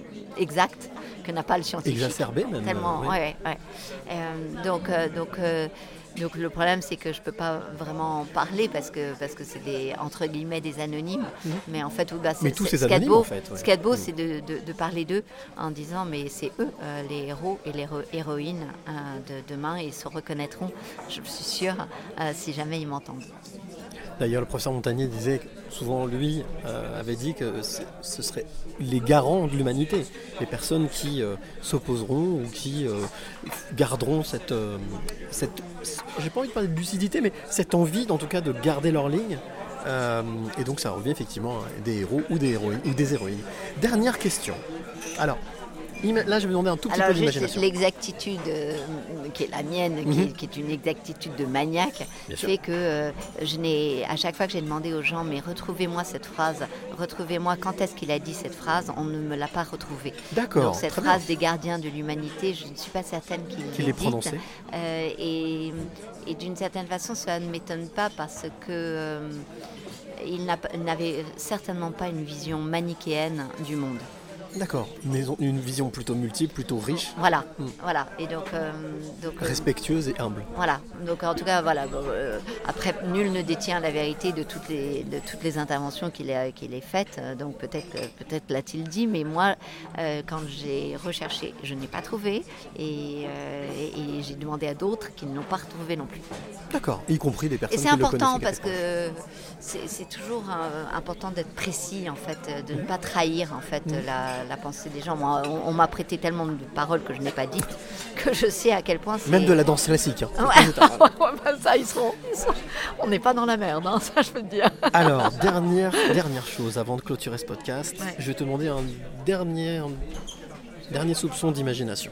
J: exacte que n'a pas le scientifique.
A: Exacerbé même,
J: Tellement,
A: euh, oui.
J: ouais, ouais, ouais. Euh, donc, euh, donc, euh, donc le problème c'est que je peux pas vraiment en parler parce que parce que c'est des entre guillemets des anonymes.
A: Mhm.
J: Mais en fait, oui, bah, c'est,
A: Mais tous
J: c'est-
A: ces
J: ce qu'il y a de
A: anonymes,
J: beau,
A: en fait, ouais.
J: ce qu'il y a de beau,
A: Mhm.
J: c'est de, de, de parler d'eux en disant mais c'est eux euh, les héros et les héro- héroïnes euh, de demain, et ils se reconnaîtront, je suis sûre, euh, si jamais ils m'entendent.
A: D'ailleurs, le professeur Montagnier disait, que souvent lui euh, avait dit que c'est- ce seraient les garants de l'humanité, les personnes qui euh, s'opposeront ou qui euh, garderont cette, euh, cette, j'ai pas envie de parler de lucidité, mais cette envie, en tout cas, de garder leur ligne. Euh, et donc, ça revient effectivement à des héros ou des héroïnes ou des héroïnes. Dernière question. Alors, ima- là, je vais demander un tout petit
J: Alors
A: peu
J: juste
A: d'imagination.
J: l'exactitude euh, qui est la mienne, qui,
A: Mhm.
J: est, qui est une exactitude de maniaque,
A: Bien sûr.
J: fait que euh, je n'ai, à chaque fois que j'ai demandé aux gens, mais retrouvez-moi cette phrase, retrouvez-moi quand est-ce qu'il a dit cette phrase, on ne me l'a pas retrouvée.
A: D'accord,
J: Donc cette
A: très
J: phrase
A: bien.
J: des gardiens de l'humanité, je ne suis pas certaine qu'il,
A: Qu'il
J: l'ait
A: l'ait prononcée.
J: dite. Euh, et, et d'une certaine façon, cela ne m'étonne pas parce que euh, il n'a pas- il n'avait certainement pas une vision manichéenne du monde.
A: D'accord, une, maison- une vision plutôt multiple, plutôt riche.
J: Voilà,
A: Mm.
J: voilà. Et donc, euh, donc euh,
A: Respectueuse et humble.
J: Voilà, donc en tout cas, voilà. bon, euh, après, nul ne détient la vérité de toutes les, de toutes les interventions qu'il a, qu'il ait faites, euh, donc peut-être, euh, peut-être l'a-t-il dit, mais moi, euh, quand j'ai recherché, je n'ai pas trouvé, et, euh, et, et j'ai demandé à d'autres qui ne l'ont pas retrouvé non plus.
A: D'accord, y compris des
J: Et
A: personnes
J: c'est
A: qui le
J: important
A: connaissaient
J: parce que c'est, c'est toujours euh, important d'être précis, en fait, euh, de ne pas trahir, en fait,
A: Mm.
J: la, la pensée des gens. Moi, on, on m'a prêté tellement de paroles que je n'ai pas dites que je sais à quel point c'est...
A: Même de la danse classique. hein.
J: Ouais, ouais, bah ça, ils seront, ils seront- On n'est pas dans la merde, hein, ça je peux te dire.
A: Alors, dernière, dernière chose avant de clôturer ce podcast,
J: Ouais.
A: je vais te demander un dernier, un dernier soupçon d'imagination.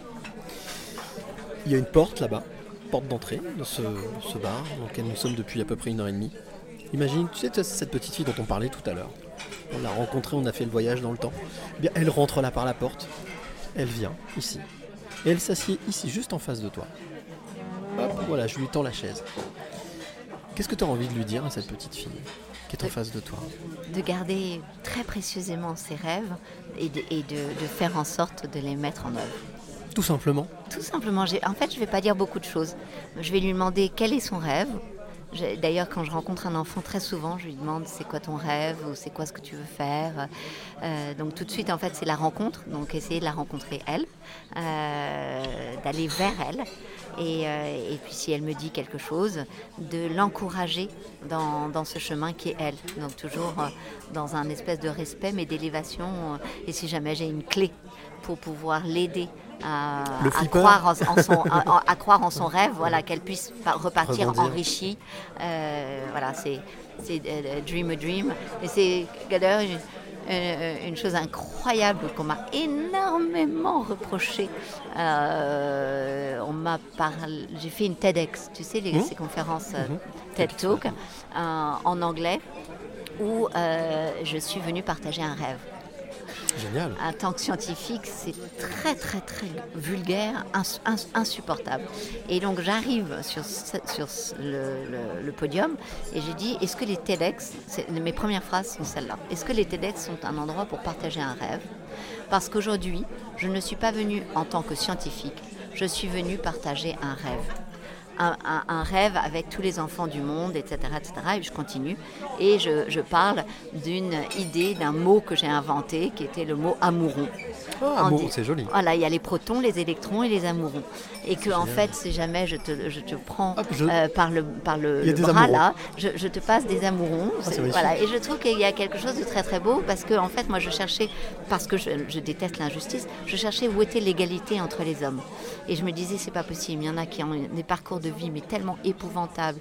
A: Il y a une porte là-bas, porte d'entrée de ce, ce bar dans lequel nous sommes depuis à peu près une heure et demie. Imagine, tu sais, cette petite fille dont on parlait tout à l'heure. On l'a rencontrée, on a fait le voyage dans le temps. Eh bien, elle rentre là par la porte, elle vient ici, et elle s'assied ici, juste en face de toi. Hop, voilà, je lui tends la chaise. Qu'est-ce que tu as envie de lui dire à cette petite fille qui est en face de toi?
J: De garder très précieusement ses rêves et, de, et de, de faire en sorte de les mettre en œuvre.
A: Tout simplement.
J: Tout simplement, j'ai- en fait, je ne vais pas dire beaucoup de choses. Je vais lui demander quel est son rêve. J'ai- D'ailleurs, quand je rencontre un enfant, très souvent, je lui demande c'est quoi ton rêve ou c'est quoi ce que tu veux faire. Euh, donc tout de suite, en fait, c'est la rencontre. Donc essayer de la rencontrer elle, euh, d'aller vers elle. Et, euh, et puis si elle me dit quelque chose, de l'encourager dans, dans ce chemin qui est elle. Donc toujours euh, dans un espèce de respect, mais d'élévation. euh, et si jamais j'ai une clé pour pouvoir l'aider à,
A: Le
J: à
A: flipper.
J: croire en, en son, à, à croire en son rêve, voilà, qu'elle puisse pa- repartir
A: Rebondir.
J: enrichie. Euh, voilà, c'est, c'est euh, Dream a Dream. Et c'est d'ailleurs une, une- une chose incroyable qu'on m'a énormément reproché. Euh, on m'a parlé, j'ai fait une TEDx, tu sais, les,
A: Mmh.
J: ces conférences euh,
A: Mmh.
J: TED Talk euh, en anglais, où euh, je suis venue partager un rêve.
A: Génial.
J: En tant que scientifique, c'est très très très vulgaire, ins- ins- insupportable. Et donc j'arrive sur, ce- sur ce- le, le- le podium et j'ai dit, est-ce que les TEDx, c'est- mes premières phrases sont celles-là, est-ce que les TEDx sont un endroit pour partager un rêve? Parce qu'aujourd'hui, je ne suis pas venue en tant que scientifique, je suis venue partager un rêve. un, un, un rêve avec tous les enfants du monde, et cetera, et cetera. Et je continue et je, je parle d'une idée, d'un mot que j'ai inventé, qui était le mot amouron.
A: Oh, amouron, c'est joli.
J: Voilà, il y a les protons, les électrons et les amourons. Et que en fait, si jamais je te, je te prends Hop, je... Euh, par le, par le, le bras amourons. là, je, je te passe des amourons.
A: Ah,
J: voilà. Et je trouve qu'il y a quelque chose de très très beau parce que en fait, moi je cherchais, parce que je, je déteste l'injustice, je cherchais où était l'égalité entre les hommes. Et je me disais, c'est pas possible. Il y en a qui ont des parcours de vie mais tellement épouvantables,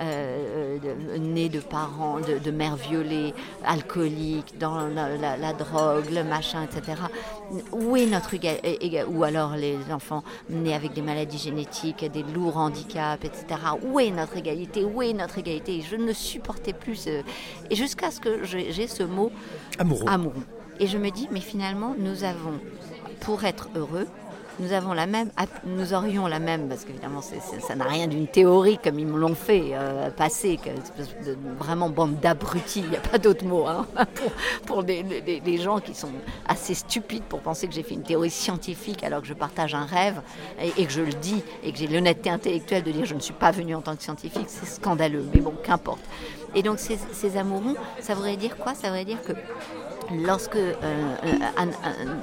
J: euh, de, nés de parents, de, de mères violées, alcooliques, dans la, la, la drogue, le machin, et cetera. Où est notre égalité? Ou alors les enfants nés avec des maladies génétiques, des lourds handicaps, et cetera. Où est notre égalité? Où est notre égalité? Je ne supportais plus ce... Et jusqu'à ce que je, j'ai ce mot
A: amouron.
J: amouron. Et je me dis, mais finalement, nous avons, pour être heureux, nous avons la même, nous aurions la même, parce qu'évidemment c'est, c'est, ça n'a rien d'une théorie comme ils me l'ont fait euh, passer, que, de, vraiment bande d'abrutis, il n'y a pas d'autre mot, hein, pour, pour des, des, des gens qui sont assez stupides pour penser que j'ai fait une théorie scientifique alors que je partage un rêve et, et que je le dis et que j'ai l'honnêteté intellectuelle de dire je ne suis pas venue en tant que scientifique, c'est scandaleux, mais bon, qu'importe. Et donc ces, ces amourons, ça voudrait dire quoi? Ça voudrait dire que lorsque euh, un, un,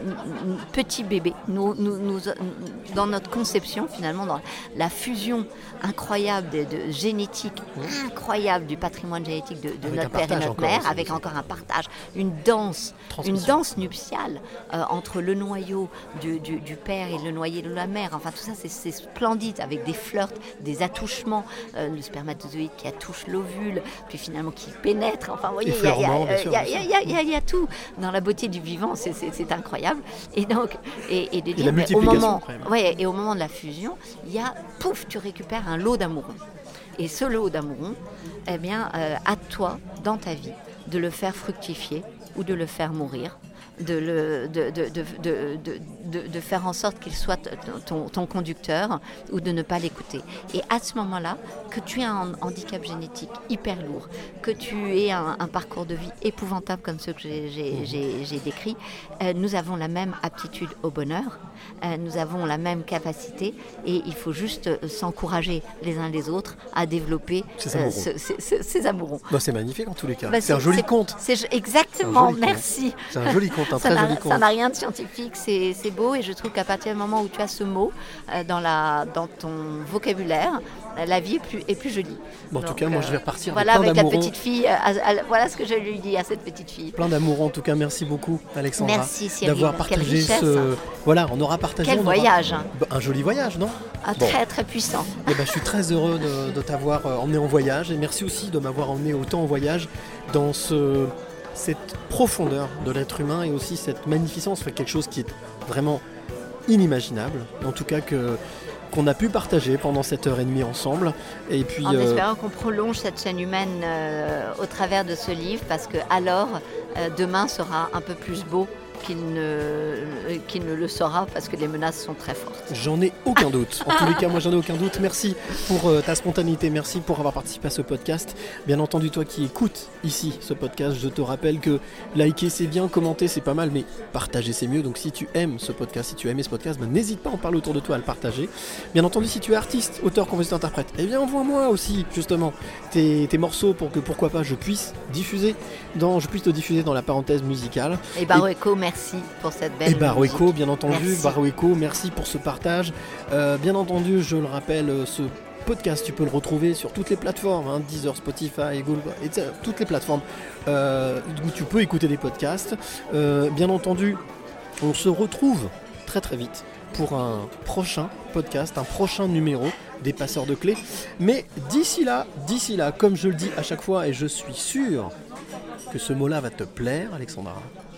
J: un petit bébé, nous, nous, nous, dans notre conception finalement, dans la fusion incroyable de, de génétique, incroyable du patrimoine génétique de, de notre père et notre mère, aussi, avec aussi. Encore un partage, une danse, une danse nuptiale euh, entre le noyau du, du, du père et le noyau de la mère. Enfin tout ça c'est, c'est splendide, avec des flirts, des attouchements, euh, le spermatozoïde qui attouche l'ovule, puis finalement qui pénètre. Enfin vous voyez, il y a, y, a, y, a, y, a, y, a, y a tout. Dans la beauté du vivant, c'est, c'est, c'est incroyable. Et donc, et, et de dire,
A: et
J: au moment, ouais, et au moment de la fusion, il y a, pouf, tu récupères un lot d'amourons. Et ce lot d'amourons, eh bien, euh, à toi, dans ta vie, de le faire fructifier ou de le faire mourir, de, le, de, de, de, de, de, de, de faire en sorte qu'il soit ton, ton conducteur ou de ne pas l'écouter. Et à ce moment-là, que tu aies un handicap génétique hyper lourd, que tu aies un, un parcours de vie épouvantable comme ceux que j'ai, j'ai, j'ai, j'ai décrits, euh, nous avons la même aptitude au bonheur, euh, nous avons la même capacité et il faut juste s'encourager les uns les autres à développer
A: ces amourons.
J: Euh, ce, ce, ce, ces amourons.
A: Bah, c'est magnifique en tous les cas.
J: Bah,
A: c'est,
J: c'est
A: un joli
J: c'est,
A: conte.
J: C'est, exactement,
A: c'est
J: merci.
A: Conte. C'est un joli conte. Un
J: ça,
A: très
J: n'a,
A: joli conte.
J: ça n'a rien de scientifique, c'est, c'est beau et je trouve qu'à partir du moment où tu as ce mot euh, dans, la, dans ton vocabulaire, la vie est plus, est plus jolie.
A: Bon, en
J: Donc,
A: tout cas, moi
J: euh,
A: je vais repartir
J: voilà,
A: avec plein
J: avec
A: d'amourons.
J: la petite fille, à, à, voilà ce que je lui dis à cette petite fille.
A: Plein d'amourons en tout cas, merci beaucoup Alexandra.
J: Merci Cyril,
A: d'avoir partagé ce... Voilà, on aura partagé...
J: Quel
A: on
J: voyage
A: aura... Un joli voyage, non?
J: Ah, bon. Très très puissant.
A: Et ben, je suis très heureux de, de t'avoir emmené en voyage et merci aussi de m'avoir emmené autant en voyage dans ce... cette profondeur de l'être humain et aussi cette magnificence, fait quelque chose qui est vraiment inimaginable, en tout cas que, qu'on a pu partager pendant cette heure et demie ensemble. Et puis,
J: en
A: euh...
J: espérant qu'on prolonge cette chaîne humaine euh, au travers de ce livre, parce que alors euh, demain sera un peu plus beau qu'il ne, qu'il ne le sera, parce que les menaces sont très fortes.
A: J'en ai aucun doute. En tous les cas, moi j'en ai aucun doute. Merci pour euh, ta spontanéité, merci pour avoir participé à ce podcast. Bien entendu, toi qui écoutes ici ce podcast, je te rappelle que liker c'est bien, commenter c'est pas mal, mais partager c'est mieux. Donc si tu aimes ce podcast, si tu as aimé ce podcast, ben, n'hésite pas à en parler autour de toi, à le partager. Bien entendu, si tu es artiste, auteur, compositeur, interprète, eh bien envoie-moi aussi justement tes, tes morceaux pour que pourquoi pas je puisse diffuser dans, je puisse te diffuser dans la parenthèse musicale.
J: Et Baroeco, merci. Merci pour cette belle
A: Et Baroeco, bien entendu,
J: merci.
A: Baroeco, merci pour ce partage. Euh, bien entendu, je le rappelle, ce podcast, tu peux le retrouver sur toutes les plateformes, hein, Deezer, Spotify, Google, et toutes les plateformes euh, où tu peux écouter des podcasts. Euh, bien entendu, on se retrouve très très vite pour un prochain podcast, un prochain numéro des Passeurs de Clés. Mais d'ici là, d'ici là, comme je le dis à chaque fois, et je suis sûr que ce mot-là va te plaire, Alexandra,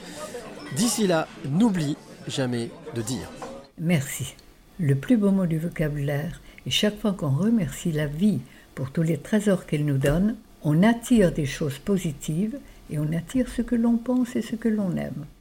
A: d'ici là, n'oublie jamais de dire
Q: merci. Le plus beau mot du vocabulaire. Et chaque fois qu'on remercie la vie pour tous les trésors qu'elle nous donne, on attire des choses positives et on attire ce que l'on pense et ce que l'on aime.